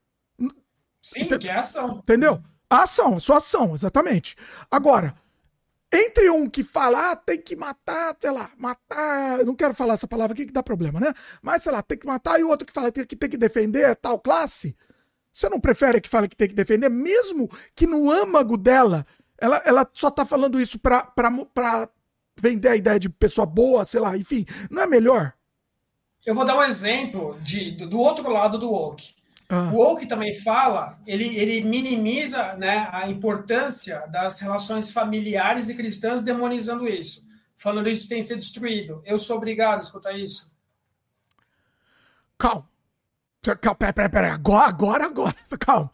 Sim, Ent... que é ação. Entendeu? A ação, a sua ação, exatamente. Agora, entre um que fala, ah, tem que matar, sei lá, matar, eu não quero falar essa palavra aqui que dá problema, né? Mas, sei lá, tem que matar, e o outro que fala que tem que defender tal classe, você não prefere que fale que tem que defender, mesmo que no âmago dela, ela, ela só tá falando isso pra, pra, pra vender a ideia de pessoa boa, sei lá, enfim, não é melhor? Eu vou dar um exemplo de, do, do outro lado do woke. Ah. O woke também fala, ele, ele minimiza, né, a importância das relações familiares e cristãs, demonizando isso. Falando isso tem que ser destruído. Eu sou obrigado a escutar isso. Calma. Calma, pera, pera, pera. Agora, agora, agora. Calma.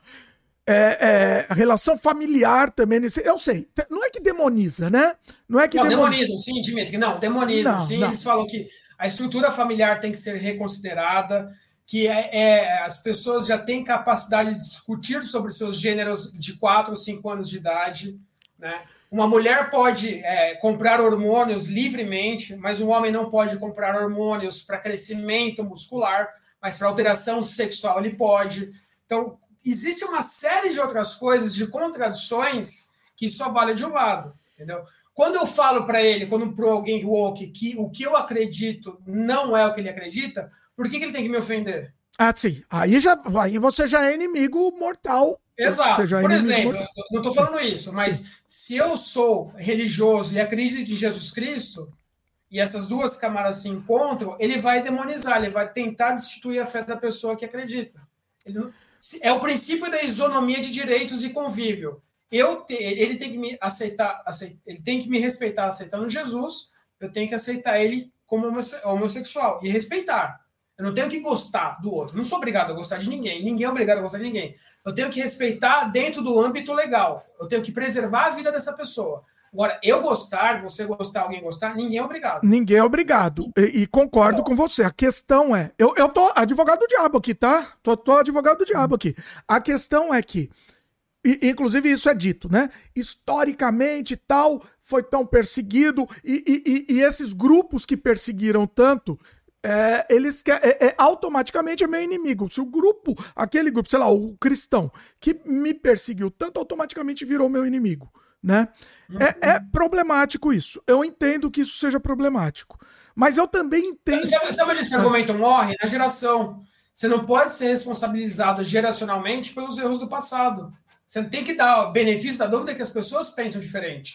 É, é, a relação familiar também, nesse, eu sei, não é que demoniza, né? Não é que não, demoniza. demonizam, sim, Dimitri. Não, demonizam, não, sim. Não. Eles falam que a estrutura familiar tem que ser reconsiderada, que é, é, as pessoas já têm capacidade de discutir sobre seus gêneros de quatro ou cinco anos de idade, né? Uma mulher pode é, comprar hormônios livremente, mas um homem não pode comprar hormônios para crescimento muscular, mas para alteração sexual ele pode. Então, existe uma série de outras coisas, de contradições, que só vale de um lado, entendeu? Quando eu falo para ele, quando para alguém woke, que o que eu acredito não é o que ele acredita, por que, que ele tem que me ofender? Ah, sim. Aí, já, aí você já é inimigo mortal. Exato. É Por exemplo, mortal. Eu não estou falando sim. isso, mas sim. se eu sou religioso e acredito em Jesus Cristo, e essas duas camadas se encontram, ele vai demonizar, ele vai tentar destituir a fé da pessoa que acredita. Ele não... É o princípio da isonomia de direitos e convívio. Eu te... Ele tem que me aceitar, aceitar, ele tem que me respeitar aceitando Jesus, eu tenho que aceitar ele como homossexual e respeitar. Eu não tenho que gostar do outro. Não sou obrigado a gostar de ninguém. Ninguém é obrigado a gostar de ninguém. Eu tenho que respeitar dentro do âmbito legal. Eu tenho que preservar a vida dessa pessoa. Agora, eu gostar, você gostar, alguém gostar, ninguém é obrigado. Ninguém é obrigado. E, e concordo não. com você. A questão é... Eu, eu tô advogado do diabo aqui, tá? Tô, tô advogado do diabo aqui. A questão é que... E, inclusive isso é dito, né? Historicamente tal, foi tão perseguido. E, e, e esses grupos que perseguiram tanto... É, eles quer, é, é, automaticamente é meu inimigo. Se o grupo, aquele grupo, sei lá, o cristão, que me perseguiu tanto, automaticamente virou meu inimigo, né? Uhum. É, é problemático isso. Eu entendo que isso seja problemático. Mas eu também entendo... Sabe, sabe onde esse argumento morre? Na geração. Você não pode ser responsabilizado geracionalmente pelos erros do passado. Você tem que dar o benefício da dúvida que as pessoas pensam diferente.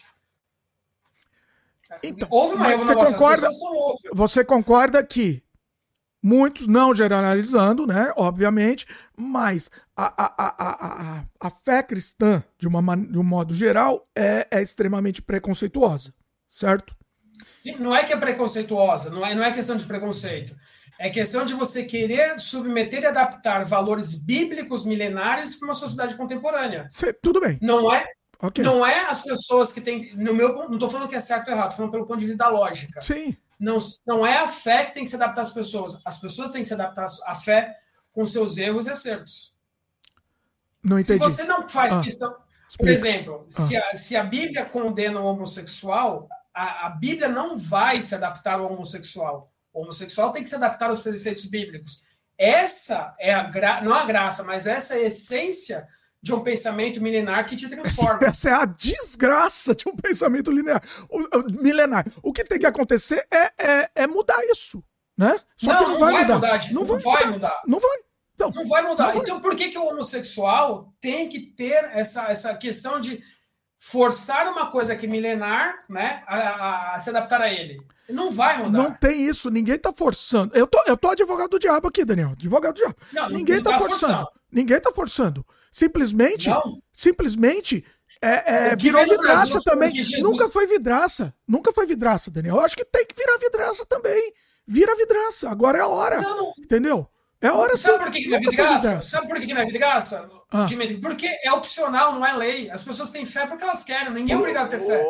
Então, houve uma você concorda, você concorda que muitos, não generalizando, né, obviamente, mas a, a, a, a, a fé cristã, de, uma, de um modo geral, é, é extremamente preconceituosa, certo? Sim, não é que é preconceituosa, não é, não é questão de preconceito. É questão de você querer submeter e adaptar valores bíblicos milenares para uma sociedade contemporânea. Cê, tudo bem. Não é, okay. não é as pessoas que têm... No meu, não estou falando que é certo ou errado, estou falando pelo ponto de vista da lógica. Sim. Não, não é a fé que tem que se adaptar às pessoas. As pessoas têm que se adaptar à fé com seus erros e acertos. Não entendi. Se você não faz ah, questão... Explica. Por exemplo, ah. se, a, se a Bíblia condena o homossexual, a, a Bíblia não vai se adaptar ao homossexual. O homossexual tem que se adaptar aos preceitos bíblicos. Essa é a gra... não a graça, mas essa é a essência de um pensamento milenar que te transforma. Essa é a desgraça de um pensamento linear, o, o, milenar. O que tem que acontecer é, é, é mudar isso, né? Só não, que não, não vai, vai mudar. mudar. Tipo, não, não vai, vai mudar. mudar. Não vai. Então, não vai mudar. Não vai. Então, por que, que o homossexual tem que ter essa, essa questão de forçar uma coisa que é milenar, né, a, a, a se adaptar a ele? Não vai mudar. Não tem isso, ninguém tá forçando. Eu tô, eu tô advogado do diabo aqui, Daniel. Advogado do diabo. Não, ninguém não tá, tá forçando. forçando. Ninguém tá forçando. Simplesmente, não. simplesmente é, é, virou vidraça também. Nunca foi vidraça. Nunca foi vidraça, Daniel. Eu acho que tem que virar vidraça também. Vira vidraça. Agora é a hora. Não. Entendeu? É a hora sim. Sabe por que, que não é vidraça? Sabe por que, que não é vidraça? Ah. Porque é opcional, não é lei. As pessoas têm fé porque elas querem. Ninguém é obrigado a ter fé.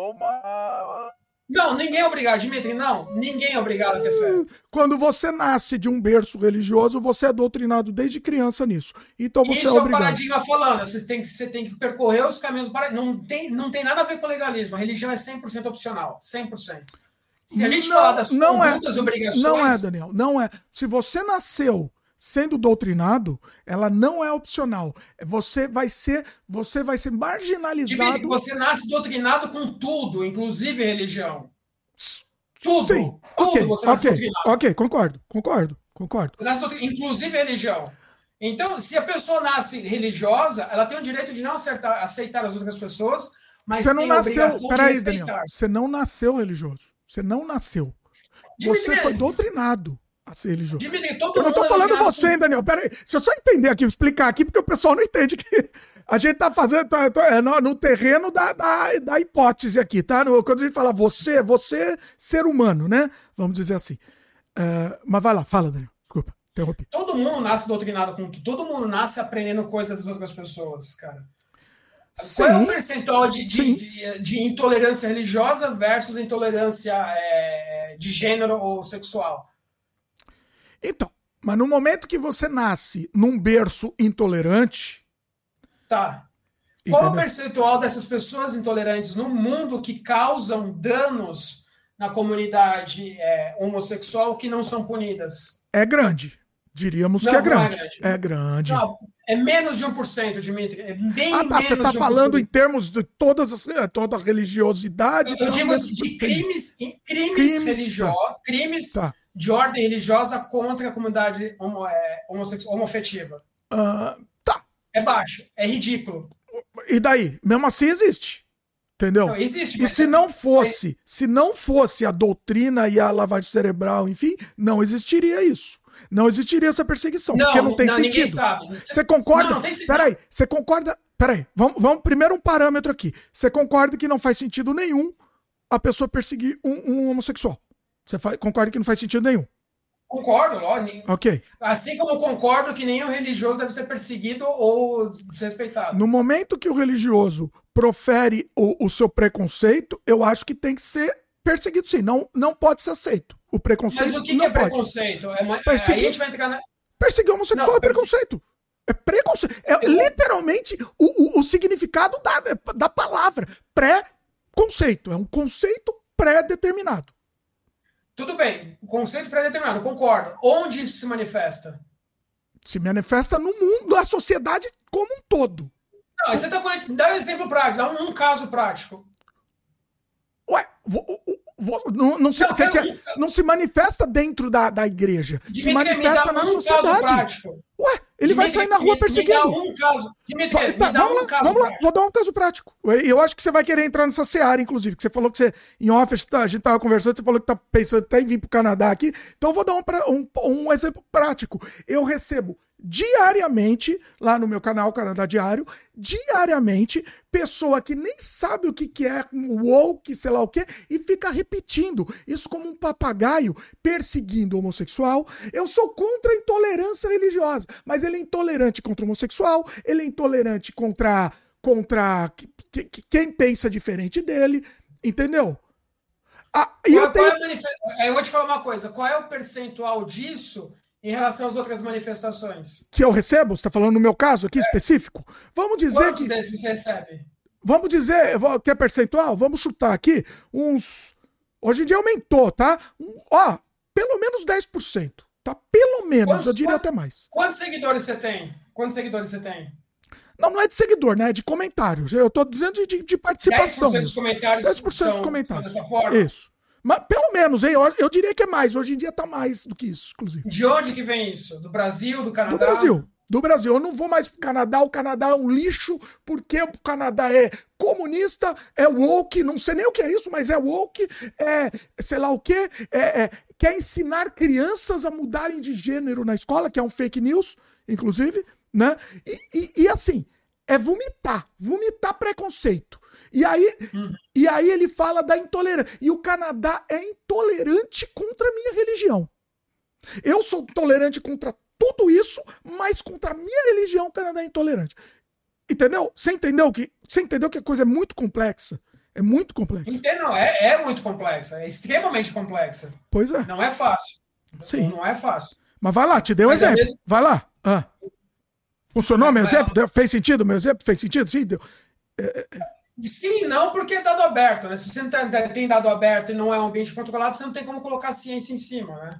Não, ninguém é obrigado, Dimitri, não. Ninguém é obrigado a ter fé. Quando você nasce de um berço religioso, você é doutrinado desde criança nisso. Então você Isso é obrigado. Isso é o paradigma falando. Você tem, que, você tem que percorrer os caminhos para... Não tem, não tem nada a ver com legalismo. A religião é cem por cento opcional. cem por cento. Se a gente não, falar das não condutas é, obrigações... Não é, Daniel. Não é. Se você nasceu sendo doutrinado, ela não é opcional. Você vai ser, você vai ser marginalizado. Dimitri, você nasce doutrinado com tudo, inclusive religião. Tudo. Sim. Tudo okay, você nasce okay, doutrinado. Ok, concordo, concordo, concordo. Inclusive religião. Então, se a pessoa nasce religiosa, ela tem o direito de não acertar, aceitar as outras pessoas, mas você não tem nasceu, a obrigação peraí, de respeitar. Daniel, você não nasceu religioso. Você não nasceu. Dimitri, você foi doutrinado a ser religioso. Dimitri, todo eu não tô mundo falando é você, hein, Daniel. Pera aí. Deixa eu só entender aqui, explicar aqui, porque o pessoal não entende que a gente tá fazendo tá, tá, é no, no terreno da, da, da hipótese aqui, tá? No, quando a gente fala você, você ser humano, né? Vamos dizer assim. Uh, mas vai lá, fala, Daniel. Desculpa, interrompi. Todo mundo nasce doutrinado com tudo. Todo mundo nasce aprendendo coisas das outras pessoas, cara. Sim, qual é o percentual de, de, de, de intolerância religiosa versus intolerância é, de gênero ou sexual? Então, mas no momento que você nasce num berço intolerante... Tá. Qual é o percentual dessas pessoas intolerantes no mundo que causam danos na comunidade é, homossexual que não são punidas? É grande. Diríamos não, que é grande. Não é grande. É grande. Não, é menos de um por cento, Dimitri. É bem ah, tá. Você está falando em termos de todas as, toda a religiosidade. Eu, eu digo de crimes, crimes, crimes religiosos, tá. crimes tá. de ordem religiosa contra a comunidade homo, é, homoafetiva. Uh, tá. É baixo, é ridículo. E daí? Mesmo assim existe. Entendeu? Não, existe, e se não fosse, é... se não fosse a doutrina e a lavagem cerebral, enfim, não existiria isso. Não existiria essa perseguição, não, porque não tem não, sentido. Sabe. Você concorda? Não, não peraí, você concorda? Peraí, vamos, vamos primeiro um parâmetro aqui. Você concorda que não faz sentido nenhum a pessoa perseguir um, um homossexual? Você faz, concorda que não faz sentido nenhum? Concordo, lógico. Ok. Assim como concordo que nenhum religioso deve ser perseguido ou desrespeitado. No momento que o religioso profere o, o seu preconceito, eu acho que tem que ser perseguido sim. Não, não pode ser aceito. O preconceito Mas o que, não que é pode. preconceito? É uma... Perseguir... Aí a gente vai entrar na... Perseguir homossexual não, é preconceito. É preconceito. É eu... literalmente o, o, o significado da, da palavra. Pré-conceito. É um conceito pré-determinado. Tudo bem. Conceito pré-determinado, concordo. Onde isso se manifesta? Se manifesta no mundo, na sociedade como um todo. Não, você tá conectando. Dá um exemplo prático, dá um, um caso prático. Ué, vou, vou, não, não, se, não, quer, um, não se manifesta dentro da, da igreja. Dimitri, se manifesta na um sociedade. Ué, ele Dimitri, vai sair na rua me, perseguindo. Me dá um caso. Dimitri, tá, me dá vamos um lá, caso vamos prático. lá, vou dar um caso prático. Eu acho que você vai querer entrar nessa seara, inclusive, que você falou que você, em office, tá, a gente tava conversando, você falou que tá pensando até em vir pro Canadá aqui. Então eu vou dar um, um, um exemplo prático. Eu recebo diariamente, lá no meu canal, Canadá Diário, diariamente, pessoa que nem sabe o que, que é woke, sei lá o que, e fica repetindo isso como um papagaio, perseguindo o homossexual. Eu sou contra a intolerância religiosa, mas ele é intolerante contra o homossexual, ele é intolerante contra, contra quem pensa diferente dele, entendeu? Ah, e qual, eu, tenho... qual é eu vou te falar uma coisa, qual é o percentual disso em relação às outras manifestações? Que eu recebo? Você está falando no meu caso aqui, é. específico? Vamos dizer Quantos que... desses você recebe? Vamos dizer, que é percentual? Vamos chutar aqui uns... Hoje em dia aumentou, tá? Ó, pelo menos dez por cento, tá? Pelo menos, quantos, eu diria quantos, até mais. Quantos seguidores você tem? Quantos seguidores você tem? Não, não é de seguidor, né? É de comentários. Eu tô dizendo de, de, de participação. dez por cento dos comentários dez por cento são, dos comentários. São dessa forma? Isso. Mas pelo menos, hein? Eu, eu diria que é mais. Hoje em dia tá mais do que isso, inclusive. De onde que vem isso? Do Brasil, do Canadá? Do Brasil. Do Brasil. Eu não vou mais pro Canadá. O Canadá é um lixo, porque o Canadá é comunista, é woke, não sei nem o que é isso, mas é woke, é sei lá o quê, é, é, quer ensinar crianças a mudarem de gênero na escola, que é um fake news, inclusive, né? E, e, e assim, é vomitar, vomitar preconceito. E aí, uhum. e aí ele fala da intolerância. E o Canadá é intolerante contra a minha religião. Eu sou intolerante contra tudo isso, mas contra a minha religião o Canadá é intolerante. Entendeu? Você entendeu que, você entendeu que a coisa é muito complexa? É muito complexa. Entendo, é, é muito complexa. É extremamente complexa. Pois é. Não é fácil. Sim. Não é fácil. Mas vai lá, te dei um mas exemplo. Mesmo... Vai lá. Ah. Funcionou meu exemplo? Ela... Fez sentido meu exemplo? Fez sentido? Sim, deu. É, é... Sim, não, porque é dado aberto, né? Se você não tem dado aberto e não é um ambiente controlado, você não tem como colocar ciência em cima, né?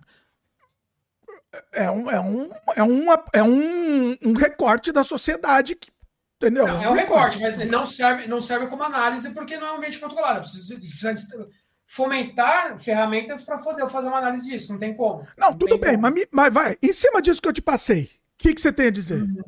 É um, é um, é um, é um, um recorte da sociedade que, entendeu? Não, é um recorte, mas não serve, não serve como análise porque não é um ambiente controlado. Precisa, precisa fomentar ferramentas para poder fazer uma análise disso, não tem como. Não, não tudo bem, mas, mas vai, em cima disso que eu te passei, o que, que você tem a dizer? Uhum.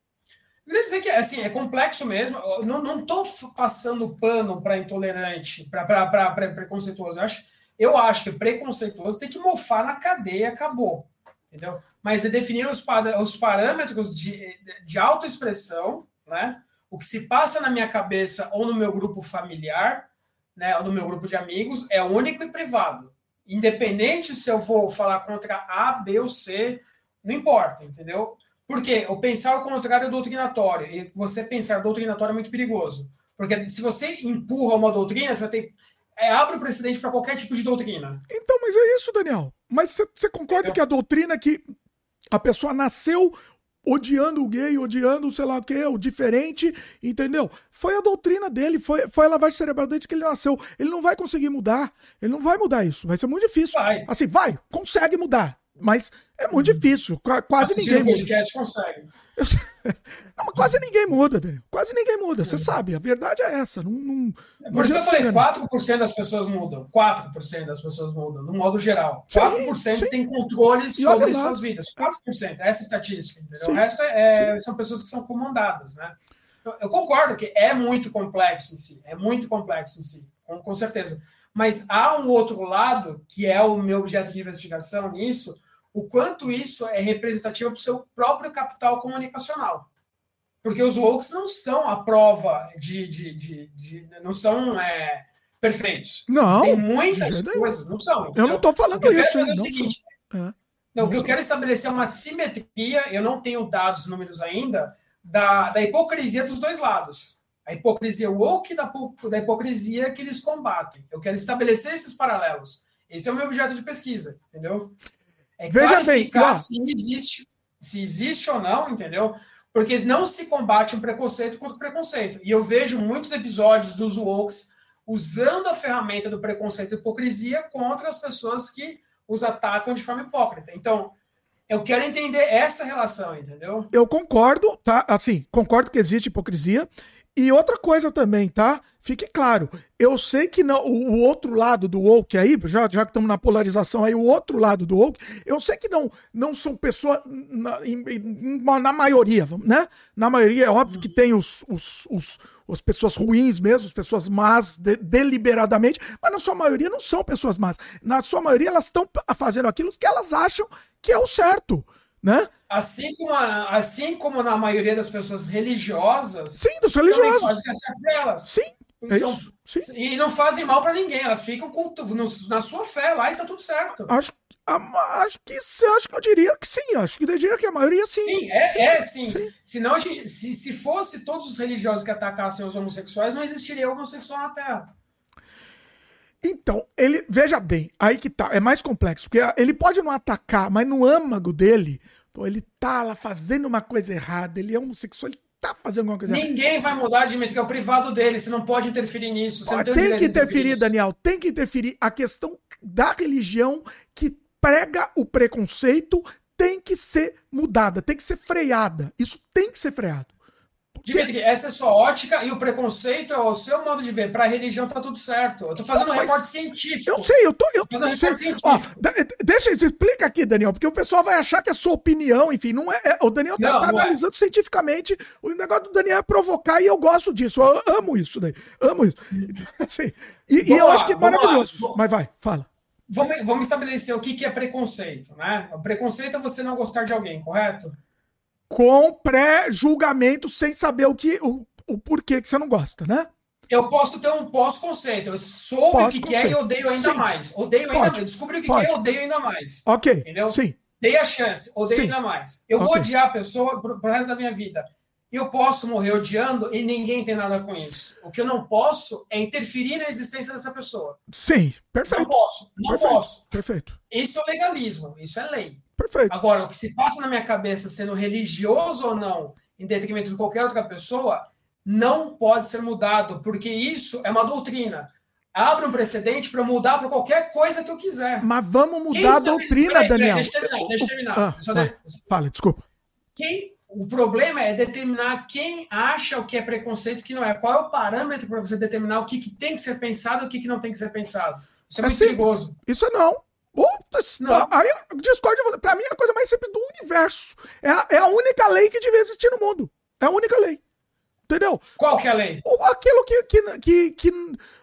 Eu queria dizer que assim, é complexo mesmo. Eu não estou passando pano para intolerante, para preconceituoso. Eu acho, eu acho que preconceituoso tem que mofar na cadeia, acabou. Entendeu? Mas é definir os, os parâmetros de, de autoexpressão, né? O que se passa na minha cabeça ou no meu grupo familiar, né? Ou no meu grupo de amigos, é único e privado. Independente se eu vou falar contra A, B ou C, não importa, entendeu? Porque o pensar ao contrário é doutrinatório, e você pensar doutrinatório é muito perigoso. Porque se você empurra uma doutrina, você vai ter... É, abre o precedente para qualquer tipo de doutrina. Então, mas é isso, Daniel. Mas você concorda Entendeu? Que a doutrina que a pessoa nasceu odiando o gay, odiando sei lá o que, o diferente, entendeu? Foi a doutrina dele, foi, foi a lavagem cerebral desde que ele nasceu. Ele não vai conseguir mudar, ele não vai mudar isso, vai ser muito difícil. Vai. Assim, vai, consegue mudar, mas é muito difícil, quase Assistir ninguém muda. Podcast consegue. Não, mas quase ninguém muda, Daniel. Quase ninguém muda, você é. sabe, a verdade é essa. Não, não, não Por isso que eu falei, quatro por cento das pessoas mudam. quatro por cento das pessoas mudam, no modo geral. quatro por cento sim, sim. tem controle sobre suas vidas. quatro por cento, essa estatística. Entendeu? O resto é, é, são pessoas que são comandadas, né? Eu, eu concordo que é muito complexo em si, é muito complexo em si, com, com certeza. Mas há um outro lado, que é o meu objeto de investigação nisso, o quanto isso é representativo para o seu próprio capital comunicacional. Porque os wokes não são a prova de... de, de, de não são é, perfeitos. Não. Tem muitas coisas, não são. Entendeu? Eu não estou falando isso. Eu quero fazer o seguinte, é. não, o que eu quero estabelecer é uma simetria, eu não tenho dados, números ainda, da, da hipocrisia dos dois lados. A hipocrisia woke da, da hipocrisia que eles combatem. Eu quero estabelecer esses paralelos. Esse é o meu objeto de pesquisa, entendeu? É Veja bem, se existe, se existe ou não, entendeu? Porque não se combate um preconceito contra o preconceito. E eu vejo muitos episódios dos wokes usando a ferramenta do preconceito e hipocrisia contra as pessoas que os atacam de forma hipócrita. Então, eu quero entender essa relação, entendeu? Eu concordo, tá? Assim, concordo que existe hipocrisia. E outra coisa também, tá? Fique claro, eu sei que não, o, o outro lado do woke aí, já, já que estamos na polarização aí, o outro lado do woke, eu sei que não, não são pessoas, na, em, na maioria, né? Na maioria, é óbvio que tem os, os, os, as pessoas ruins mesmo, as pessoas más de, deliberadamente, mas na sua maioria não são pessoas más. Na sua maioria elas estão fazendo aquilo que elas acham que é o certo. né? Assim como, a, assim como na maioria das pessoas religiosas, sim, dos religiosos, fazem o que é certo pra elas. Sim, é São, isso. Sim. E não fazem mal para ninguém, elas ficam com, no, na sua fé lá e tá tudo certo. Acho, acho que acho que eu diria que sim, acho que eu diria que a maioria sim. Sim, é sim. É, sim. sim. Senão, a gente, se, se fosse todos os religiosos que atacassem os homossexuais, não existiria homossexual na Terra. Então, ele, veja bem, aí que tá, é mais complexo, porque ele pode não atacar, mas no âmago dele, pô, ele tá lá fazendo uma coisa errada, ele é homossexual, ele tá fazendo alguma coisa Ninguém errada. vai mudar de mente, que é o privado dele, você não pode interferir nisso. Você Ó, não tem, tem que interferir, interferir Daniel, tem que interferir. A questão da religião que prega o preconceito tem que ser mudada, tem que ser freada. Isso tem que ser freado. Dimitri, essa é sua ótica e o preconceito é o seu modo de ver. Para a religião tá tudo certo. Eu tô fazendo um recorte científico. Eu sei, eu tô. Eu tô fazendo um recorte científico. Ó, deixa eu explica aqui, Daniel, porque o pessoal vai achar que é sua opinião, enfim, não é. é o Daniel tá, não, tá não analisando é. cientificamente. O negócio do Daniel é provocar e eu gosto disso. Eu amo isso daí. Amo isso. Assim, e, e eu lá, acho que é maravilhoso. Lá. Mas vai, fala. Vamos, vamos estabelecer o que, que é preconceito, né? O preconceito é você não gostar de alguém, correto? Com pré-julgamento, sem saber o que, o, o porquê que você não gosta, né? Eu posso ter um pós-conceito. Eu soube o que quer e odeio ainda Sim. mais. Odeio Pode. ainda mais. Descobri o que Pode. quer e odeio ainda mais. Ok. Entendeu? Sim. Dei a chance, odeio Sim. ainda mais. Eu okay. vou odiar a pessoa pro, pro resto da minha vida. Eu posso morrer odiando e ninguém tem nada com isso. O que eu não posso é interferir na existência dessa pessoa. Sim, perfeito. Não posso, não perfeito. posso. Perfeito. Isso é legalismo, isso é lei. Perfeito. Agora, o que se passa na minha cabeça, sendo religioso ou não, em detrimento de qualquer outra pessoa, não pode ser mudado, porque isso é uma doutrina. Abre um precedente para mudar para qualquer coisa que eu quiser. Mas vamos mudar a doutrina, peraí, peraí, Daniel. Deixa eu terminar, deixa eu terminar. Ah, Só vai, de... Fala, desculpa. Quem... O problema é determinar quem acha o que é preconceito e o que não é. Qual é o parâmetro para você determinar o que, que tem que ser pensado e o que, que não tem que ser pensado? Isso é, é muito simples. perigoso. Isso é não. Não. Aí eu discordo, pra mim é a coisa mais simples do universo. É a, é a única lei que devia existir no mundo. É a única lei. Entendeu? Qual que é a lei? Aquilo que, que, que, que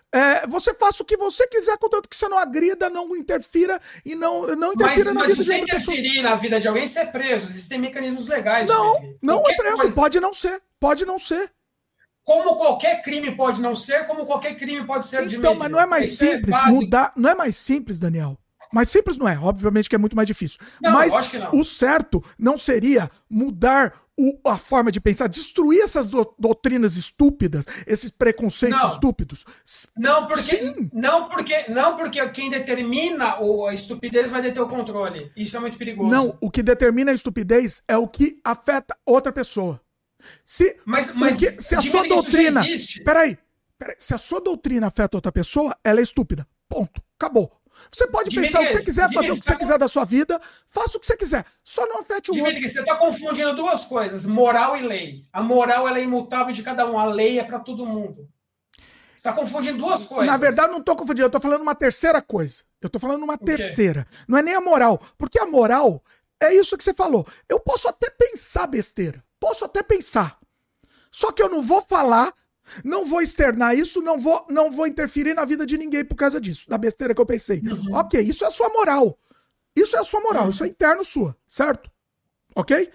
é, você faça o que você quiser, contanto que você não agrida, não interfira e não, não interfira mas, na mas vida de outra pessoa. Mas se interferir na vida de alguém, você é preso. Existem mecanismos legais. Não, não é preso. Coisa. Pode não ser. Pode não ser. Como qualquer crime pode não ser, como qualquer crime pode ser de Então, mas não é mais Isso simples é mudar. Não é mais simples, Daniel. Mais simples não é, obviamente que é muito mais difícil. Não, mas acho que não. O certo não seria mudar o, a forma de pensar, destruir essas do, doutrinas estúpidas, esses preconceitos não. estúpidos. Não porque, Sim. não, porque, não porque quem determina a estupidez vai deter o controle. Isso é muito perigoso. Não, o que determina a estupidez é o que afeta outra pessoa. Se, mas, mas porque, se a sua doutrina... Peraí, peraí, se a sua doutrina afeta outra pessoa, ela é estúpida. Ponto. Acabou. Você pode Dimitri, pensar o que você quiser, Dimitri, fazer o que você tá... quiser da sua vida, faça o que você quiser, só não afete o Dimitri, outro. Você está confundindo duas coisas, moral e lei. A moral ela é imutável de cada um, a lei é para todo mundo. Você está confundindo duas coisas. Na verdade, não estou confundindo, eu estou falando uma terceira coisa. Eu estou falando uma terceira. Não é nem a moral, porque a moral é isso que você falou. Eu posso até pensar besteira, posso até pensar, só que eu não vou falar... Não vou externar isso, não vou, não vou interferir na vida de ninguém por causa disso, da besteira que eu pensei. Uhum. Ok, isso é a sua moral. Isso é a sua moral, uhum. Isso é interno sua, certo? Ok?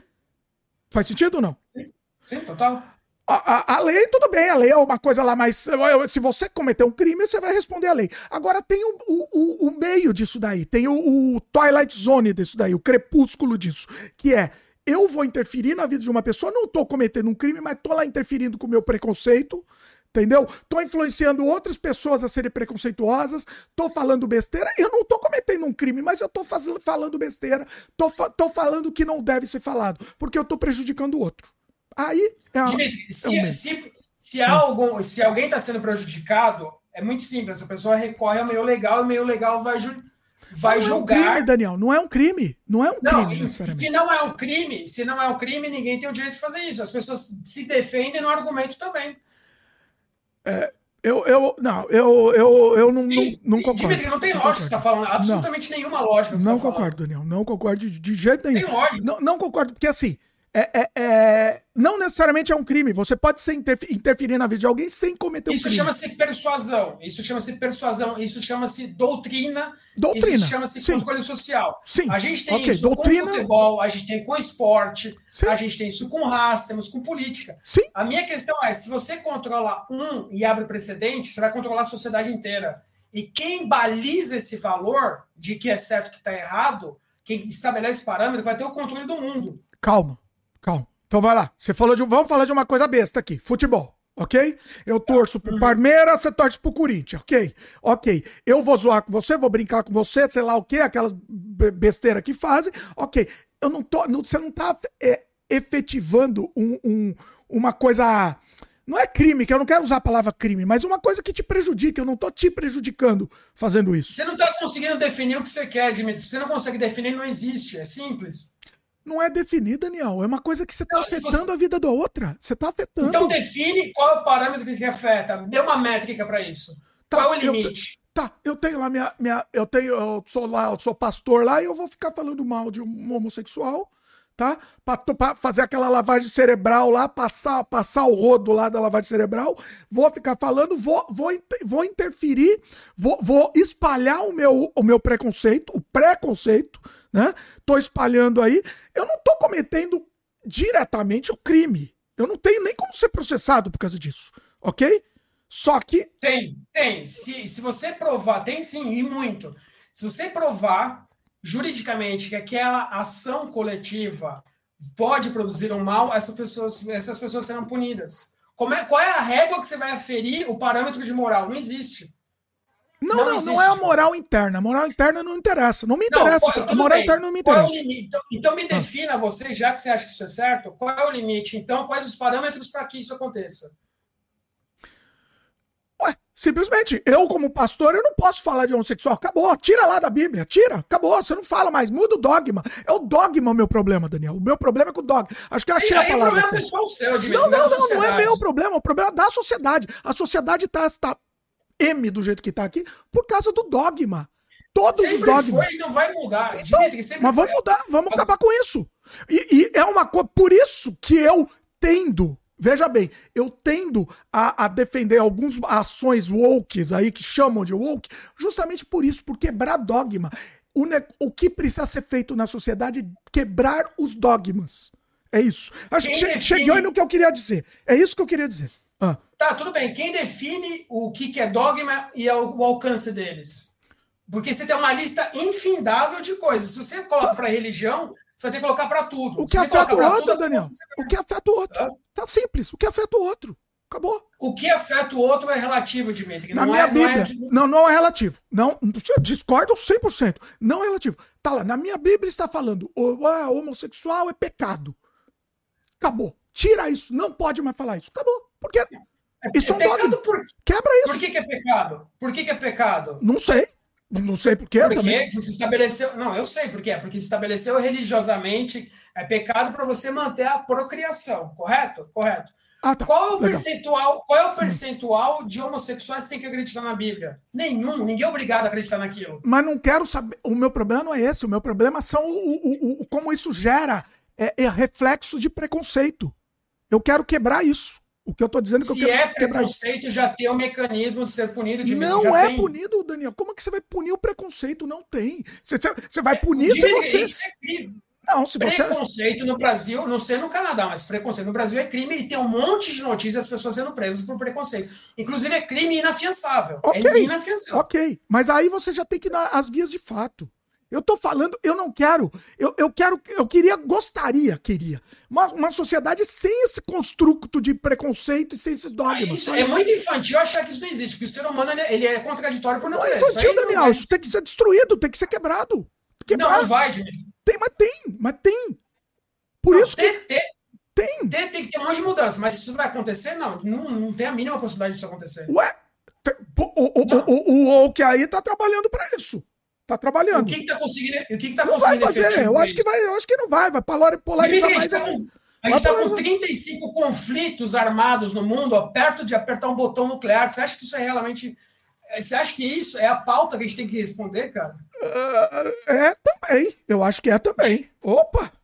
Faz sentido ou não? Sim, Sim total. A, a, a lei, tudo bem, a lei é uma coisa lá mais... Se você cometer um crime, você vai responder a lei. Agora tem o, o, o meio disso daí, tem o, o Twilight Zone disso daí, o crepúsculo disso, que é... Eu vou interferir na vida de uma pessoa, não tô cometendo um crime, mas tô lá interferindo com o meu preconceito, entendeu? Tô influenciando outras pessoas a serem preconceituosas, tô falando besteira, eu não tô cometendo um crime, mas eu tô faz... falando besteira, tô, fa... tô falando o que não deve ser falado, porque eu tô prejudicando o outro. Aí é a... Dimitri, se, é se, se, há algum, se alguém tá sendo prejudicado, é muito simples, essa pessoa recorre ao meio legal e o meio legal vai julgar. Vai não julgar. É um crime, Daniel, não é um crime. Não é um não, crime, necessariamente. Se não é um crime, se não é um crime, ninguém tem o direito de fazer isso. As pessoas se defendem no argumento também. É, eu, eu, não, eu, eu, eu não, sim, não, não concordo. Dimitri, não tem não lógica que você está falando. Absolutamente não. nenhuma lógica que Não você tá concordo, falando. Daniel. Não concordo de, de jeito nenhum. Tem lógica. Não, não concordo, porque assim, É, é, é, não necessariamente é um crime. Você pode ser interferir, interferir na vida de alguém sem cometer um isso crime. Isso chama-se persuasão. Isso chama-se persuasão. Isso chama-se doutrina. Doutrina. Isso chama-se Sim. controle social. Sim. A gente tem okay. isso doutrina... com futebol, a gente tem com esporte, Sim. a gente tem isso com raça, temos com política. Sim. A minha questão é, se você controla um e abre precedente, você vai controlar a sociedade inteira. E quem baliza esse valor de que é certo e que está errado, quem estabelece parâmetro, vai ter o controle do mundo. Calma, calma. Então vai lá. Você falou de. Vamos falar de uma coisa besta aqui: futebol. Ok? Eu torço pro Palmeiras, você torce pro Corinthians. Ok? Ok. Eu vou zoar com você, vou brincar com você, sei lá o quê, aquelas besteiras que fazem. Ok. Eu não tô. Não, você não tá é, efetivando um, um, uma coisa. Não é crime, que eu não quero usar a palavra crime, mas uma coisa que te prejudica. Eu não tô te prejudicando fazendo isso. Você não tá conseguindo definir o que você quer, Dimitri. Se você não consegue definir, não existe. É simples. Não é definir, Daniel. É uma coisa que você tá não, afetando você... a vida da outra. Você tá afetando. Então define qual é o parâmetro que afeta. Dê uma métrica para isso. Tá, qual é o limite? Eu, tá, eu tenho lá minha. minha eu tenho. Eu sou lá, eu sou pastor lá e eu vou ficar falando mal de um homossexual. Tá? Pra, pra fazer aquela lavagem cerebral lá, passar, passar o rodo lá da lavagem cerebral, vou ficar falando, vou, vou, vou interferir, vou, vou espalhar o meu, o meu preconceito, o preconceito, né? Tô espalhando aí. Eu não tô cometendo diretamente o crime. Eu não tenho nem como ser processado por causa disso, ok? Só que... Tem, tem. Se, se você provar, tem sim, e muito. Se você provar... juridicamente que aquela ação coletiva pode produzir um mal, essas pessoas, essas pessoas serão punidas. Como é, qual é a régua que você vai aferir o parâmetro de moral? Não existe. Não, não, não, existe, não é a moral interna. A moral interna não interessa. Não me interessa. Não, pode, a moral bem. interna não me interessa. É então, então me defina, ah. você, já que você acha que isso é certo, qual é o limite? Então, quais os parâmetros para que isso aconteça? Ué, simplesmente, eu como pastor, eu não posso falar de homossexual. Acabou, tira lá da Bíblia, tira, acabou, você não fala mais, muda o dogma. É o dogma o meu problema, Daniel. O meu problema é com o dogma. Acho que eu achei a palavra. Não, é seu, não, não, não, não é meu problema, o problema é da sociedade. A sociedade tá, tá M do jeito que tá aqui por causa do dogma. Todos sempre os dogmas. Foi e não vai mudar. Então, Dimitri, mas vamos mudar, vamos acabar com isso. E, e é uma coisa, por isso que eu tendo... Veja bem, eu tendo a, a defender algumas ações woke aí, que chamam de woke, justamente por isso, por quebrar dogma. O, ne- o que precisa ser feito na sociedade é quebrar os dogmas. É isso. Acho que che- chegou no que eu queria dizer. É isso que eu queria dizer. Ah. Tá, tudo bem. Quem define o que, que é dogma e o, o alcance deles? Porque você tem uma lista infindável de coisas. Se você coloca para religião... Você vai ter que colocar para tudo. O que afeta o outro, Daniel. O que afeta o outro. Tá simples. O que afeta o outro. Acabou. O que afeta o outro é relativo, Dimitri. Na minha Bíblia. Não, não é relativo. Não, discordo cem por cento. Não é relativo. Tá lá. Na minha Bíblia está falando o ah, homossexual é pecado. Acabou. Tira isso. Não pode mais falar isso. Acabou. Porque isso é um dogma. Por... Quebra isso. Por que, que é pecado? Por que, que é pecado? Não sei. Não sei porquê porque também. Porque se estabeleceu. Não, eu sei por quê. Porque se estabeleceu religiosamente, é pecado para você manter a procriação, correto? Correto. Ah, tá. Qual é o Legal. percentual, qual é o percentual de homossexuais que tem que acreditar na Bíblia? Nenhum, ninguém é obrigado a acreditar naquilo. Mas não quero saber. O meu problema não é esse. O meu problema são o, o, o, como isso gera é, é reflexo de preconceito. Eu quero quebrar isso. O que eu tô dizendo é que Se eu quero é quebrar preconceito, já tem o mecanismo de ser punido. De não já é tem. punido, Daniel. Como é que você vai punir o preconceito? Não tem. Você, você vai punir é, se você... Isso é crime. Não, se você... Preconceito no Brasil, não sei no Canadá, mas preconceito no Brasil é crime e tem um monte de notícias das pessoas sendo presas por preconceito. Inclusive é crime inafiançável. Ok, é inafiançável. Ok, mas aí você já tem que ir nas vias de fato. Eu tô falando, eu não quero, eu, eu quero, eu queria, gostaria, queria, uma, uma sociedade sem esse construto de preconceito e sem esses dogmas. Isso é muito infantil achar que isso não existe, porque o ser humano ele, ele é contraditório por natureza. Não é infantil, Daniel, vai... isso tem que ser destruído, tem que ser quebrado. Quebrar. Não, não vai, Dimitri. Tem, mas tem, mas tem. Por não, isso tem, que... Tem, tem. Tem, tem que ter um monte de mudança, mas isso vai acontecer? Não, não, não tem a mínima possibilidade disso acontecer. Ué, o, o, o, o, o que aí tá trabalhando para isso. Tá trabalhando. O que que tá conseguindo? O que que tá não conseguindo vai fazer. Eu acho que vai, eu acho que não vai, vai polarizar Dimitri, mais. A gente está com trinta e cinco conflitos armados no mundo, ó, perto de apertar um botão nuclear. Você acha que isso é realmente... Você acha que isso é a pauta que a gente tem que responder, cara? Uh, é também. Eu acho que é também. Opa!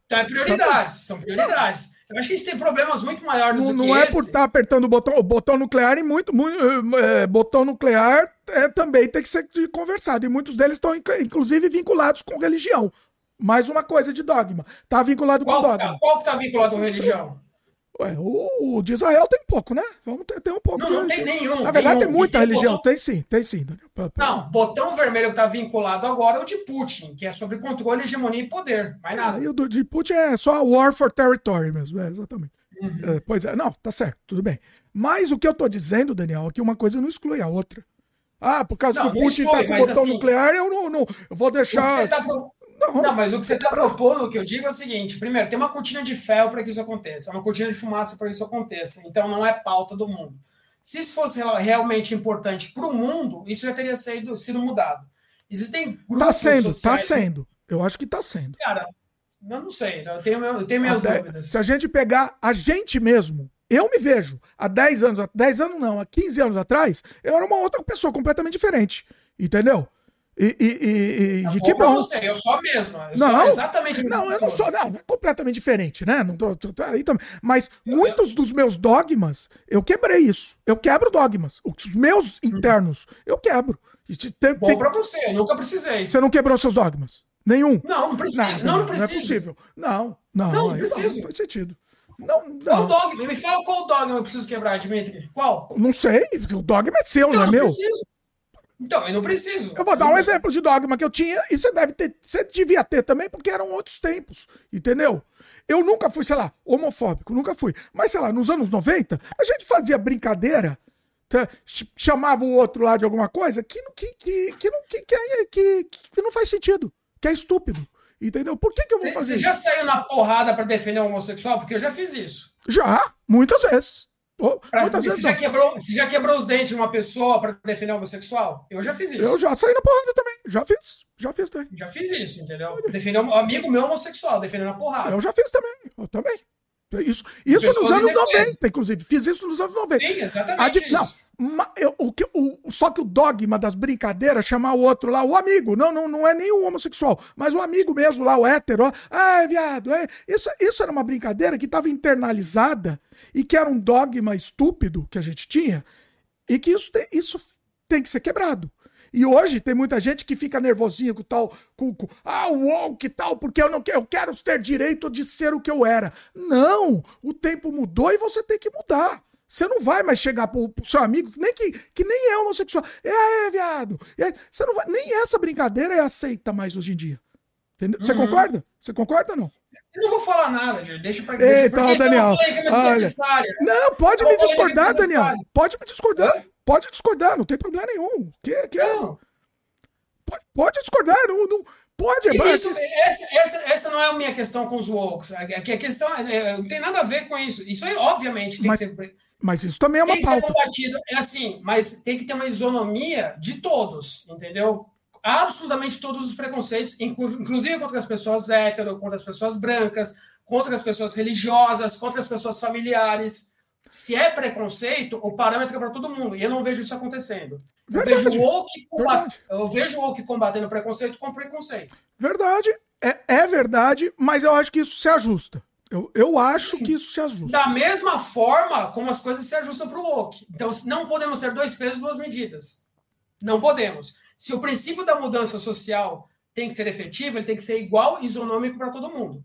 Então, é prioridades, são prioridades. Eu acho que a gente tem problemas muito maiores Não, do que não é esse. por estar apertando o botão, o botão nuclear e muito, muito é, botão nuclear é, também tem que ser conversado. E muitos deles estão, inclusive, vinculados com religião. Mais uma coisa de dogma. Está vinculado Qual, com dogma. Qual que está vinculado com religião? Ué, o, o de Israel tem pouco, né? Vamos ter, tem um pouco não, de não religião. tem nenhum. Na verdade, nenhum. tem muita tem religião. botão... Tem sim, tem sim. Não, botão vermelho que está vinculado agora é o de Putin, que é sobre controle, hegemonia e poder. Mais nada. Ah, e o do, de Putin é só war for territory mesmo. É, exatamente. Uhum. É, pois é, não, tá certo, tudo bem. Mas o que eu tô dizendo, Daniel, é que uma coisa não exclui a outra. Ah, por causa não, que o Putin exclui, tá com o botão assim, nuclear, eu não, não eu vou deixar... Não, não, mas o que você está propondo, o que eu digo é o seguinte: primeiro, tem uma cortina de ferro para que isso aconteça, uma cortina de fumaça para que isso aconteça. Então, não é pauta do mundo. Se isso fosse realmente importante para o mundo, isso já teria sido, sido mudado. Existem grupos tá sendo, sociais... Tá sendo, eu acho que está sendo. Cara, eu não sei, eu tenho, eu tenho minhas a dúvidas. Se a gente pegar a gente mesmo, eu me vejo, há dez anos, dez anos não, há quinze anos atrás, eu era uma outra pessoa completamente diferente, entendeu? E, e, e, e que bom. Você, eu sou a mesma. Eu não, sou exatamente a mesma não, eu não sou, não, é completamente diferente, né? Não tô, tô, tô aí também. Mas eu, muitos eu... dos meus dogmas, eu quebrei isso. Eu quebro dogmas. Os meus internos, eu quebro. Tem, bom tem... pra você, eu nunca precisei. Você não quebrou seus dogmas? Nenhum? Não, não precisa. Não, não, não, não, não é possível. Não, não, não, não preciso. Não faz sentido. Não, não. Qual dogma? Me fala qual dogma eu preciso quebrar, Dimitri. Qual? Não sei. O dogma é seu, então, não é meu? Preciso. Então, eu não preciso. Eu vou dar um exemplo de dogma que eu tinha e você deve ter, você devia ter também, porque eram outros tempos, entendeu? Eu nunca fui, sei lá, homofóbico, nunca fui. Mas, sei lá, nos anos noventa, a gente fazia brincadeira, tá? Chamava o outro lá de alguma coisa que, que, que, que, não, que, que, que, que não faz sentido, que é estúpido, entendeu? Por que, que eu vou cê, fazer isso? Você já saiu na porrada pra defender o homossexual? Porque eu já fiz isso. Já, muitas vezes. Oh, você, já quebrou, você já quebrou os dentes de uma pessoa para defender o homossexual? Eu já fiz isso. Eu já saí na porrada também. Já fiz. Já fiz também. Já fiz isso, entendeu? Defender um amigo meu homossexual, defendendo a porrada. Eu já fiz também. Eu também. Isso, isso nos anos noventa, inclusive. Fiz isso nos anos noventa. Sim, exatamente. Ad... Não, eu, o que, o, só que o dogma das brincadeiras, chamar o outro lá, o amigo, não, não, não é nem o homossexual, mas o amigo mesmo lá, o hétero, ó, ah, viado, é. Isso, isso era uma brincadeira que estava internalizada e que era um dogma estúpido que a gente tinha e que isso, isso tem que ser quebrado. E hoje tem muita gente que fica nervosinha com tal, com, com ah, o woke e tal, porque eu não quero, eu quero ter direito de ser o que eu era. Não, o tempo mudou e você tem que mudar. Você não vai mais chegar pro, pro seu amigo, nem que, que nem é homossexual. É, é viado. É, você não vai, nem essa brincadeira é aceita mais hoje em dia. Entendeu? Você uhum. concorda? Você concorda ou não? Eu não vou falar nada, gente. Deixa pra deixa, Então, Daniel. É olha, não, pode me discordar, Daniel. Pode me discordar. Hã? Pode discordar, não tem problema nenhum. Que, que não. Pode, pode discordar, não, não pode. Isso, essa, essa, essa não é a minha questão com os wokes. A, a questão é, não tem nada a ver com isso. Isso aí, obviamente, tem mas, que ser. Mas isso também é uma tem que pauta. Ser combatido. É assim, mas tem que ter uma isonomia de todos, entendeu? Absolutamente todos os preconceitos, inclusive contra as pessoas hétero, contra as pessoas brancas, contra as pessoas religiosas, contra as pessoas familiares. Se é preconceito, o parâmetro é para todo mundo. E eu não vejo isso acontecendo. Eu verdade, vejo o woke combat... eu vejo o woke combatendo preconceito com preconceito. Verdade. É, é verdade, mas eu acho que isso se ajusta. Eu, eu acho que isso se ajusta. Da mesma forma como as coisas se ajustam para o woke. Então, não podemos ter dois pesos, duas medidas. Não podemos. Se o princípio da mudança social tem que ser efetivo, ele tem que ser igual e isonômico para todo mundo.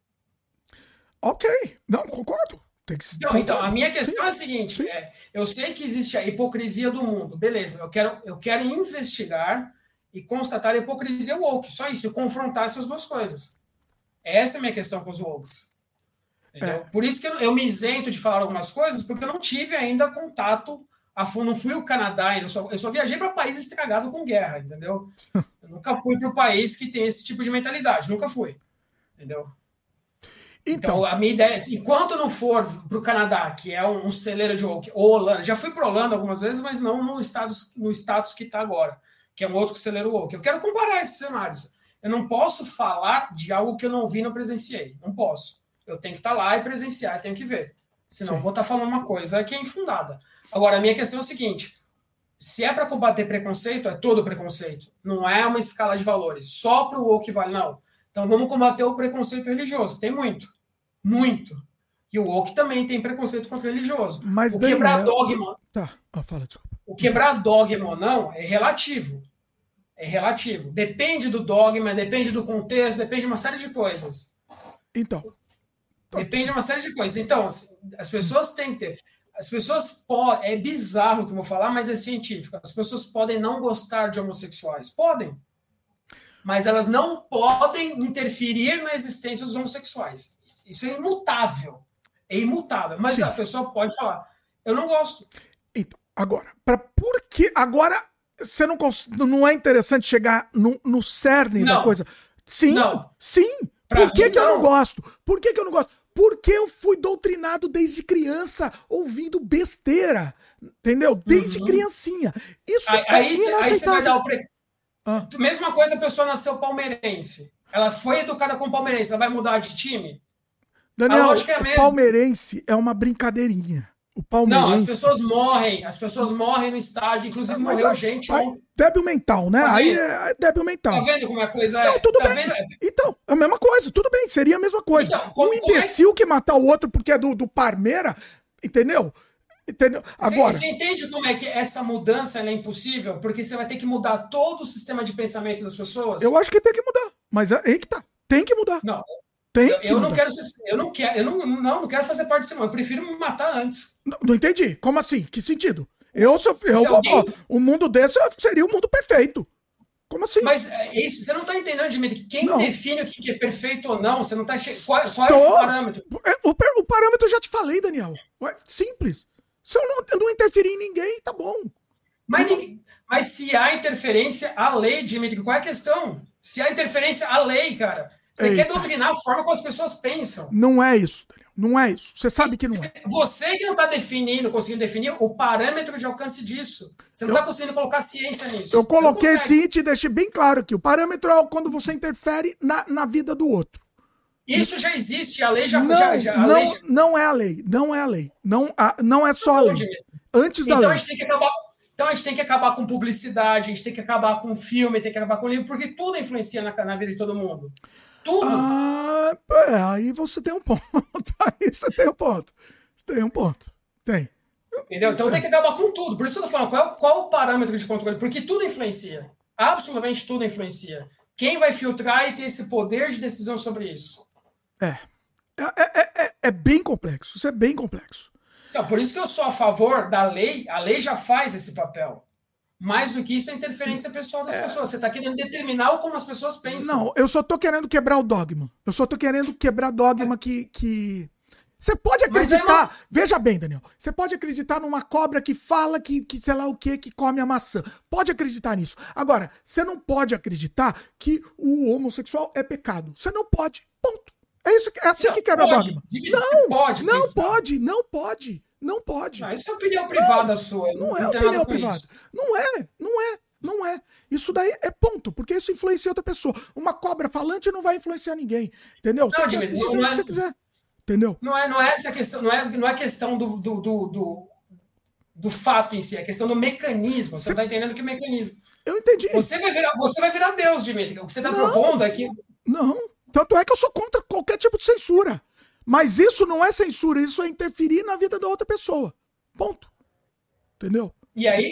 Ok. Não, concordo. Tem que se... Não, então, a minha questão sim, é a seguinte: é, eu sei que existe a hipocrisia do mundo. Beleza, eu quero, eu quero investigar e constatar a hipocrisia woke. Só isso, confrontar essas duas coisas. Essa é a minha questão com os wokes. É. Por isso que eu, eu me isento de falar algumas coisas, porque eu não tive ainda contato a fundo. Não fui o Canadá, eu só, eu só viajei para país estragado com guerra, entendeu? Eu nunca fui para o país que tem esse tipo de mentalidade, nunca fui. Entendeu? Então, então, a minha ideia é, enquanto não for para o Canadá, que é um, um celeiro de woke, ou Holanda, já fui para Holanda algumas vezes, mas não no status, no status que está agora, que é um outro celeiro woke. Eu quero comparar esses cenários. Eu não posso falar de algo que eu não vi, não presenciei. Não posso. Eu tenho que estar tá lá e presenciar, tenho que ver. Senão eu vou estar tá falando uma coisa que é infundada. Agora, a minha questão é o seguinte: se é para combater preconceito, é todo preconceito. Não é uma escala de valores. Só para o woke vale, não. Então vamos combater o preconceito religioso. Tem muito. Muito. E o woke também tem preconceito contra o religioso. Mas o quebrar Daniel... dogma... Tá, ah, fala, desculpa. O quebrar dogma ou não é relativo. É relativo. Depende do dogma, depende do contexto, depende de uma série de coisas. Então. Depende de uma série de coisas. Então, as pessoas têm que ter... As pessoas podem... É bizarro o que eu vou falar, mas é científico. As pessoas podem não gostar de homossexuais. Podem. Mas elas não podem interferir na existência dos homossexuais. Isso é imutável. É imutável. Mas Sim. a pessoa pode falar, eu não gosto. Então, agora, pra, por que... Agora, você não, não é interessante chegar no, no cerne não. da coisa? Sim, não. sim. Pra por que, mim, que eu não gosto? Por que, que eu não gosto? Porque eu fui doutrinado desde criança, ouvindo besteira. Entendeu? Desde uhum. criancinha. Isso aí, é aí, inaceitável. Aí você vai dar o... Pre... Ah. Mesma coisa, a pessoa nasceu palmeirense. Ela foi educada como palmeirense, ela vai mudar de time? Daniel, é o palmeirense é uma brincadeirinha. O palmeirense... Não, as pessoas morrem, as pessoas morrem no estádio, inclusive ah, morreu é, gente... Aí, débil mental, né? Tá aí é débil mental. Tá vendo como a coisa Não, é? tudo tá bem. Vendo? Então, é a mesma coisa, tudo bem, seria a mesma coisa. Então, um imbecil é... que matar o outro porque é do, do Parmeira, entendeu? Entendeu? Agora... Você, você entende como é que essa mudança é impossível? Porque você vai ter que mudar todo o sistema de pensamento das pessoas? Eu acho que tem que mudar, mas é aí que tá. Tem que mudar. Não, tem eu, que eu mudar. não quero ser, eu não quero, eu não, não, não quero fazer parte desse mundo. Eu prefiro me matar antes. Não, não entendi. Como assim? Que sentido? Eu, se eu, eu vou, alguém... ó, um mundo desse seria o um mundo perfeito. Como assim? Mas é isso, você não está entendendo, Dimitri, que quem não. define o que é perfeito ou não, você não está che... qual, qual é esse parâmetro? O, o parâmetro eu já te falei, Daniel. Simples. Se eu não, eu não interferir em ninguém, tá bom. Mas, ninguém, mas se há interferência à lei, Dimitri, qual é a questão? Se há interferência à lei, cara, você Eita. quer doutrinar a forma como as pessoas pensam. Não é isso, Daniel. Não é isso. Você sabe que não é. Você que não está definindo, conseguindo definir o parâmetro de alcance disso. Você não está conseguindo colocar ciência nisso. Eu coloquei sim e te deixei bem claro aqui. O parâmetro é quando você interfere na, na vida do outro. Isso já existe, a lei já... Não, já, já a não, lei já... não é a lei. Não é a lei. Não, a, não é só a lei. Antes da então, lei. A gente tem que acabar, então a gente tem que acabar com publicidade, a gente tem que acabar com filme, tem que acabar com livro, porque tudo influencia na, na vida de todo mundo. Tudo. Ah, é, aí você tem um ponto. Aí você tem um ponto. Tem um ponto. Tem. Entendeu? Então tem que acabar com tudo. Por isso que eu tô falando, qual, qual o parâmetro de controle? Porque tudo influencia. Absolutamente tudo influencia. Quem vai filtrar e ter esse poder de decisão sobre isso? É. É, é, é, é bem complexo. Isso é bem complexo. Então, por isso que eu sou a favor da lei. A lei já faz esse papel. Mais do que isso, é interferência pessoal das é. pessoas. Você está querendo determinar como as pessoas pensam. Não, eu só tô querendo quebrar o dogma. Eu só tô querendo quebrar dogma é. que... que... Você pode acreditar... Não... Veja bem, Daniel. Você pode acreditar numa cobra que fala que, que sei lá o que, que come a maçã. Pode acreditar nisso. Agora, você não pode acreditar que o homossexual é pecado. Você não pode. Ponto. É, isso, é assim não, que quebra pode, dogma. Não, pode não pode, não pode. Não pode. Não, isso é opinião privada não, sua. Não, não é opinião privada. Isso. Não é, não é, não é. Isso daí é ponto, porque isso influencia outra pessoa. Uma cobra falante não vai influenciar ninguém. Entendeu? Você não, pode Dimitri, acreditar não no que você quiser. Entendeu? Não é, não é essa questão, não é, não é questão do, do, do, do, do fato em si, é questão do mecanismo. Você você... não está entendendo que mecanismo. Eu entendi. Você vai virar, você vai virar Deus, Dimitri. O que você está propondo é que. Não. Tanto é que eu sou contra qualquer tipo de censura. Mas isso não é censura, isso é interferir na vida da outra pessoa. Ponto. Entendeu? E aí?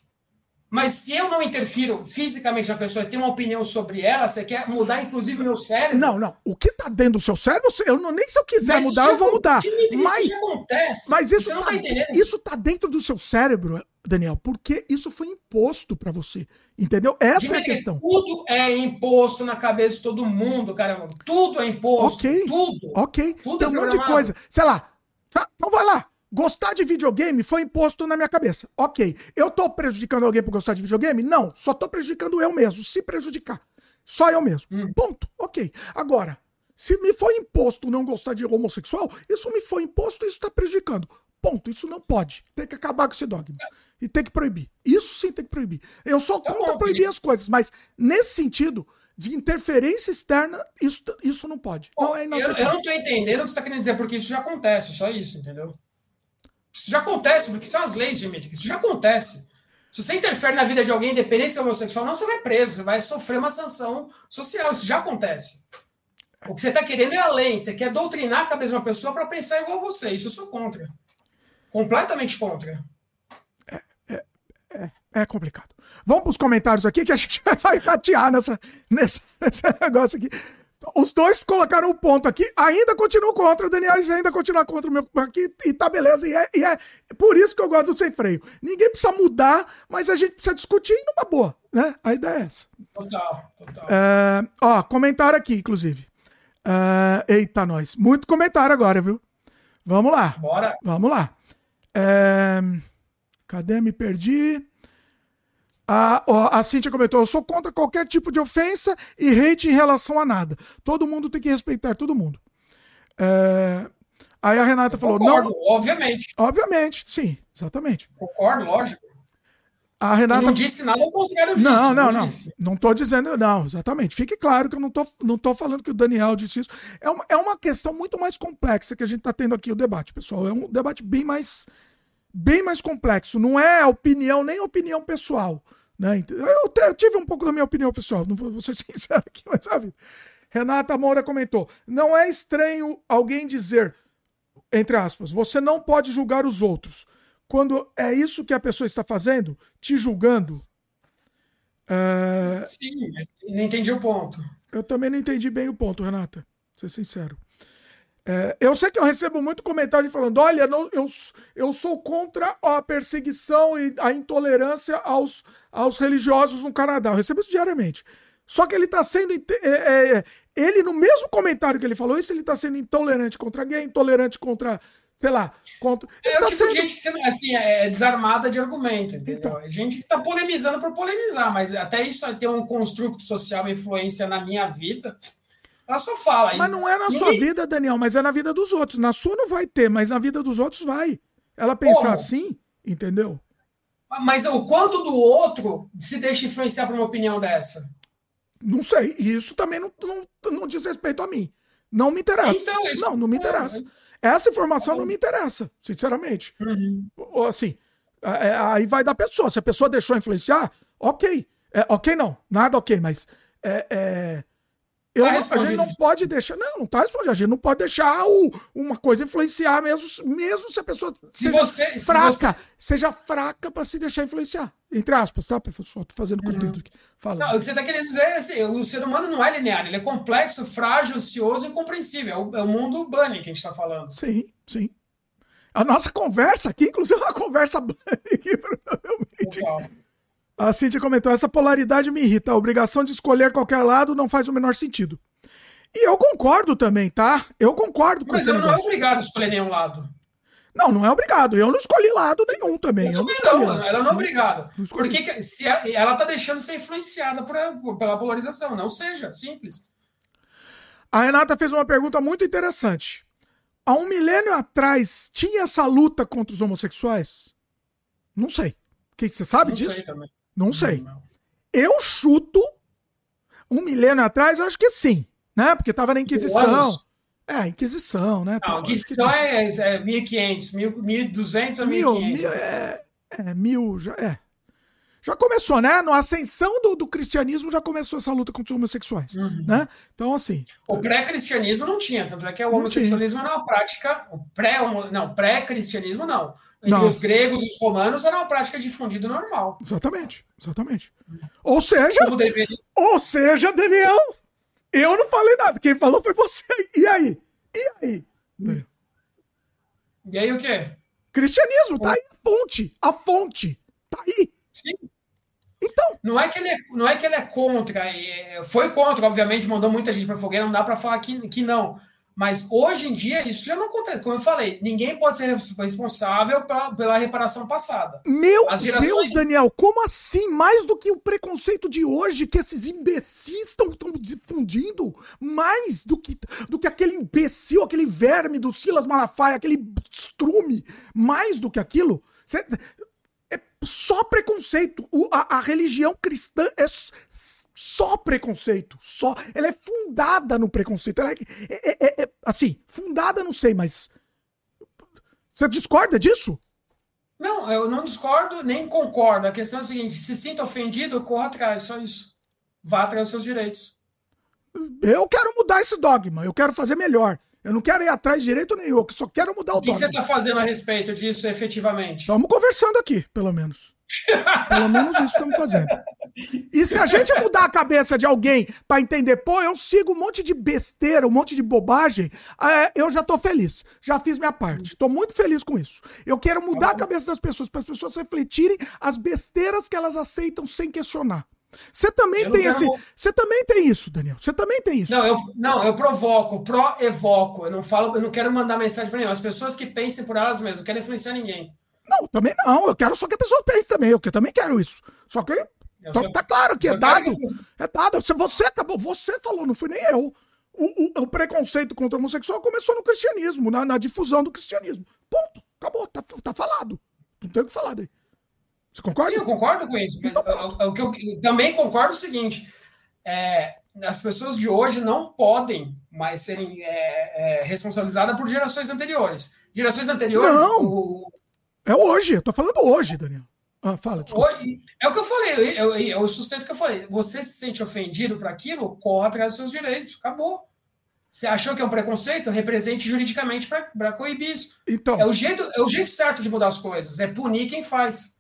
Mas se eu não interfiro fisicamente na pessoa e tenho uma opinião sobre ela, você quer mudar inclusive o meu cérebro? Não, não. O que tá dentro do seu cérebro, eu não, nem se eu quiser mas mudar, eu vou mudar. Mas isso acontece. Mas isso, você não tá, tá entendendo. Isso tá dentro do seu cérebro, Daniel, porque isso foi imposto pra você. Entendeu? Essa Dimitri, é a questão. Tudo é imposto na cabeça de todo mundo, cara. Tudo é imposto. Ok. Tudo. Ok. Tudo tem é um monte de coisa. Sei lá. Tá, então vai lá. Gostar de videogame foi imposto na minha cabeça. Ok. Eu tô prejudicando alguém por gostar de videogame? Não. Só tô prejudicando eu mesmo. Se prejudicar. Só eu mesmo. Hum. Ponto. Ok. Agora, se me foi imposto não gostar de homossexual, isso me foi imposto e isso tá prejudicando. Ponto. Isso não pode. Tem que acabar com esse dogma. E tem que proibir. Isso sim tem que proibir. Eu sou contra proibir as coisas, mas nesse sentido de interferência externa, isso, isso não pode. Bom, não é eu, eu não tô entendendo o que você está querendo dizer, porque isso já acontece, só isso, entendeu? Isso já acontece, porque são as leis, Dimitri. Isso já acontece. Se você interfere na vida de alguém, independente de ser homossexual, não, você vai preso, você vai sofrer uma sanção social. Isso já acontece. O que você está querendo é além. Você quer doutrinar a cabeça de uma pessoa para pensar igual a você. Isso eu sou contra. Completamente contra. É, é, é complicado. Vamos para os comentários aqui que a gente vai ratear nessa, nessa, nesse negócio aqui. Os dois colocaram o ponto aqui, ainda continuam contra, o Daniel ainda continua contra o meu aqui, e tá beleza, e é, e é por isso que eu gosto do Sem Freio. Ninguém precisa mudar, mas a gente precisa discutir numa boa, né? A ideia é essa. Total, total. É, ó, comentário aqui, inclusive. É, eita, nós. Muito comentário agora, viu? Vamos lá. Bora. Vamos lá. É, cadê? Me perdi. A, a Cíntia comentou, eu sou contra qualquer tipo de ofensa e hate em relação a nada. Todo mundo tem que respeitar todo mundo. É... Aí a Renata eu falou... Concordo, não, obviamente. Obviamente, sim, exatamente. Concordo, lógico. A Renata... Eu não disse nada ao contrário disso. Não, não, não. Não, disse. não tô dizendo... Não, exatamente. Fique claro que eu não tô, não tô falando que o Daniel disse isso. É uma, é uma questão muito mais complexa que a gente tá tendo aqui o debate, pessoal. É um debate bem mais... Bem mais complexo. Não é opinião, nem opinião pessoal. Né? Eu tive um pouco da minha opinião pessoal, não vou ser sincero aqui, mas sabe? Renata Moura comentou: não é estranho alguém dizer, entre aspas, você não pode julgar os outros, quando é isso que a pessoa está fazendo, te julgando. É... Sim, não entendi o ponto. Eu também não entendi bem o ponto, Renata, pra ser sincero. É, eu sei que eu recebo muito comentário falando, olha, não, eu, eu sou contra a perseguição e a intolerância aos, aos religiosos no Canadá. Eu recebo isso diariamente. Só que ele está sendo... É, é, ele, no mesmo comentário que ele falou isso, ele está sendo intolerante contra gay, intolerante contra... Sei lá, contra... É tá o tipo sendo... de gente que assim, é desarmada de argumento, entendeu? Então. A gente está polemizando por polemizar, mas até isso ter um construto social, uma influência na minha vida... Ela só fala. Mas não é na Ninguém... sua vida, Daniel, mas é na vida dos outros. Na sua não vai ter, mas na vida dos outros vai. Ela pensar Como? assim, entendeu? Mas o quanto do outro se deixa influenciar por uma opinião dessa? Não sei. E isso também não, não, não diz respeito a mim. Não me interessa. Então, isso... Não, não me interessa. É, é... Essa informação não me interessa, sinceramente. Uhum. Ou assim, é, aí vai da pessoa. Se a pessoa deixou influenciar, ok. É, ok não, nada ok, mas... É, é... Eu, tá a gente não pode deixar. Não, não tá respondido. A gente não pode deixar o, uma coisa influenciar, mesmo, mesmo se a pessoa se seja você, fraca. Se você... Seja fraca para se deixar influenciar. Entre aspas, tá, professor? Tô fazendo com os dedos aqui. Fala. Não, o que você tá querendo dizer é assim: o ser humano não é linear, ele é complexo, frágil, ansioso e incompreensível. É o, é o mundo bunny que a gente tá falando. Sim, sim. A nossa conversa aqui, inclusive, é uma conversa bunny aqui, provavelmente. Legal. A Cíntia comentou, essa polaridade me irrita. A obrigação de escolher qualquer lado não faz o menor sentido. E eu concordo também, tá? Eu concordo com Mas esse eu negócio. não é obrigado a escolher nenhum lado. Não, não é obrigado. Eu não escolhi lado nenhum também. Eu, eu não escolhi não, lado. Ela não é obrigada. Porque se ela, ela tá deixando de ser influenciada por, pela polarização. Não seja, simples. A Renata fez uma pergunta muito interessante. Há um milênio atrás, tinha essa luta contra os homossexuais? Não sei. Que, você sabe não disso? Sei também. Não sei. Não. Eu chuto um milênio atrás, eu acho que sim, né? Porque tava na Inquisição. É, Inquisição, né? Não, Inquisição é, é mil e quinhentos, mil e duzentos a mil e quinhentos. Mil, é, é, mil, já é. Já começou, né? Na ascensão do, do cristianismo já começou essa luta contra os homossexuais, uhum. né? Então, assim... O pré-cristianismo não tinha, tanto é que o homossexualismo era uma prática... O pré, não, pré-cristianismo não. Entre não. os gregos e os romanos era uma prática difundida normal. Exatamente, exatamente. Ou seja, ou seja, Daniel, eu não falei nada. Quem falou foi você. E aí? E aí? Hum. E aí o quê? Cristianismo, tá aí a fonte. A fonte. Tá aí. Sim. Então. Não é que ele é, não é, que ele é contra. Foi contra, obviamente, mandou muita gente pra fogueira, não dá pra falar que, que não. Mas hoje em dia isso já não acontece. Como eu falei, ninguém pode ser responsável pra, pela reparação passada. Meu As gerações... Deus, Daniel, como assim? Mais do que o preconceito de hoje que esses imbecis estão difundindo? Mais do que, do que aquele imbecil, aquele verme do Silas Malafaia, aquele estrume? Mais do que aquilo? Cê... É só preconceito. O, a, a religião cristã é... Só preconceito, só. Ela é fundada no preconceito. Ela é, é, é, é assim, fundada não sei, mas você discorda disso? Não, eu não discordo nem concordo. A questão é a seguinte: se sinta ofendido, corra atrás, só isso. Vá atrás dos seus direitos. Eu quero mudar esse dogma, eu quero fazer melhor. Eu não quero ir atrás de direito nenhum, eu só quero mudar o, o dogma. O que você está fazendo a respeito disso efetivamente? Estamos conversando aqui, pelo menos. Pelo menos isso estamos fazendo. E se a gente mudar a cabeça de alguém para entender, pô, eu sigo um monte de besteira, um monte de bobagem, é, eu já tô feliz. Já fiz minha parte. Tô muito feliz com isso. Eu quero mudar a cabeça das pessoas, para as pessoas refletirem as besteiras que elas aceitam sem questionar. Você também tem esse. Você também tem isso, Daniel. Você também tem isso. Não, eu, não, eu provoco, pro-evoco. Eu não falo, eu não quero mandar mensagem para ninguém. As pessoas que pensem por elas mesmas, não quero influenciar ninguém. Não, também não. Eu quero só que a pessoa pense também. Eu também quero isso. Só que tá, tá claro que é dado. É dado. Você acabou, você falou, não fui nem eu. O, o, o preconceito contra o homossexual começou no cristianismo, na, na difusão do cristianismo. Ponto. Acabou. Tá, tá falado. Não tem o que falar daí. Você concorda? Sim, eu concordo com isso. Mas então, o que eu, eu também concordo é o seguinte: é, as pessoas de hoje não podem mais serem é, é, responsabilizadas por gerações anteriores. Gerações anteriores. Não. O, É hoje, eu tô falando hoje, Daniel. Ah, fala, desculpa. Hoje, é o que eu falei, eu, eu, eu sustento o que eu falei. Você se sente ofendido por aquilo, corra atrás dos seus direitos, acabou. Você achou que é um preconceito? Represente juridicamente para coibir isso. Então, é, o jeito, é o jeito certo de mudar as coisas, é punir quem faz.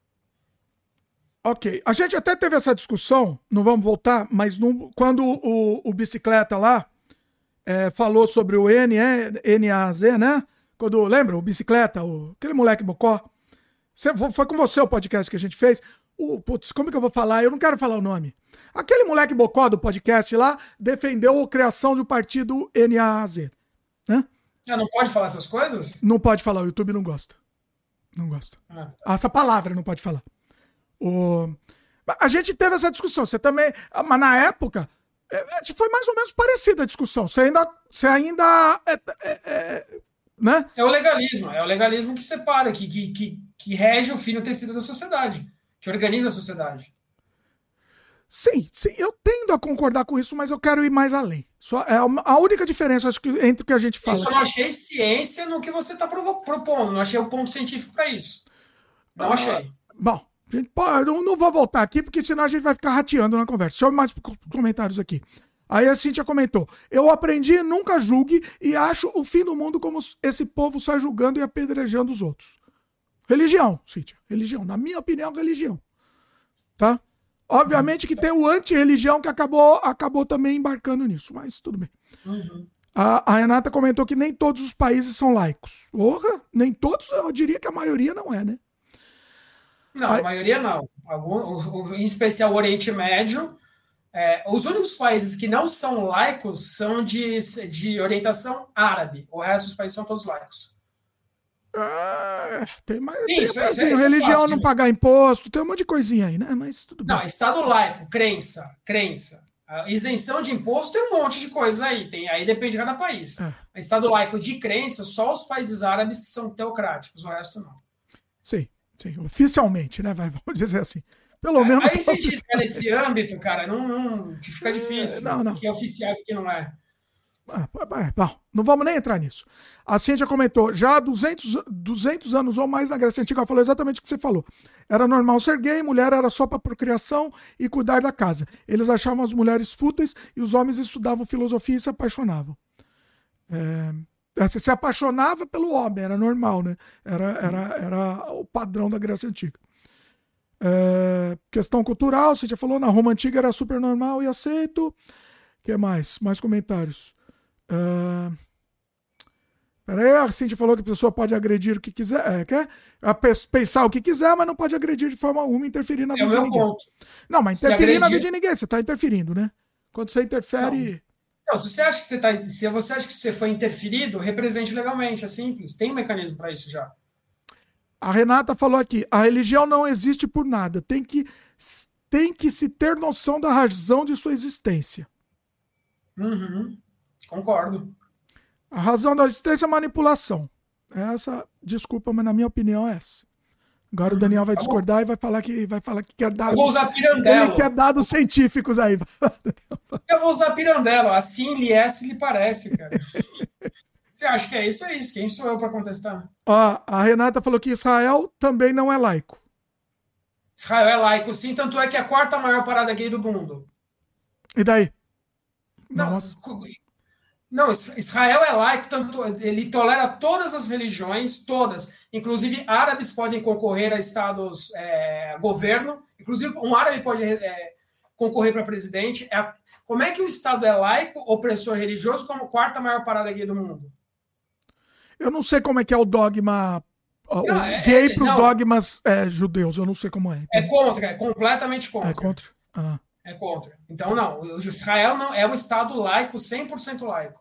Ok, a gente até teve essa discussão, não vamos voltar, mas no, quando o, o Bicicleta lá é, falou sobre o N, é, N A Z, né? Quando, lembra, o Bicicleta, o, aquele moleque bocó. Você, foi com você o podcast que a gente fez. O, putz, como que eu vou falar? Eu não quero falar o nome. Aquele moleque bocó do podcast lá defendeu a criação de um partido N A Z. Né? Ah, não pode falar essas coisas? Não pode falar, o YouTube não gosta. Não gosta. Ah, tá. Essa palavra não pode falar. O... A gente teve essa discussão, você também. Mas na época, foi mais ou menos parecida a discussão. Você ainda. Você ainda é, é, é, né? É o legalismo, é o legalismo que separa, que, que, que, que rege o fino tecido da sociedade, que organiza a sociedade. Sim, sim, eu tendo a concordar com isso, mas eu quero ir mais além. Só é a única diferença, acho que, entre o que a gente fala. Eu só não achei ciência no que você está propondo, não achei o ponto científico para isso. Não ah, achei. Bom. Gente, pô, eu não, não vou voltar aqui, porque senão a gente vai ficar rateando na conversa. Deixa eu mais comentários aqui. Aí a Cíntia comentou: eu aprendi, nunca julgue, e acho o fim do mundo como esse povo sai julgando e apedrejando os outros. Religião, Cíntia. Religião. Na minha opinião, religião. Tá? Obviamente que tem o anti-religião que acabou, acabou também embarcando nisso, mas tudo bem. Uhum. A, a Renata comentou que nem todos os países são laicos. Porra, nem todos, eu diria que a maioria não é, né? Não, a maioria não. Algum, em especial o Oriente Médio. É, os únicos países que não são laicos são de, de orientação árabe. O resto dos países são todos laicos. Ah, tem mais. Sim, tem isso, mais isso, isso, religião, isso, não pagar imposto, tem um monte de coisinha aí, né? Mas tudo bem. Não, Estado laico, crença, crença. A isenção de imposto tem um monte de coisa aí. Tem, aí depende de cada país. É. Estado laico de crença, só os países árabes que são teocráticos, o resto não. Sim. Sim, oficialmente, né? Vai, vamos dizer assim. Pelo menos. Aí se tiver nesse âmbito, cara, não, não fica difícil. Não, não. O que é oficial e o que não é. Ah, bom, não vamos nem entrar nisso. A Cíntia comentou: já há duzentos, duzentos anos ou mais na Grécia Antiga, ela falou exatamente o que você falou. Era normal ser gay, mulher era só para procriação e cuidar da casa. Eles achavam as mulheres fúteis e os homens estudavam filosofia e se apaixonavam. É. Você se apaixonava pelo homem, era normal, né? Era, era, era o padrão da Grécia Antiga. É, questão cultural, você já falou, na Roma Antiga era super normal e aceito. O que mais? Mais comentários. É, peraí, a Cintia falou que a pessoa pode agredir o que quiser, é, quer pensar o que quiser, mas não pode agredir de forma alguma, interferir na é vida de ninguém. Ponto. Não, mas interferir agredir... na vida de ninguém, você está interferindo, né? Quando você interfere... Não. Não, se você acha que você tá, se você acha que você foi interferido, represente legalmente, é simples. Tem um mecanismo para isso já. A Renata falou aqui: a religião não existe por nada. Tem que, tem que se ter noção da razão de sua existência. Uhum. Concordo. A razão da existência é manipulação. Essa, desculpa, mas na minha opinião é essa. Agora o Daniel vai tá discordar bom. e vai falar que vai falar que quer dados. Eu vou usar Pirandello. Ele quer dados científicos aí. Eu vou usar Pirandello. Assim lhe é, se lhe parece, cara. Você acha que é isso? É isso. Quem sou eu para contestar? Ó, a Renata falou que Israel também não é laico. Israel é laico, sim. Tanto é que é a quarta maior parada gay do mundo. E daí? Não, Nossa. não, Israel é laico, tanto ele tolera todas as religiões, todas. Inclusive, árabes podem concorrer a estados, é, governo. Inclusive, um árabe pode é, concorrer para presidente. É, como é que o Estado é laico, opressor religioso, como a quarta maior parada gay do mundo? Eu não sei como é que é o dogma o Não, é, gay é, para os não, dogmas é, judeus. Eu não sei como é. é Então, contra, é completamente contra. é contra? Ah. É contra. Então, não, o Israel não é um Estado laico, cem por cento laico.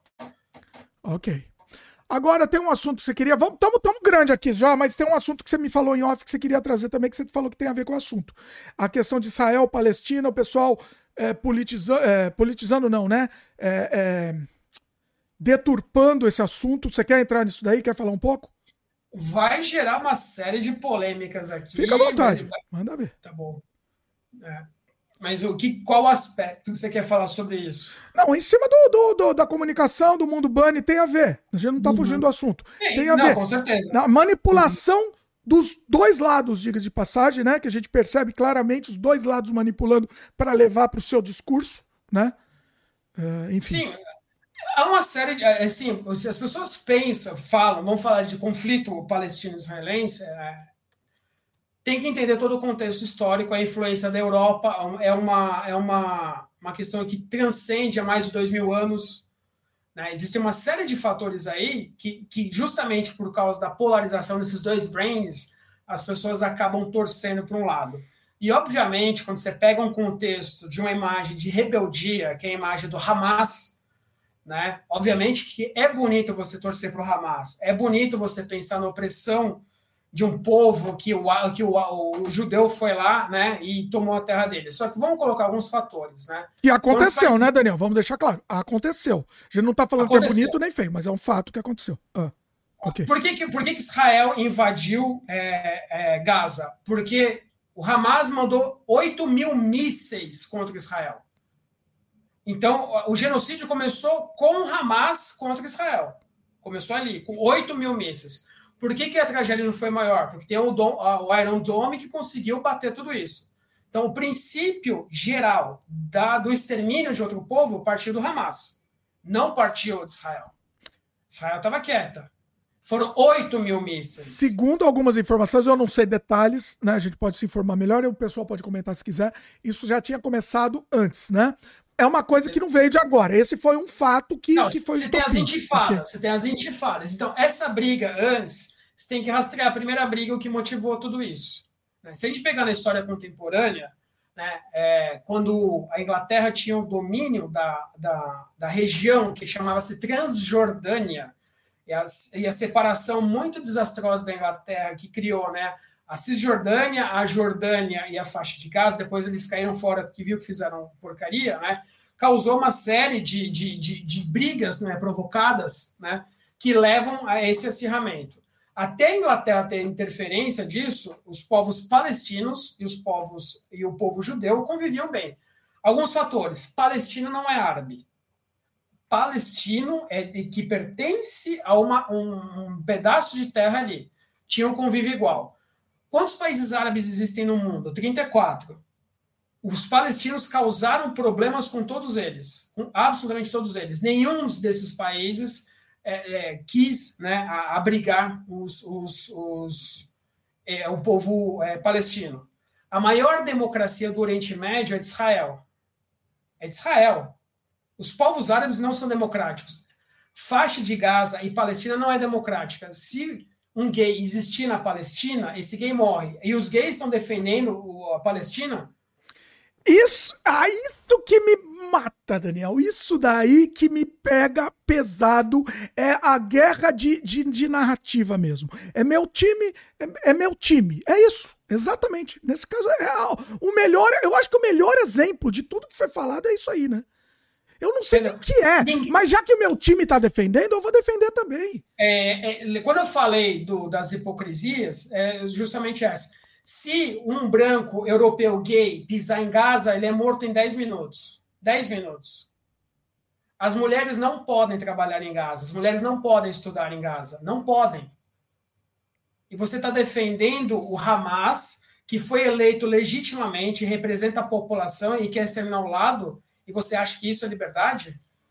Ok. Agora tem um assunto que você queria. Vamos, estamos tão grande aqui já, mas tem um assunto que você me falou em off que você queria trazer também, que você falou que tem a ver com o assunto. A questão de Israel, Palestina, o pessoal é, politiza, é, politizando, não, né? É, é, deturpando esse assunto. Você quer entrar nisso daí? Quer falar um pouco? Vai gerar uma série de polêmicas aqui. Fica à vontade. Mas... Manda ver. Tá bom. É. Mas o que, qual aspecto que você quer falar sobre isso? Não, em cima do, do, do da comunicação, do mundo bunny, tem a ver. A gente não tá uhum. fugindo do assunto. Tem, tem a não, ver. Com certeza. Na manipulação uhum. dos dois lados, diga de passagem, né? Que a gente percebe claramente os dois lados manipulando para levar para o seu discurso, né? Uh, enfim. Sim, há uma série de... Assim, as pessoas pensam, falam, vão falar de conflito palestino-israelense... É, tem que entender todo o contexto histórico, a influência da Europa é uma, é uma, uma questão que transcende há mais de dois mil anos. Né? Existe uma série de fatores aí que, que, justamente por causa da polarização desses dois brains, as pessoas acabam torcendo para um lado. E, obviamente, quando você pega um contexto de uma imagem de rebeldia, que é a imagem do Hamas, né? Obviamente que é bonito você torcer para o Hamas, é bonito você pensar na opressão de um povo que, o, que o, o judeu foi lá, né, e tomou a terra dele. Só que vamos colocar alguns fatores, né? E aconteceu, faz... né, Daniel? Vamos deixar claro. Aconteceu. A gente não está falando aconteceu. que é bonito nem feio, mas é um fato que aconteceu. Ah, okay. Por que, que, por que, que Israel invadiu é, é, Gaza? Porque o Hamas mandou oito mil mísseis contra Israel. Então, o genocídio começou com o Hamas contra Israel. Começou ali, com oito mil mísseis. Por que, que a tragédia não foi maior? Porque tem o, Dom, o Iron Dome que conseguiu bater tudo isso. Então, o princípio geral da, do extermínio de outro povo partiu do Hamas. Não partiu de Israel. Israel estava quieta. Foram oito mil mísseis. Segundo algumas informações, eu não sei detalhes, né? A gente pode se informar melhor e o pessoal pode comentar se quiser. Isso já tinha começado antes, né? É uma coisa que não veio de agora. Esse foi um fato que, não, que foi você tem as intifadas, okay. Você tem as intifadas. Então, essa briga antes, você tem que rastrear a primeira briga, o que motivou tudo isso. Se a gente pegar na história contemporânea, né, é, quando a Inglaterra tinha o domínio da, da, da região que chamava-se Transjordânia, e a, e a separação muito desastrosa da Inglaterra, que criou, né, a Cisjordânia, a Jordânia e a faixa de Gaza, depois eles caíram fora porque viu que fizeram porcaria, né? Causou uma série de, de, de, de brigas, né, provocadas, né, que levam a esse acirramento. Até a Inglaterra ter interferência disso, os povos palestinos e os povos e o povo judeu conviviam bem. Alguns fatores. Palestino não é árabe. Palestino é que pertence a uma, um, um pedaço de terra ali. Tinha um convívio igual. Quantos países árabes existem no mundo? trinta e quatro. Os palestinos causaram problemas com todos eles, com absolutamente todos eles. Nenhum desses países é, é, quis, né, abrigar os, os, os, é, o povo é, palestino. A maior democracia do Oriente Médio é de Israel. É de Israel. Os povos árabes não são democráticos. Faixa de Gaza e Palestina não é democrática. Se um gay existir na Palestina, esse gay morre. E os gays estão defendendo a Palestina? Isso, ah, isso que me mata, Daniel. Isso daí que me pega pesado. É a guerra de, de, de narrativa mesmo. É meu time, é, é meu time. É isso, exatamente. Nesse caso, é o melhor. Eu acho que o melhor exemplo de tudo que foi falado é isso aí, né? Eu não sei nem o que é, mas já que o meu time está defendendo, eu vou defender também. É, é, quando eu falei do, das hipocrisias, é justamente essa. Se um branco europeu gay pisar em Gaza, ele é morto em dez minutos. dez minutos. As mulheres não podem trabalhar em Gaza, as mulheres não podem estudar em Gaza, não podem. E você está defendendo o Hamas, que foi eleito legitimamente, representa a população e quer ser ao lado. E você acha que isso é liberdade?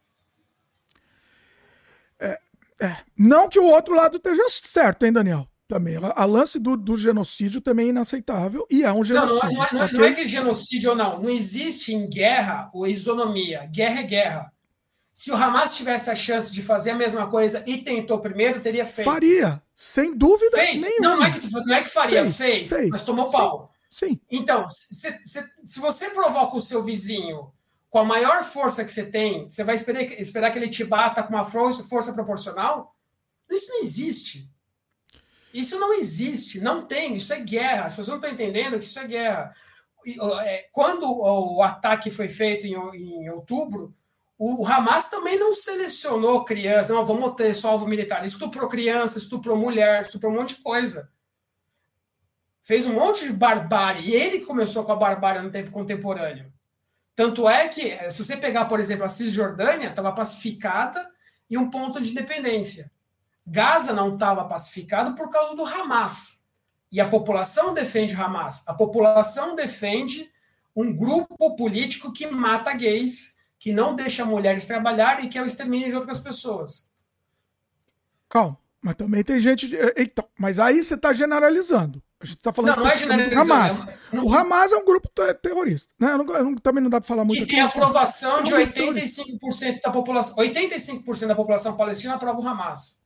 É, é. Não que o outro lado esteja certo, hein, Daniel? Também. A, a lance do, do genocídio também é inaceitável e é um genocídio. Não, não, é, não, é, okay? Não é que genocídio ou não. Não existe em guerra ou isonomia. Guerra é guerra. Se o Hamas tivesse a chance de fazer a mesma coisa e tentou primeiro, teria feito. Faria, sem dúvida fez. nenhuma. Não, não é, que, não é que faria, fez, fez, fez. Mas tomou Sim. pau. Sim. Então, se, se, se você provoca o seu vizinho com a maior força que você tem, você vai esperar, esperar que ele te bata com uma força, força proporcional? Isso não existe. Isso não existe, não tem, isso é guerra. As pessoas não estão entendendo que isso é guerra. Quando o ataque foi feito em, em outubro, o Hamas também não selecionou crianças, não, vamos ter só alvo militar. Ele estuprou criança, estuprou mulher, estuprou um monte de coisa. Fez um monte de barbárie. E ele começou com a barbárie no tempo contemporâneo. Tanto é que, se você pegar, por exemplo, a Cisjordânia, estava pacificada e um ponto de independência. Gaza não estava pacificado por causa do Hamas. E a população defende o Hamas. A população defende um grupo político que mata gays, que não deixa mulheres trabalhar e que é o extermínio de outras pessoas. Calma, mas também tem gente... De... Então, mas aí você está generalizando. A gente está falando não, não é generalizando. Hamas. Não... O Hamas é um grupo terrorista. Né? Eu não, eu não, também não dá para falar muito. E tem a aprovação de oitenta e cinco por cento da população. oitenta e cinco por cento da população palestina aprova o Hamas.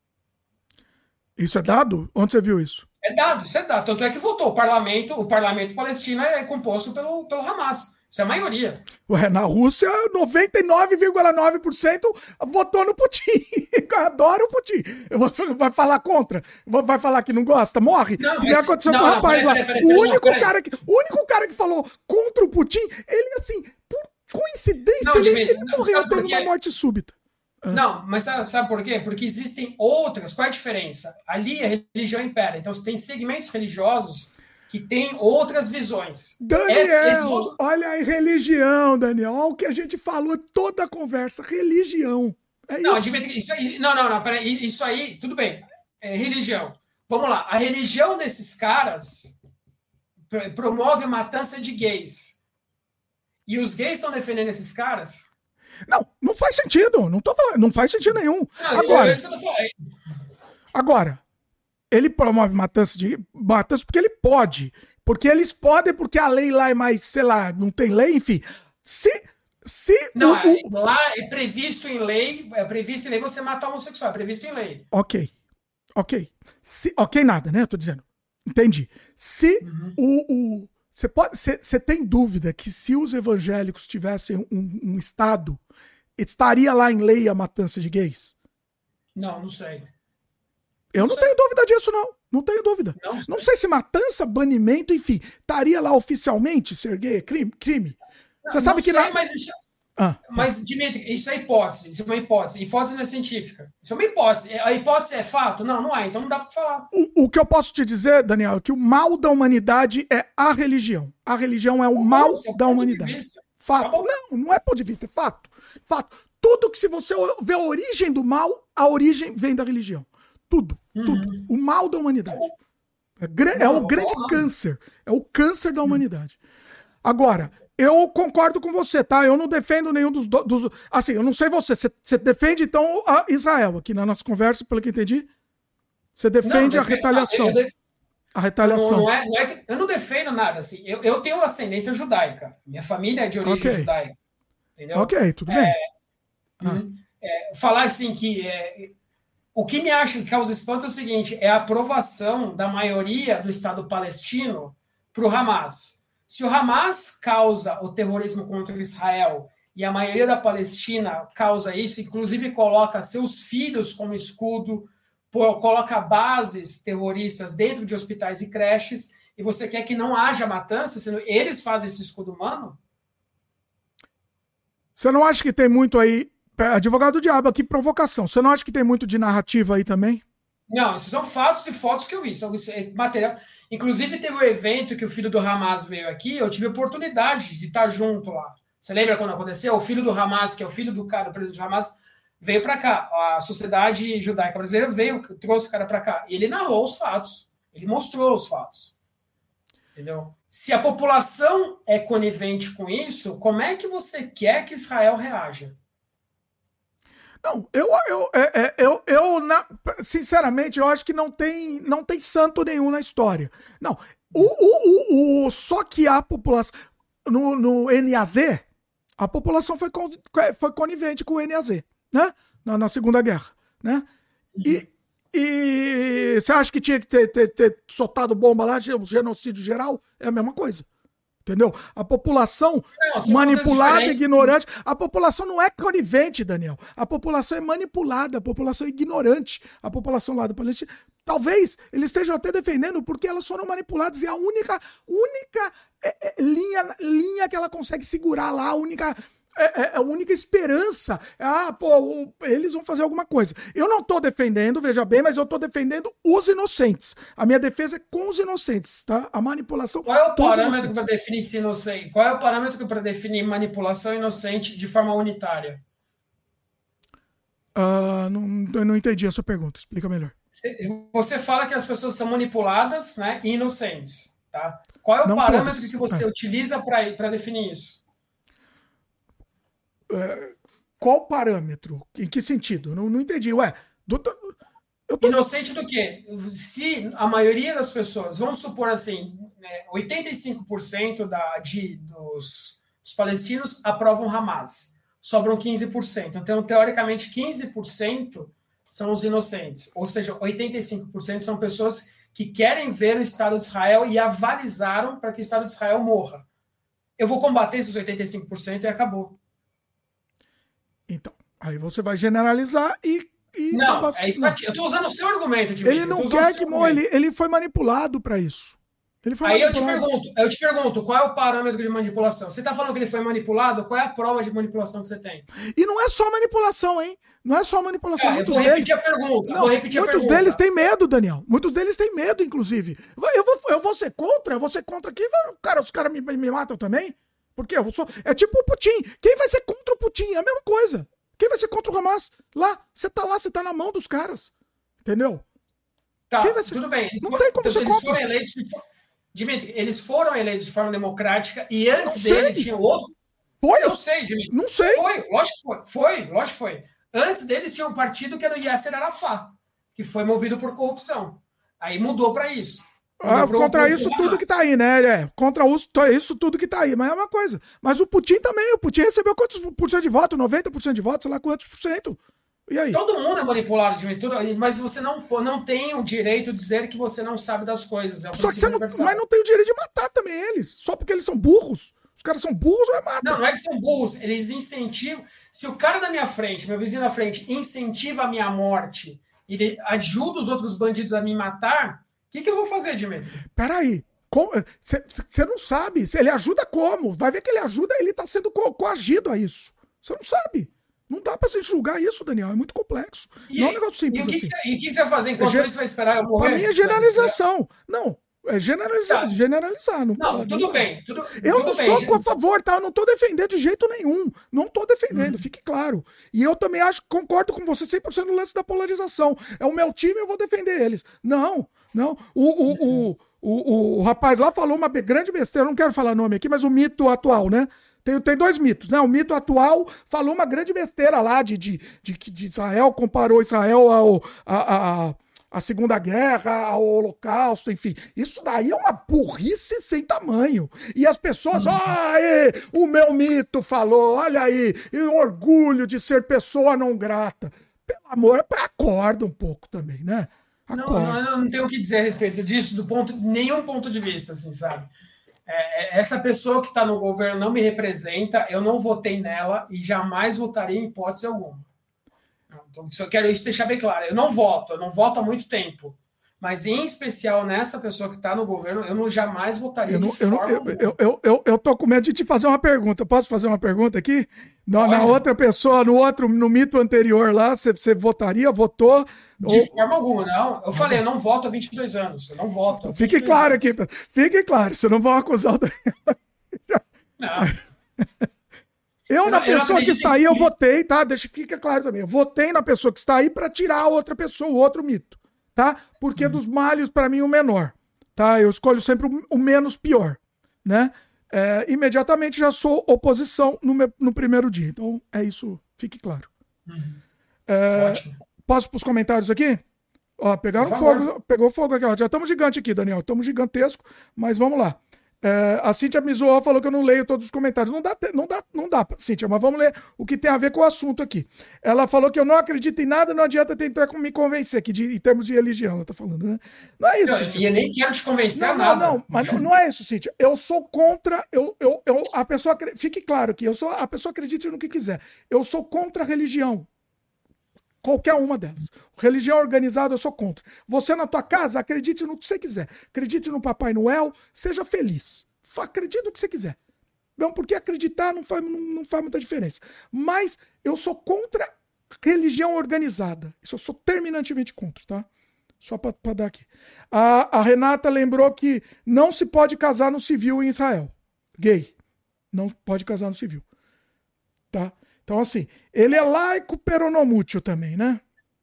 Isso é dado? Onde você viu isso? É dado, isso é dado. Tanto é que votou. O parlamento, o parlamento palestino é composto pelo, pelo Hamas. Isso é a maioria. Ué, na Rússia, noventa e nove vírgula nove por cento votou no Putin. Adora o Putin. Vai falar contra? Vai falar que não gosta? Morre? Não, que nem aconteceu não, com o rapaz não, peraí, lá. Peraí, peraí, o, único não, cara que, o único cara que falou contra o Putin, ele, assim, por coincidência, não, ele, ele não, morreu tendo uma morte súbita. Não, mas sabe, sabe por quê? Porque existem outras. Qual é a diferença? Ali a religião impera. Então, você tem segmentos religiosos que tem outras visões. Daniel, esse, esse outro... olha aí, religião, Daniel. Olha o que a gente falou toda a conversa. Religião. É não, isso. isso aí, não, não, não, peraí. Isso aí, tudo bem. É religião. Vamos lá. A religião desses caras promove a matança de gays. E os gays estão defendendo esses caras? Não, não faz sentido. Não, tô falando, não faz sentido nenhum. Não, agora, eu, eu agora, ele promove matança de matança porque ele pode. Porque eles podem, porque a lei lá é mais, sei lá, não tem lei, enfim. Se. se não, o, o... lá é previsto em lei, é previsto em lei você matar homossexual, é previsto em lei. Ok. Ok. Se, ok, nada, né? Eu tô dizendo. Entendi. Se uhum. o. o Você pode, você tem dúvida que se os evangélicos tivessem um, um estado, estaria lá em lei a matança de gays? Não, não sei. Eu não, não tenho dúvida disso, não. Não tenho dúvida. Não sei. não sei se matança, banimento, enfim, estaria lá oficialmente ser gay, crime? crime. Você sabe que sei, não. Mas, isso... ah, mas Dimitri, isso é hipótese. Isso é uma hipótese. Hipótese não é científica. Isso é uma hipótese. A hipótese é fato? Não, não é. Então não dá para falar. O, o que eu posso te dizer, Daniel, é que o mal da humanidade é a religião. A religião é o Bom, mal é da humanidade. Fato. Tá não, não é ponto de vista, é fato. Fato. Tudo que se você vê a origem do mal, a origem vem da religião. Tudo, uhum. tudo. O mal da humanidade. É, é o grande câncer. É o câncer da humanidade. Agora, eu concordo com você, tá? Eu não defendo nenhum dos... dos assim, eu não sei você. Você, você defende, então, a Israel aqui na nossa conversa, pelo que eu entendi? Você defende não, a retaliação. Eu, eu, a retaliação. Não, não é, não é, eu não defendo nada, assim. Eu, eu tenho ascendência judaica. Minha família é de origem okay. judaica. Entendeu? Ok, tudo bem. É, ah. é, falar assim que... É, o que me acha que causa espanto é o seguinte, é a aprovação da maioria do Estado palestino para o Hamas. Se o Hamas causa o terrorismo contra Israel e a maioria da Palestina causa isso, inclusive coloca seus filhos como escudo, coloca bases terroristas dentro de hospitais e creches, e você quer que não haja matança, sendo eles fazem esse escudo humano? Você não acha que tem muito aí... Advogado do diabo, aqui provocação. Você não acha que tem muito de narrativa aí também? Não, esses são fatos e fotos que eu vi. São material. Inclusive, teve um evento que o filho do Hamas veio aqui. Eu tive a oportunidade de estar junto lá. Você lembra quando aconteceu? O filho do Hamas, que é o filho do cara, do presidente do Hamas, veio para cá. A Sociedade Judaica Brasileira veio, trouxe o cara para cá. Ele narrou os fatos. Ele mostrou os fatos. Entendeu? Se a população é conivente com isso, como é que você quer que Israel reaja? Não, eu, eu, é, eu, eu na, sinceramente, eu acho que não tem, não tem santo nenhum na história. Não, o, o, o, o só que a população, no, no N A Z, a população foi, con, foi conivente com o N A Z, né? Na, na Segunda Guerra, né? E, e você acha que tinha que ter, ter, ter soltado bomba lá, genocídio geral? É a mesma coisa. Entendeu? A população não, manipulada, ignorante. A população não é conivente, Daniel. A população é manipulada, a população é ignorante. A população lá da Palestina. Talvez eles estejam até defendendo porque elas foram manipuladas e a única, única é, é, linha, linha que ela consegue segurar lá, a única. É, é a única esperança. Ah, pô, eles vão fazer alguma coisa. Eu não tô defendendo, veja bem, mas eu tô defendendo os inocentes. A minha defesa é com os inocentes, tá? A manipulação. Qual é o parâmetro para definir se inocente? Qual é o parâmetro para definir manipulação inocente de forma unitária? Uh, não, eu não entendi a sua pergunta. Explica melhor. Você fala que as pessoas são manipuladas, né, e inocentes, tá? Qual é o não parâmetro todos. que você é. utiliza para definir isso? Qual parâmetro? Em que sentido? Não, não entendi. Ué, do, eu tô... Inocente do quê? Se a maioria das pessoas, vamos supor assim, oitenta e cinco por cento da, de, dos, dos palestinos aprovam Hamas, sobram quinze por cento. Então, teoricamente, quinze por cento são os inocentes. Ou seja, oitenta e cinco por cento são pessoas que querem ver o Estado de Israel e avalizaram para que o Estado de Israel morra. Eu vou combater esses oitenta e cinco por cento e acabou. Então, aí você vai generalizar e... e não, tá é estatística. Eu estou usando o seu argumento, Dimitri. Ele não quer que morra, ele, ele foi manipulado para isso. Ele foi aí manipulado. eu te pergunto, eu te pergunto, qual é o parâmetro de manipulação? Você está falando que ele foi manipulado? Qual é a prova de manipulação que você tem? E não é só manipulação, hein? Não é só manipulação. É, muitos eu vou deles... repetir a pergunta. Não, vou repetir muitos a pergunta. deles têm medo, Daniel. Muitos deles têm medo, inclusive. Eu vou, eu vou ser contra, eu vou ser contra aqui. Cara, os caras me, me matam também. Porque eu sou... É tipo o Putin. Quem vai ser contra o Putin? É a mesma coisa. Quem vai ser contra o Hamas? Lá, você tá lá, você tá na mão dos caras. Entendeu? Tá, Quem vai ser... tudo bem. Eles não foram, tem como então, ser eles contra. Foram eleitos de... Dimitri, eles foram eleitos de forma democrática e antes dele tinha outro... Foi? Eu sei, Dimitri. Não sei. Foi, lógico que foi. Foi, lógico que foi. Antes deles tinha um partido que era o Yasser Arafat, que foi movido por corrupção. Aí mudou para isso. Ah, contra isso tudo que tá aí, né? É, contra isso tudo que tá aí, mas é uma coisa. Mas o Putin também, o Putin recebeu quantos por cento de voto? noventa por cento de voto, sei lá quantos por cento. E aí? Todo mundo é manipulado, mas você não, não tem o direito de dizer que você não sabe das coisas. É Só que você não, mas não tem o direito de matar também eles, só porque eles são burros. Os caras são burros, vai matar. Não, não é que são burros, eles incentivam. Se o cara da minha frente, meu vizinho da frente, incentiva a minha morte, ele ajuda os outros bandidos a me matar, o que, que eu vou fazer, Dimitri? Peraí. Você não sabe. Ele ajuda como? Vai ver que ele ajuda, ele está sendo co coagido a isso. Você não sabe. Não dá pra se julgar isso, Daniel. É muito complexo. E, não é um negócio simples e o que assim. Que e o que você vai fazer enquanto é, isso vai esperar eu morrer? Pra mim é generalização. Não, é generalizar. Tá. Generalizar. Não, não, não tudo não. bem. Tudo, eu tudo não bem, sou gente. a favor, tá? Eu não tô defendendo de jeito nenhum. Não tô defendendo, uhum. Fique claro. E eu também acho, concordo com você cem por cento no lance da polarização. É o meu time, eu vou defender eles. Não, não. O, o, o, o, o, o rapaz lá falou uma grande besteira, eu não quero falar nome aqui, mas o mito atual, né? Tem, tem dois mitos, né? O mito atual falou uma grande besteira lá de, de, de, de Israel, comparou Israel ao, a, a, a Segunda Guerra, ao Holocausto, enfim. Isso daí é uma burrice sem tamanho. E as pessoas, ah, o meu mito falou, olha aí, e orgulho de ser pessoa não grata. Pelo amor, acorda um pouco também, né? Não, não, eu não tenho o que dizer a respeito disso, do ponto, nenhum ponto de vista, assim, sabe? É, essa pessoa que está no governo não me representa, eu não votei nela e jamais votaria em hipótese alguma. Então, eu quero isso deixar bem claro. Eu não voto, eu não voto há muito tempo. Mas, em especial, nessa pessoa que está no governo, eu não jamais votaria eu não, de forma eu, não, eu, eu, eu, eu, eu tô com medo de te fazer uma pergunta. Posso fazer uma pergunta aqui? Na, na outra pessoa, no outro, no mito anterior lá, você, você votaria, votou? De ou... forma alguma, não. Eu falei, eu não voto há vinte e dois anos. Eu não voto. Fique claro anos. aqui. Fique claro, você não vai acusar o Daniel. Não. Eu, na eu pessoa que está aí, eu votei, tá? Deixa que fique claro também. Eu votei na pessoa que está aí para tirar a outra pessoa, o outro mito, tá? Porque hum. dos males, para mim, o menor, tá? Eu escolho sempre o, o menos pior, né? É, imediatamente já sou oposição no, meu, no primeiro dia. Então, é isso, fique claro. Uhum. É, posso para os comentários aqui? Ó, pegaram fogo, pegou fogo aqui, ó. Já estamos gigante aqui, Daniel. Estamos gigantesco, mas vamos lá. É, a Cíntia me zoou, falou que eu não leio todos os comentários. Não dá, não dá, não dá, Cíntia, mas vamos ler o que tem a ver com o assunto aqui. Ela falou que eu não acredito em nada, não adianta tentar me convencer, que de, em termos de religião, ela tá falando, né? Não é isso, eu, Cíntia. E eu nem quero te convencer não, a nada. Não, não, mas não, não é isso, Cíntia. Eu sou contra, eu, eu, eu, a pessoa, fique claro que eu sou, a pessoa acredite no que quiser. Eu sou contra a religião. Qualquer uma delas. Religião organizada, eu sou contra. Você na tua casa, acredite no que você quiser. Acredite no Papai Noel, seja feliz. Acredite no que você quiser. Não, porque acreditar não faz, não, não faz muita diferença. Mas eu sou contra religião organizada. Isso eu sou terminantemente contra, tá? Só para dar aqui. A, a Renata lembrou que não se pode casar no civil em Israel. Gay. Não pode casar no civil. Tá? Então, assim, ele é laico peronomútil também, né?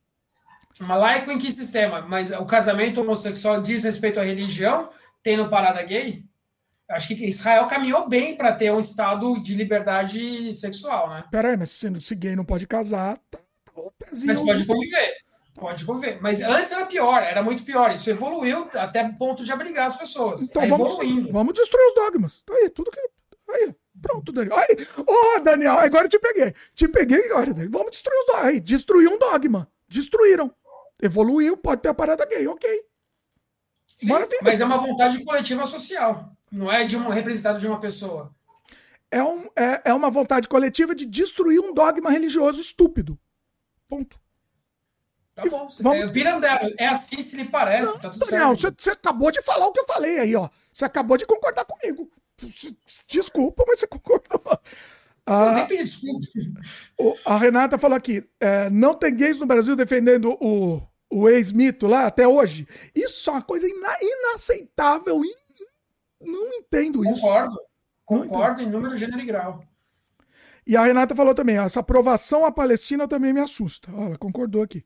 Mas laico em que sistema? Mas o casamento homossexual diz respeito à religião, tendo parada gay? Acho que Israel caminhou bem para ter um estado de liberdade sexual, né? Peraí, mas se, se gay não pode casar, tá, tá o pezinho. Mas pode conviver. Pode conviver. Mas antes era pior, era muito pior. Isso evoluiu até o ponto de abrigar as pessoas. Então tá vamos, evoluindo. Vamos destruir os dogmas. Tá aí, tudo que. Aí, pronto, Daniel. Aí, ô, oh, Daniel, agora eu te peguei. Te peguei agora, Daniel. Vamos destruir os dogmas. Aí, destruir um dogma. Destruíram. Evoluiu, pode ter a parada gay, ok. Sim, mas é uma vontade coletiva social. Não é de um representado de uma pessoa. É, um, é, é uma vontade coletiva de destruir um dogma religioso estúpido. Ponto. Tá bom. Vamos... É, Pirandello, é assim se lhe parece. Não, tá tudo Daniel, certo. Você, você acabou de falar o que eu falei aí, ó. Você acabou de concordar comigo. Desculpa, mas você concordou. Ah, não tem que pedir desculpa. A Renata falou aqui: é, não tem gays no Brasil defendendo o, o ex-mito lá até hoje. Isso é uma coisa ina, inaceitável. In, não entendo Concordo. isso. Concordo. Concordo em número, gênero e grau. E a Renata falou também: essa aprovação à Palestina também me assusta. Olha, ela concordou aqui.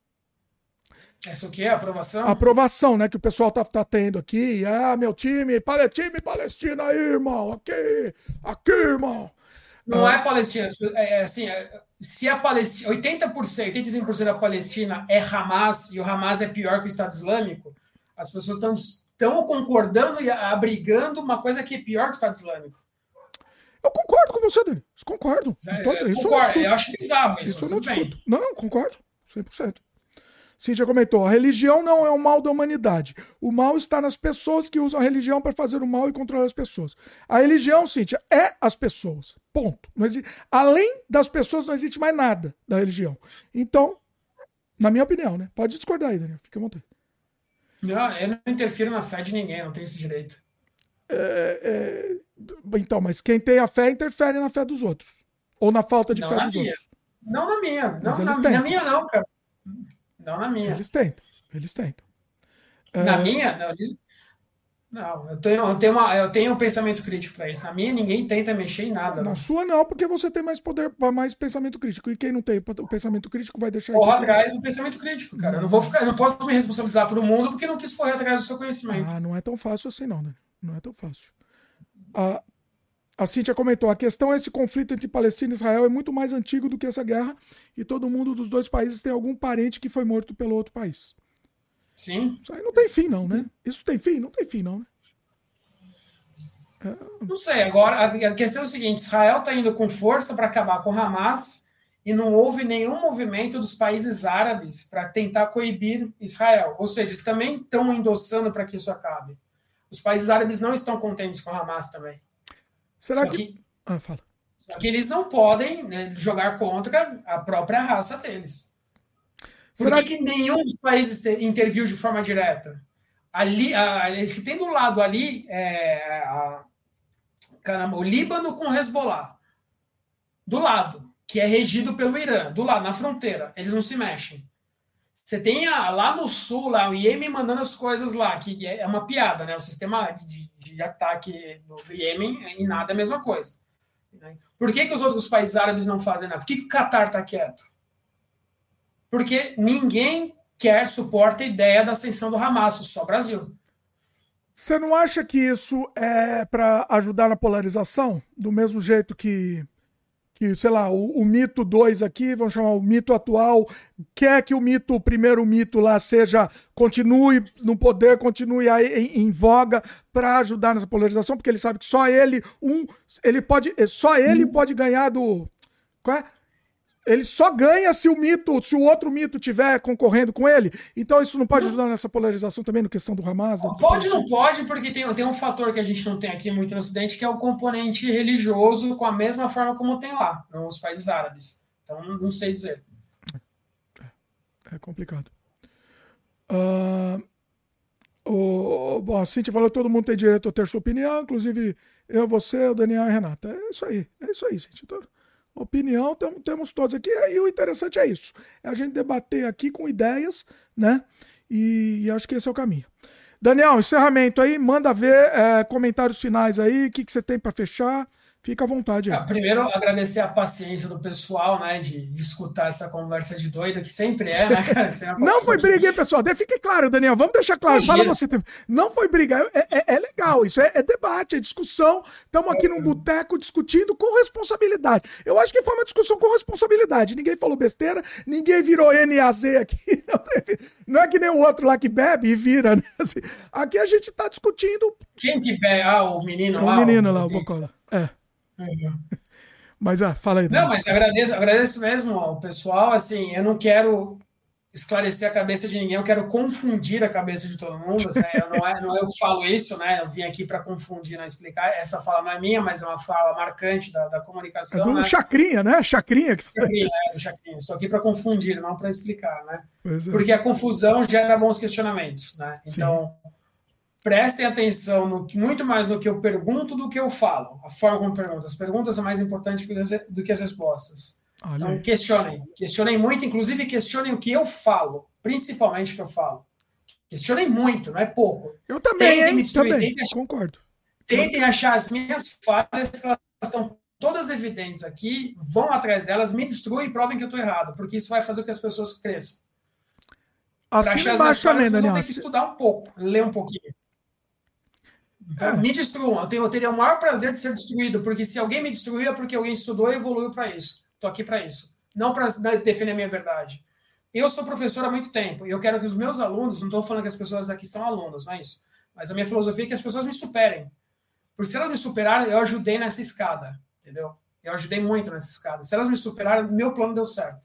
Essa o quê? Aprovação? A aprovação, né? Que o pessoal tá, tá tendo aqui. Ah, meu time, pale, time Palestina aí, irmão. Aqui, aqui, irmão. Não ah. é Palestina. É, assim, se a Palestina, oitenta por cento, oitenta e cinco por cento da Palestina é Hamas e o Hamas é pior que o Estado Islâmico, as pessoas estão estão concordando e abrigando uma coisa que é pior que o Estado Islâmico. Eu concordo com você, Dani. Concordo. É, Tô, eu, isso concordo. Eu, eu acho bizarro isso. Isso eu não discuto. Não, concordo. cem por cento. Cíntia comentou, a religião não é o mal da humanidade. O mal está nas pessoas que usam a religião para fazer o mal e controlar as pessoas. A religião, Cíntia, é as pessoas. Ponto. Não existe... Além das pessoas, não existe mais nada da religião. Então, na minha opinião, né? Pode discordar aí, Daniel. Fica à vontade. Não, eu não interfiro na fé de ninguém, não tenho esse direito. É, é... Então, mas quem tem a fé interfere na fé dos outros. Ou na falta de não fé na dos minha. outros. Não na minha. Não, Mas na, na minha não, cara. Não na minha. Eles tentam, eles tentam. Na é... minha? Não, eles... não eu, tenho, eu, tenho uma, eu tenho um pensamento crítico para isso. Na minha, ninguém tenta mexer em nada. Na não. sua não, porque você tem mais poder, mais pensamento crítico. E quem não tem o pensamento crítico vai deixar... Corra atrás do pensamento crítico, cara. Não. Eu não, vou ficar, eu não posso me responsabilizar pelo mundo porque não quis correr atrás do seu conhecimento. Ah, não é tão fácil assim não, né? Não é tão fácil. A, a Cíntia comentou, a questão é esse conflito entre Palestina e Israel é muito mais antigo do que essa guerra e todo mundo dos dois países tem algum parente que foi morto pelo outro país. Sim. Isso aí não tem fim não, né? Isso tem fim? Não tem fim não, né? É... Não sei, agora a questão é o seguinte, Israel está indo com força para acabar com Hamas e não houve nenhum movimento dos países árabes para tentar coibir Israel. Ou seja, eles também estão endossando para que isso acabe. Os países árabes não estão contentes com Hamas também. Será só que... que... Ah, fala. Só que eles não podem, né, jogar contra a própria raça deles. Por Será que, que nenhum dos países interviu de forma direta? Ali, a, se tem do lado ali, é, a, caramba, o Líbano com o Hezbollah. Do lado, que é regido pelo Irã. Do lado, na fronteira. Eles não se mexem. Você tem a, lá no sul, lá, o Iêmen mandando as coisas lá, que é uma piada, né? O sistema de, de ataque do Iêmen e nada é a mesma coisa. Por que, que os outros países árabes não fazem nada? Por que, que o Catar está quieto? Porque ninguém quer, suporta a ideia da ascensão do Hamas, só o Brasil. Você não acha que isso é para ajudar na polarização? Do mesmo jeito que, que, sei lá, o, o mito dois aqui, vamos chamar o mito atual, quer que o mito, o primeiro mito lá seja, continue no poder, continue aí em, em voga para ajudar nessa polarização, porque ele sabe que só ele, um, ele pode, só ele pode ganhar do... Qual é? Ele só ganha se o mito, se o outro mito estiver concorrendo com ele. Então isso não pode ajudar nessa polarização também, na questão do Hamas? Não, pode, não pode, porque tem, tem um fator que a gente não tem aqui muito no Ocidente, que é o componente religioso, com a mesma forma como tem lá, nos países árabes. Então, não sei dizer. É, é complicado. Uh, o, bom, a Cintia falou que todo mundo tem direito a ter sua opinião, inclusive eu, você, o Daniel e a Renata. É isso aí, é isso aí, Cintia. Opinião tem, temos todos aqui, e o interessante é isso, é a gente debater aqui com ideias, né, e, e acho que esse é o caminho. Daniel, encerramento aí, manda ver, é, comentários finais aí, o que, que você tem para fechar, fica à vontade aí. Ah, primeiro, agradecer a paciência do pessoal, né, de, de escutar essa conversa de doido, que sempre é, né, cara? Não foi briga, hein, pessoal? Fique claro, Daniel, vamos deixar claro, fala você. Não foi briga, é, é, é legal, isso é, é debate, é discussão, estamos aqui num boteco discutindo com responsabilidade. Eu acho que foi uma discussão com responsabilidade, ninguém falou besteira, ninguém virou N A Z aqui, não é que nem o outro lá que bebe e vira, né? Assim, aqui a gente está discutindo... Quem que bebe? Ah, o menino lá? O menino lá, o Bocola, é. Uhum. Mas ah, fala aí. Não, mas agradeço, agradeço mesmo ao pessoal. Assim, eu não quero esclarecer a cabeça de ninguém, eu quero confundir a cabeça de todo mundo. Assim, eu não, é, não é eu que falo isso, né? Eu vim aqui para confundir, não explicar. Essa fala não é minha, mas é uma fala marcante da, da comunicação. É do né? Chacrinha, né? Chacrinha que fala. Chacrinha, é, do Chacrinha. Estou aqui para confundir, não para explicar, né? É. Porque a confusão gera bons questionamentos, né? Então. Sim. Prestem atenção no, muito mais no que eu pergunto do que eu falo. A forma como eu pergunto. As perguntas são mais importantes do que as respostas. Olha. Então, questionem. Questionem muito, inclusive questionem o que eu falo. Principalmente o que eu falo. Questionem muito, não é pouco. Eu também, tentem me destruir, também. Tentem achar, concordo. Tentem achar as minhas falhas, que elas estão todas evidentes aqui, vão atrás delas, me destruem e provem que eu estou errado, porque isso vai fazer com que as pessoas cresçam. Assim achar as minhas falhas, vocês vão ter que estudar um pouco, ler um pouquinho. Então, é. Me destruam. Eu, tenho, eu teria o maior prazer de ser destruído, porque se alguém me destruiu é porque alguém estudou e evoluiu para isso. Estou aqui para isso. Não para defender a minha verdade. Eu sou professor há muito tempo e eu quero que os meus alunos, não estou falando que as pessoas aqui são alunos, não é isso. Mas a minha filosofia é que as pessoas me superem. Porque se elas me superarem, eu ajudei nessa escada. Entendeu? Eu ajudei muito nessa escada. Se elas me superarem, meu plano deu certo.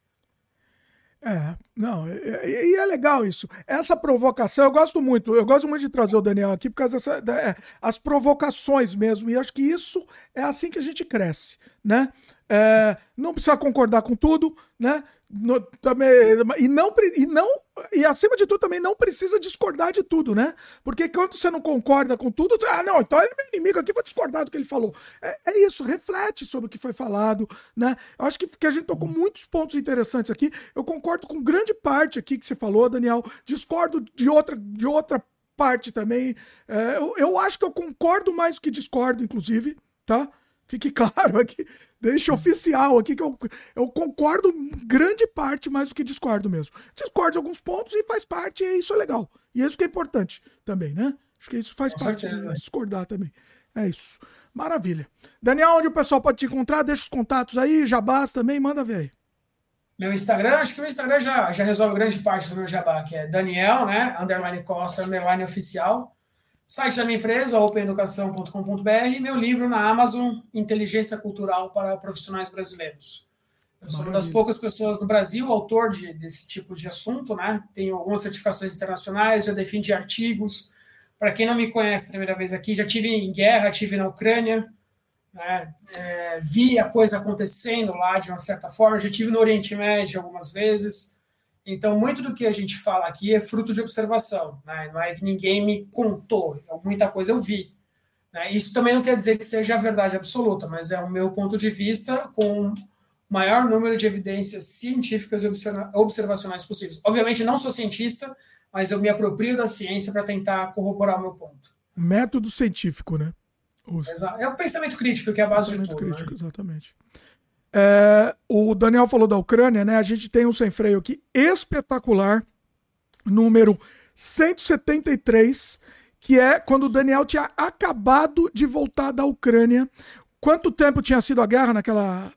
É, não, e é, é, é legal isso. Essa provocação, eu gosto muito, eu gosto muito de trazer o Daniel aqui, por causa dessa, é, as provocações mesmo, e acho que isso é assim que a gente cresce, né? É, não precisa concordar com tudo, né? No, também, e, não, e não e acima de tudo também não precisa discordar de tudo, né? Porque quando você não concorda com tudo, ah, não, então ele é meu inimigo aqui, vou discordar do que ele falou. É, é isso, reflete sobre o que foi falado, né? Eu acho que, que a gente tocou muitos pontos interessantes aqui. Eu concordo com grande parte aqui que você falou, Daniel. Discordo de outra, de outra parte também. É, eu, eu acho que eu concordo mais do que discordo, inclusive, tá? Fique claro aqui. Deixa oficial aqui que eu, eu concordo grande parte mais do que discordo mesmo. Discordo de alguns pontos e faz parte, e isso é legal. E é isso que é importante também, né? Acho que isso faz Com parte certeza. de discordar também. É isso. Maravilha. Daniel, onde o pessoal pode te encontrar? Deixa os contatos aí, jabás também, manda ver aí. Meu Instagram, acho que o Instagram já, já resolve grande parte do meu jabá, que é Daniel, né? Underline Costa, underline oficial. Site da minha empresa, open educação ponto com ponto b r, e meu livro na Amazon, Inteligência Cultural para Profissionais Brasileiros. Eu sou Maravilha. uma das poucas pessoas no Brasil, autor de, desse tipo de assunto, né? Tenho algumas certificações internacionais, já defendi artigos. Para quem não me conhece, primeira vez aqui, já tive em guerra, tive na Ucrânia, né? É, vi a coisa acontecendo lá de uma certa forma, já tive no Oriente Médio algumas vezes. Então, muito do que a gente fala aqui é fruto de observação, né? Não é que ninguém me contou, muita coisa eu vi. Né? Isso também não quer dizer que seja a verdade absoluta, mas é o meu ponto de vista com o maior número de evidências científicas e observacionais possíveis. Obviamente, não sou cientista, mas eu me aproprio da ciência para tentar corroborar o meu ponto. Método científico, né? Exato. É o pensamento crítico que é a base pensamento de tudo. Crítico, né? Exatamente. É, o Daniel falou da Ucrânia, né? A gente tem um sem freio aqui espetacular, número cento e setenta e três, que é quando o Daniel tinha acabado de voltar da Ucrânia. Quanto tempo tinha sido a guerra naquela,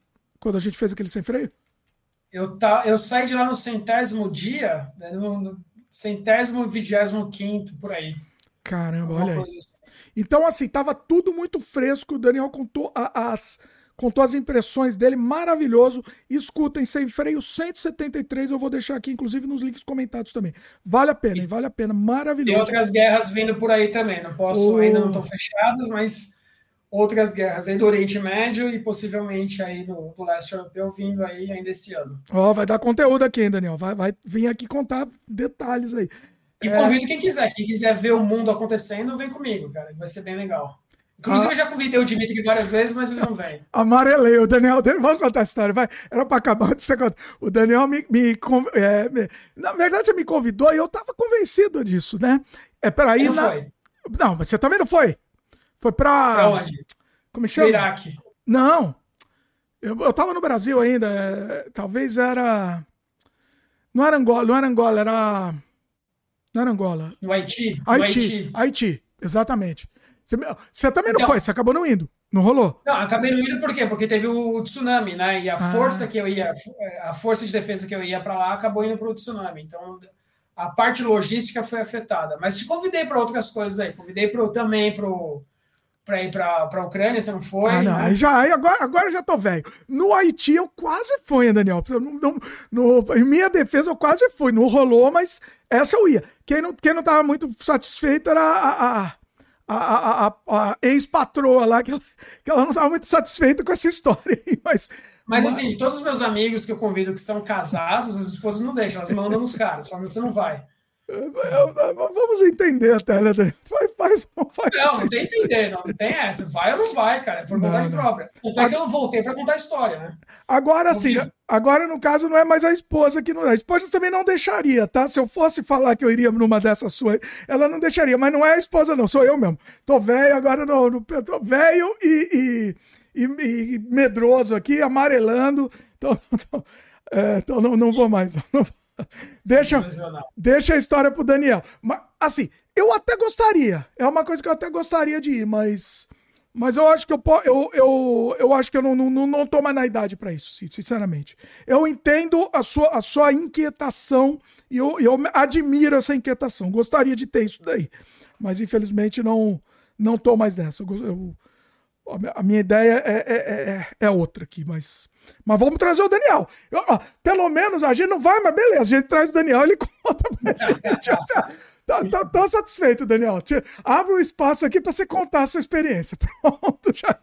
quando a gente fez aquele sem freio? Eu, tá, eu saí de lá no centésimo dia, né, no, no centésimo, vigésimo quinto, por aí. Caramba, olha aí. Assim. Então, assim, tava tudo muito fresco. O Daniel contou a, as, contou as impressões dele, maravilhoso. Escutem, Sem Freio cento e setenta e três, eu vou deixar aqui, inclusive, nos links comentados também. Vale a pena, hein? Vale a pena, maravilhoso. Tem outras guerras vindo por aí também, não posso, oh. ainda não estão fechadas, mas outras guerras aí do Oriente Médio e possivelmente aí do, do leste europeu vindo aí ainda esse ano. Ó, oh, vai dar conteúdo aqui, hein, Daniel? Vai, vai vir aqui contar detalhes aí. E é... convido quem quiser. Quem quiser ver o mundo acontecendo, vem comigo, cara. Vai ser bem legal. Inclusive, ah. eu já convidei o Dimitri várias vezes, mas ele não vem. Amarelei. O Daniel... Vamos contar a história, vai. Era para acabar. Você conta. O Daniel me... me, é, me... Na verdade, você me convidou e eu tava convencido disso, né? É peraí... Não na... foi. Não, mas você também não foi. Foi pra... Pra onde? Como chama? Pro Iraque. Não. Eu, eu tava no Brasil ainda. É... Talvez era... Não era Angola, não era Angola, era... Não era Angola. No Haiti? Haiti, no Haiti. Haiti, exatamente. Você, você também não então, foi, você acabou não indo. Não rolou? Não, acabei não indo por quê? Porque teve o tsunami, né? E a ah. força que eu ia, a força de defesa que eu ia para lá acabou indo para o tsunami. Então, a parte logística foi afetada. Mas te convidei para outras coisas aí. Convidei pro, também para ir para a Ucrânia, você não foi? Ah, não. Né? Aí já, aí agora, agora eu já tô velho. No Haiti eu quase fui, Daniel. No, no, no, em minha defesa eu quase fui. Não rolou, mas essa eu ia. Quem não, quem não tava muito satisfeito era a... a A, a, a, a ex-patroa lá, que ela, que ela não estava muito satisfeita com essa história aí, mas... Mas, mas, assim, todos os meus amigos que eu convido que são casados, as esposas não deixam, elas mandam nos caras, falam, você não vai. Vamos entender até, né, Daniel? Faz, faz não, não tem que entender, não, não tem essa. Vai ou não vai, cara, é por vontade própria. Até que eu voltei para contar a história, né? Agora sim, agora no caso não é mais a esposa que não. A esposa também não deixaria, tá? Se eu fosse falar que eu iria numa dessas suas, ela não deixaria, mas não é a esposa, não, sou eu mesmo. Tô velho agora, no, no, tô velho e, e, e, e medroso aqui, amarelando. Então, então, é, então não, não vou mais. Não vou. Deixa, deixa a história pro Daniel. Mas, assim, eu até gostaria. É uma coisa que eu até gostaria de ir, mas. Mas eu acho que eu eu, eu, eu acho que eu não, não, não tô mais na idade para isso, sinceramente. Eu entendo a sua, a sua inquietação e eu, eu admiro essa inquietação. Gostaria de ter isso daí. Mas infelizmente não, não tô mais nessa. Eu, eu, a minha ideia é, é, é, é outra aqui, mas. Mas vamos trazer o Daniel. Eu, ó, pelo menos a gente não vai, mas beleza, a gente traz o Daniel, ele conta pra gente. Tá, tá, tô satisfeito, Daniel. Abre um espaço aqui para você contar a sua experiência. Pronto, já.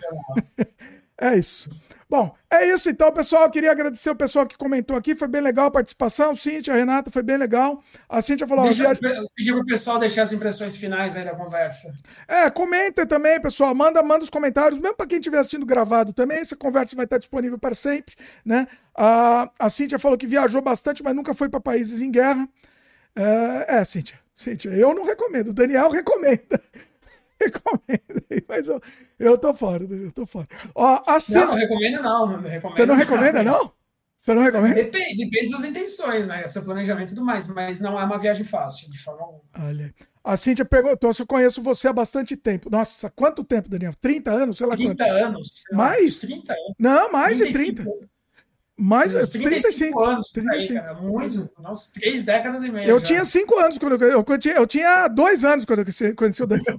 É isso. Bom, é isso então, pessoal. Eu queria agradecer o pessoal que comentou aqui. Foi bem legal a participação. Cíntia, a Renata, foi bem legal. A Cíntia falou... Deixa, viagem... Eu pedi para o pessoal deixar as impressões finais aí da conversa. É, comenta também, pessoal. Manda, manda os comentários. Mesmo para quem estiver assistindo gravado também, essa conversa vai estar disponível para sempre, né? A, a Cíntia falou que viajou bastante, mas nunca foi para países em guerra. É, é, Cíntia, Cíntia, eu não recomendo. O Daniel recomenda. Recomenda, mas eu, eu tô fora, eu tô fora. Ó, a Cíntia... Não, não recomendo não. não recomendo Você não recomenda, não? não? Você não recomenda? Depende, depende das intenções, né? Seu planejamento e tudo mais, mas não é uma viagem fácil, de forma alguma. Olha, a Cíntia perguntou se eu conheço você há bastante tempo. Nossa, quanto tempo, Daniel? trinta anos? Sei lá trinta quanto. anos. Mais? trinta anos. Não, mais de trinta. Mais de trinta e cinco anos, trinta e cinco. Aí, cara, muito, nossa, três décadas e meia. Eu já. tinha cinco anos quando eu, eu, tinha, eu tinha dois anos quando eu conheci o Daniel.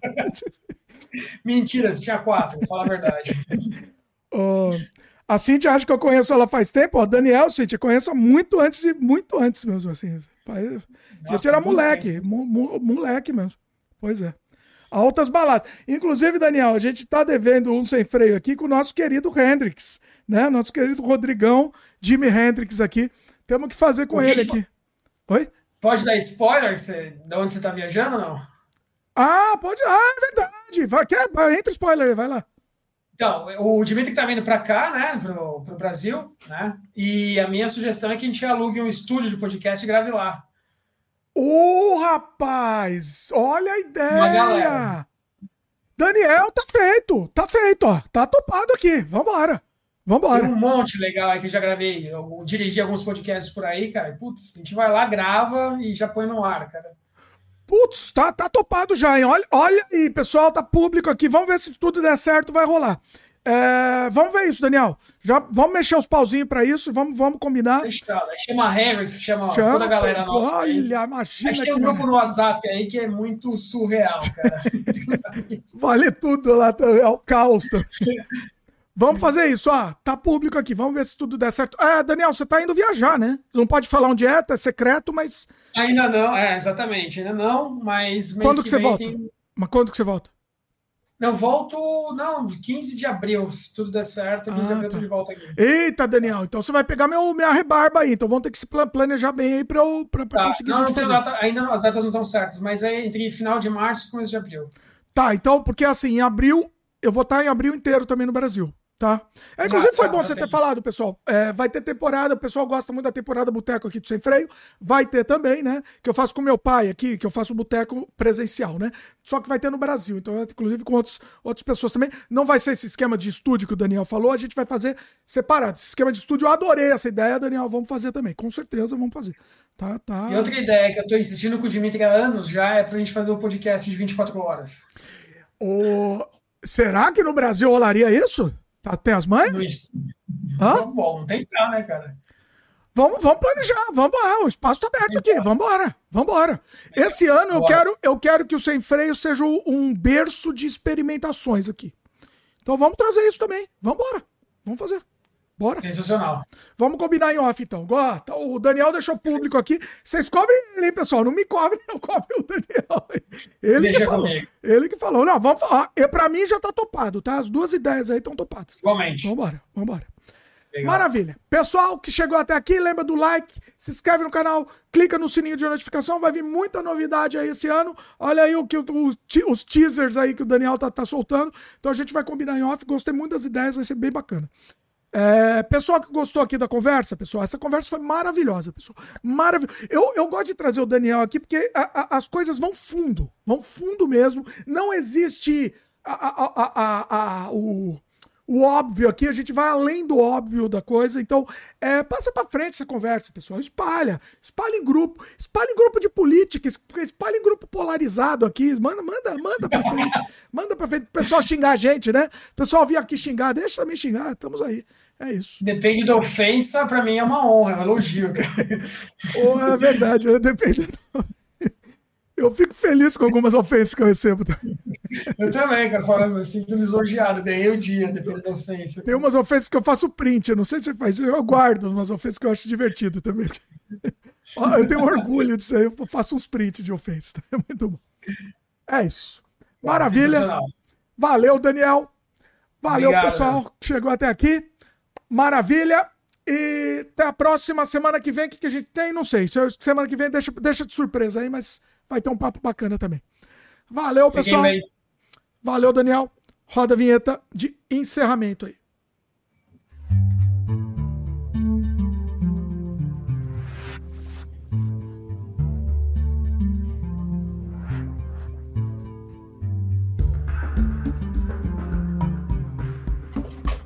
Mentira, você tinha quatro, vou falar a verdade. uh, a Cíntia acha que eu conheço ela faz tempo. Ó, Daniel, Cíntia, conheço muito antes, de, muito antes mesmo. Assim. Já era moleque, mo, mo, moleque mesmo. Pois é. Altas baladas. Inclusive, Daniel, a gente tá devendo um sem freio aqui com o nosso querido Hendrix, né? Nosso querido Rodrigão, Jimi Hendrix aqui. Temos que fazer com ele aqui. Oi? Pode dar spoiler você, de onde você tá viajando ou não? Ah, pode. Ah, é verdade. Vai, quer, vai, entra spoiler, vai lá. Então, o Dimitri que tá vindo para cá, né, pro, pro Brasil, né? E a minha sugestão é que a gente alugue um estúdio de podcast e grave lá. Ô, oh, rapaz! Olha a ideia! Daniel, tá feito! Tá feito, ó. Tá topado aqui. Vambora. Vambora. Tem um monte legal aí que eu já gravei. Eu dirigi alguns podcasts por aí, cara. Putz, a gente vai lá, grava e já põe no ar, cara. Putz, tá, tá topado já, hein? Olha, olha aí, pessoal, tá público aqui. Vamos ver se tudo der certo, vai rolar. É, vamos ver isso, Daniel. Já vamos mexer os pauzinhos pra isso, vamos, vamos combinar. Fechado. Aí chama a Hendrix, chama, chama toda a galera nossa. Olha, aí. imagina. A gente tem um grupo no WhatsApp aí que é muito surreal, cara. Vale tudo lá, é o caos. Vamos fazer isso, ó. Tá público aqui, vamos ver se tudo der certo. É, Daniel, você tá indo viajar, né? Não pode falar onde é, tá secreto, mas... Ainda não, é, exatamente, ainda não, mas... Quando que, que você volta? Tem... Mas quando que você volta? Não, volto, não, quinze de abril, se tudo der certo, quinze de abril eu tô de volta aqui. Eita, Daniel, então você vai pegar meu, minha rebarba aí, então vamos ter que se planejar bem aí pra eu pra, pra tá, conseguir... Não, não tem data, ainda não, as datas não estão certas, mas é entre final de março e começo de abril. Tá, então, porque assim, em abril, eu vou estar em abril inteiro também no Brasil. Tá? É, inclusive foi bom você ter falado, pessoal. É, vai ter temporada, o pessoal gosta muito da temporada Boteco aqui do Sem Freio. Vai ter também, né? Que eu faço com meu pai aqui, que eu faço o Boteco presencial, né? Só que vai ter no Brasil. Então, inclusive com outros, outras pessoas também. Não vai ser esse esquema de estúdio que o Daniel falou, a gente vai fazer separado. Esse esquema de estúdio, eu adorei essa ideia, Daniel. Vamos fazer também. Com certeza vamos fazer. Tá, tá. E outra ideia que eu tô insistindo com o Dimitri há anos já é pra gente fazer um podcast de vinte e quatro horas. O... Será que no Brasil rolaria isso? Tá, tem as mães? Hã? Bom, não tem pra, né, cara? Vamos, vamos planejar, vamos embora. O espaço tá aberto aqui, vamos embora, vamos embora. Esse ano eu quero, eu quero que o Sem Freio seja um berço de experimentações aqui. Então vamos trazer isso também. Vamos embora, vamos fazer. Bora. Sensacional. Vamos combinar em off, então. O Daniel deixou público aqui. Vocês cobrem ele, hein, pessoal? Não me cobrem, não cobrem o Daniel. Ele Deixa que falou. Comigo. Ele que falou. Não, vamos falar. E pra mim já tá topado, tá? As duas ideias aí estão topadas. Igualmente. Vambora, vambora. Legal. Maravilha. Pessoal que chegou até aqui, lembra do like, se inscreve no canal, clica no sininho de notificação, vai vir muita novidade aí esse ano. Olha aí o que os, os teasers aí que o Daniel tá, tá soltando. Então a gente vai combinar em off. Gostei muito das ideias, vai ser bem bacana. É, pessoal que gostou aqui da conversa, pessoal, essa conversa foi maravilhosa, pessoal. Maravilhosa. Eu, eu gosto de trazer o Daniel aqui porque a, a, as coisas vão fundo, vão fundo mesmo. Não existe a, a, a, a, o, o óbvio aqui, a gente vai além do óbvio da coisa. Então, é, passa pra frente essa conversa, pessoal. Espalha, espalha em grupo, espalha em grupo de política, espalha em grupo polarizado aqui. Manda, manda, manda pra frente, manda pra frente. O pessoal xingar a gente, né? O pessoal vir aqui xingar, deixa também xingar, estamos aí. É isso. Depende da ofensa, pra mim é uma honra, é um elogio, cara. Oh, é verdade, né? Depende. Eu fico feliz com algumas ofensas que eu recebo. Eu também, cara, eu me sinto lisonjeado, ganhei o dia, dependendo da ofensa. Tem umas ofensas que eu faço print, eu não sei se você faz, eu guardo umas ofensas que eu acho divertido também. Eu tenho orgulho disso aí, eu faço uns prints de ofensas, é muito bom. É isso. Maravilha. Valeu, Daniel. Valeu, obrigado, pessoal, que chegou até aqui. Maravilha. E até a próxima semana que vem. O que, que a gente tem? Não sei. Semana que vem deixa, deixa de surpresa aí, mas vai ter um papo bacana também. Valeu, pessoal. Valeu, Daniel. Roda a vinheta de encerramento aí.